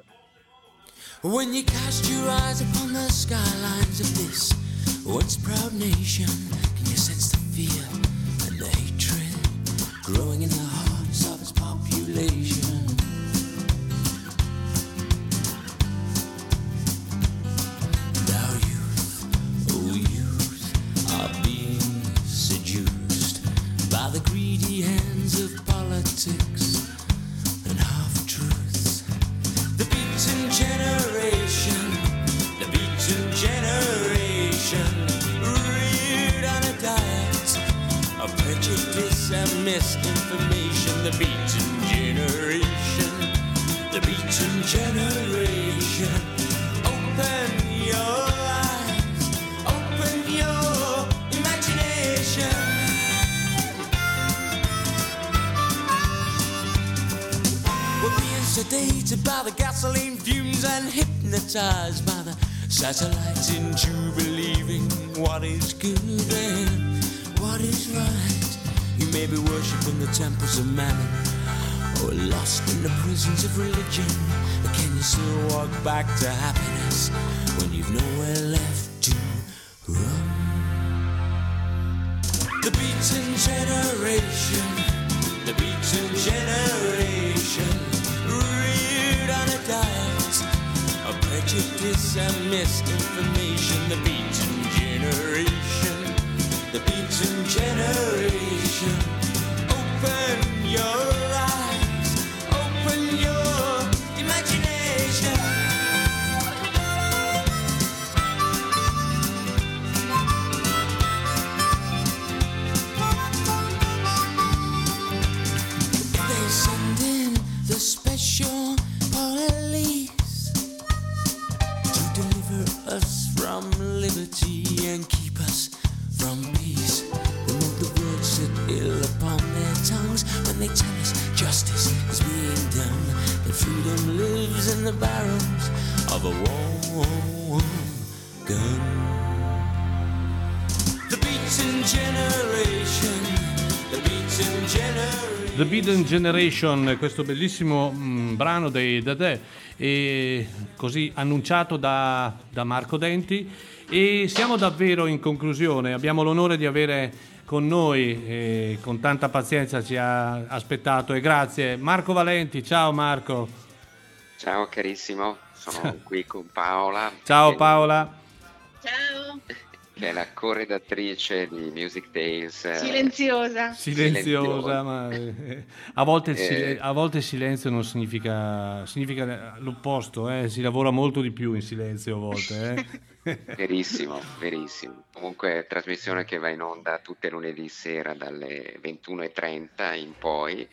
When you cast your eyes upon the skylines of this once proud nation, can you sense the fear and the hatred growing in the hearts of its population? And our youth, oh youth, are being seduced by the greedy hands of politics and half-truths. The beaten generation, the beaten generation, reared on a diet of prejudice and misinformation. The beaten generation, the beaten generation. Open your eyes, open your imagination. We're being sedated by the gasoline fumes and hypnotized by the satellites into believing what is good and what is right. You may be worshipping the temples of mammon, or lost in the prisons of religion? Or can you still walk back to happiness when you've nowhere left to run? The beaten generation, the beaten generation, reared on a diet of prejudice and misinformation. The beaten generation, the beaten generation. Open your eyes, open your imagination. They send in the special police to deliver us from liberty and keep us from peace. Remove the words that ill upon their tongues when they tell us justice is being done, that freedom lives in the barrels of a warm gun. The beaten generation, the beaten generation. The Beaten Generation, questo bellissimo mh, brano dei Dadè, e così annunciato da, da Marco Denti. E siamo davvero in conclusione, abbiamo l'onore di avere con noi, eh, con tanta pazienza ci ha aspettato, e grazie, Marco Valenti. Ciao Marco. Ciao carissimo, sono qui con Paola. Ciao Paola. Ciao. Che è la corredattrice di Music Tales. Silenziosa. Silenziosa, ma eh, a, volte il sil- Eh. a volte il silenzio non significa, significa l'opposto, eh? Si lavora molto di più in silenzio a volte. Eh? Verissimo, verissimo. Comunque trasmissione che va in onda tutte lunedì sera dalle ventuno e trenta in poi.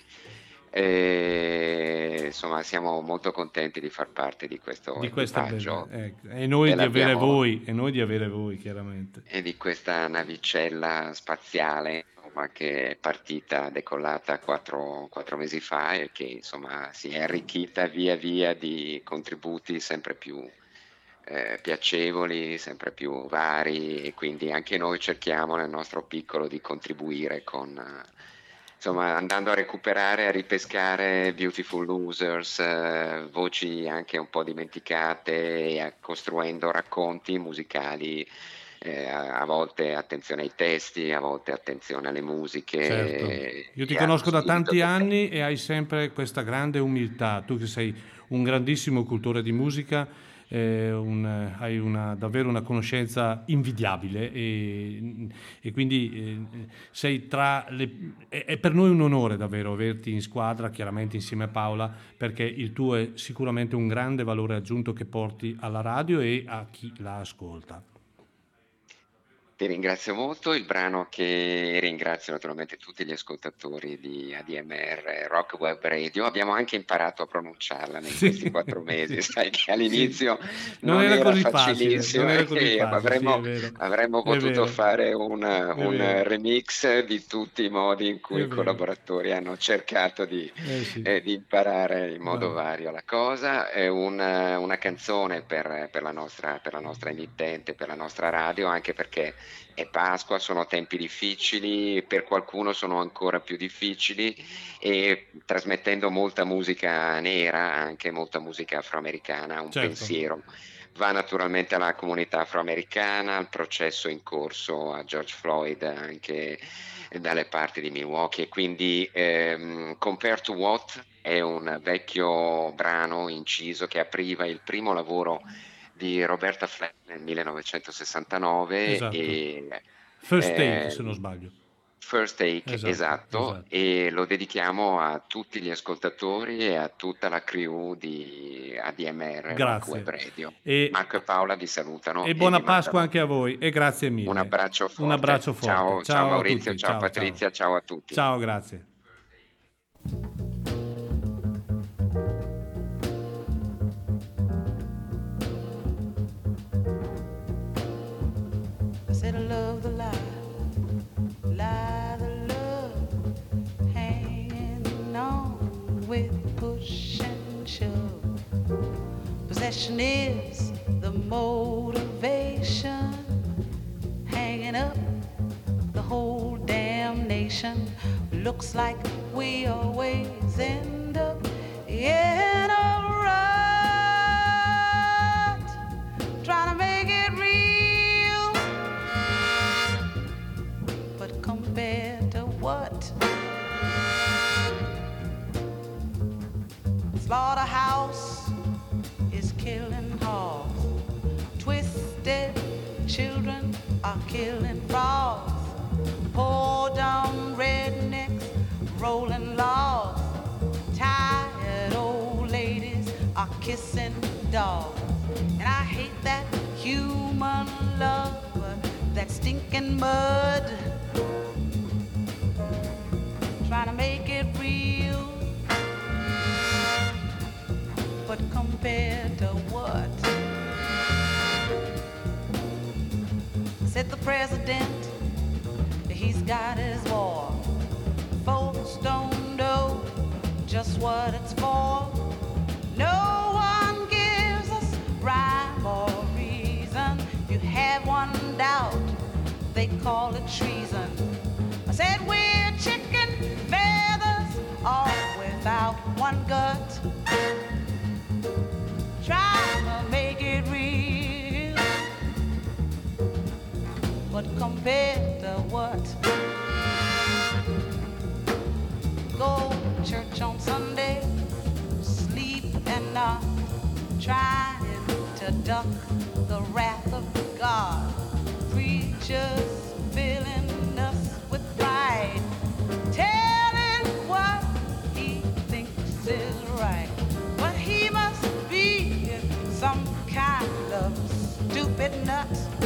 E, insomma, siamo molto contenti di far parte di questo Di questa equipaggio. bella- ecco. E noi Ve di avere l'abbiamo- voi, e noi di avere voi, chiaramente. E di questa navicella spaziale, insomma, che è partita, decollata quattro, quattro mesi fa e che insomma si è arricchita via via di contributi sempre più eh, piacevoli, sempre più vari, e quindi anche noi cerchiamo nel nostro piccolo di contribuire con eh, insomma, andando a recuperare, a ripescare Beautiful Losers, eh, voci anche un po' dimenticate, e a- costruendo racconti musicali, eh, a, a volte attenzione ai testi, a volte attenzione alle musiche. Certo. eh, Io ti che hanno conosco da spirito tanti del- anni e hai sempre questa grande umiltà. Tu che sei un grandissimo cultore di musica, eh, un- hai una, davvero una conoscenza invidiabile, e, e quindi eh, sei tra le... È, è per noi un onore davvero averti in squadra, chiaramente insieme a Paola, perché il tuo è sicuramente un grande valore aggiunto che porti alla radio e a chi la ascolta. Ti ringrazio molto, il brano che ringrazio naturalmente tutti gli ascoltatori di A D M R Rock Web Radio. Abbiamo anche imparato a pronunciarla in Sì. questi quattro mesi, sai che all'inizio Non non, era era, così facile, facilissimo, non era così e facile, avremmo, sì, è vero. avremmo È potuto vero. fare un, un vero. remix di tutti i modi in È cui i vero. collaboratori hanno cercato di, Eh sì. eh, di imparare in modo Bravo. vario la cosa. È una, una canzone per, per la nostra, per la nostra emittente, per la nostra radio, anche perché è Pasqua, sono tempi difficili, per qualcuno sono ancora più difficili, e trasmettendo molta musica nera, anche molta musica afroamericana, un Certo. pensiero va naturalmente alla comunità afroamericana, al processo in corso a George Floyd anche dalle parti di Milwaukee, e quindi ehm, Compare to What è un vecchio brano inciso che apriva il primo lavoro di Roberta Flack nel millenovecentosessantanove. Esatto. E, First eh, Take, se non sbaglio. First Take, Esatto, esatto, esatto. e lo dedichiamo a tutti gli ascoltatori e a tutta la crew di A D M R Rock Grazie. Web Radio. E- Marco e Paola vi salutano E buona vi Pasqua mandano anche a voi, e grazie mille. un abbraccio forte. Un abbraccio forte. Ciao, ciao a Maurizio, tutti. ciao Patrizia, ciao a tutti. Ciao, grazie. I said I love the lie, lie the love, hanging on with push and shove. Possession is the motivation, hanging up the whole damn nation. Looks like we always end up slaughterhouse is killing hogs. Twisted children are killing frogs. Poor dumb rednecks rolling logs. Tired old ladies are kissing dogs. And I hate that human love, that stinking mud, trying to make it real. But compared to what? Said the president, he's got his war. Folks don't know just what it's for. No one gives us rhyme or reason. If you have one doubt, they call it treason. I said we're chicken feathers, all without one gut. Trying to make it real, but compared to what? Go to church on Sunday, sleep and not trying to duck the wrath of God. Preachers filling us with pride, telling what he thinks is right. But he must be some kind of stupid nut.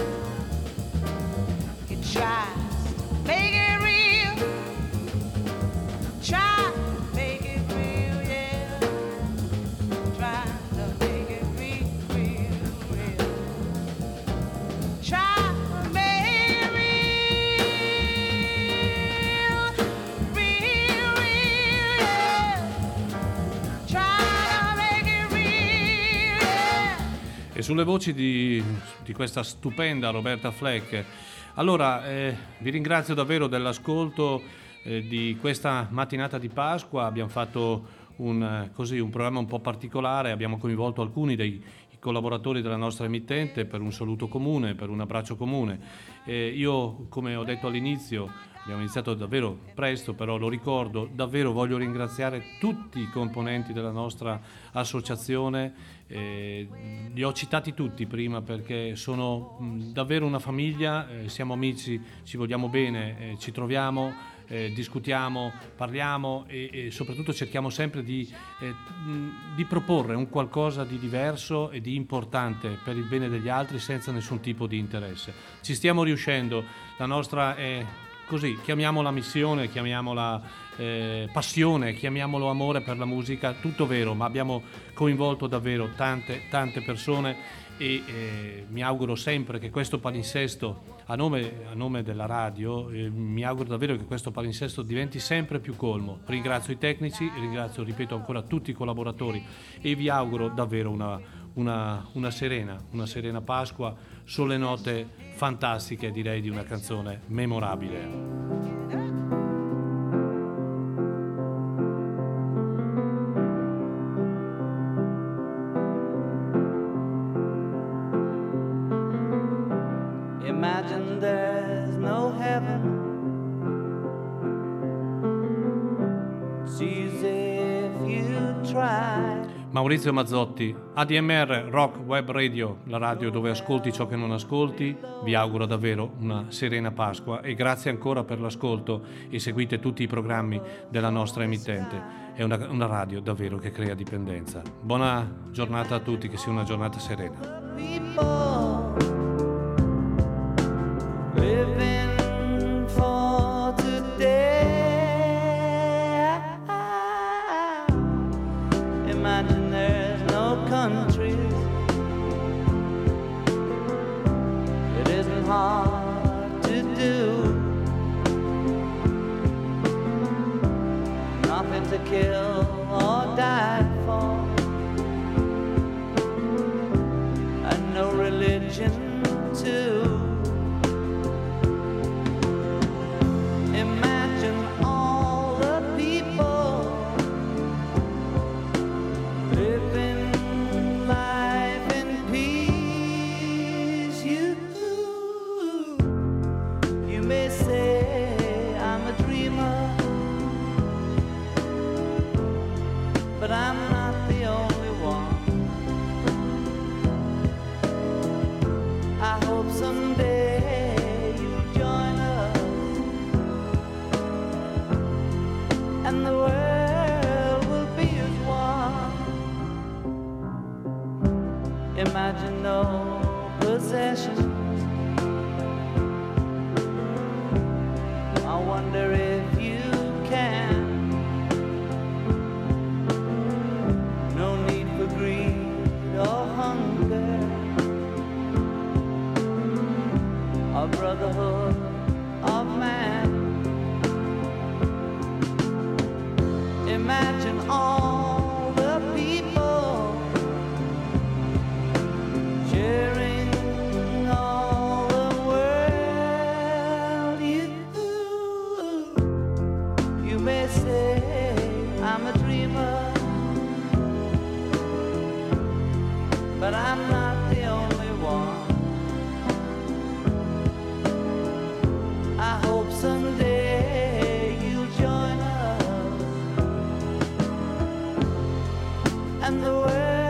He tries to make it real, try to make it real, yeah. Try to make it real, real, real. Try to make it real, real, real, yeah. Try to make it real, yeah. E sulle voci di, di questa stupenda Roberta Fleck. Allora, eh, vi ringrazio davvero dell'ascolto eh, di questa mattinata di Pasqua. Abbiamo fatto un, eh, così, un programma un po' particolare, abbiamo coinvolto alcuni dei collaboratori della nostra emittente per un saluto comune, per un abbraccio comune. Eh, io, come ho detto all'inizio, abbiamo iniziato davvero presto, però lo ricordo, davvero voglio ringraziare tutti i componenti della nostra associazione. Eh, li ho citati tutti prima perché sono mh, davvero una famiglia, eh, siamo amici, ci vogliamo bene, eh, ci troviamo, eh, discutiamo, parliamo e, e soprattutto cerchiamo sempre di, eh, mh, di proporre un qualcosa di diverso e di importante per il bene degli altri senza nessun tipo di interesse. Ci stiamo riuscendo, la nostra è così, chiamiamola missione, chiamiamola eh, passione, chiamiamolo amore per la musica, tutto vero, ma abbiamo coinvolto davvero tante tante persone e eh, mi auguro sempre che questo palinsesto, a nome, a nome della radio, eh, mi auguro davvero che questo palinsesto diventi sempre più colmo. Ringrazio i tecnici, ringrazio, ripeto ancora, tutti i collaboratori e vi auguro davvero una, una, una serena, una serena Pasqua sulle note fantastiche, direi, di una canzone memorabile. Imagine there's no heaven. It's easy if you try. Maurizio Mazzotti, A D M R Rock Web Radio, la radio dove ascolti ciò che non ascolti. Vi auguro davvero una serena Pasqua e grazie ancora per l'ascolto e seguite tutti i programmi della nostra emittente. È una, una radio davvero che crea dipendenza. Buona giornata a tutti, che sia una giornata serena. Living for today. Imagine there's no countries. It isn't hard to do. Nothing to kill or die for. And no religion too. Imagine all the people living life in peace. You, you may say I'm a dreamer, Imagine no possessions. I wonder if you can. No need for greed or hunger, a brotherhood of man. Imagine all the people sharing all the world. You, you may say I'm a dreamer, but I'm not the only one. I hope someday you'll join us and the world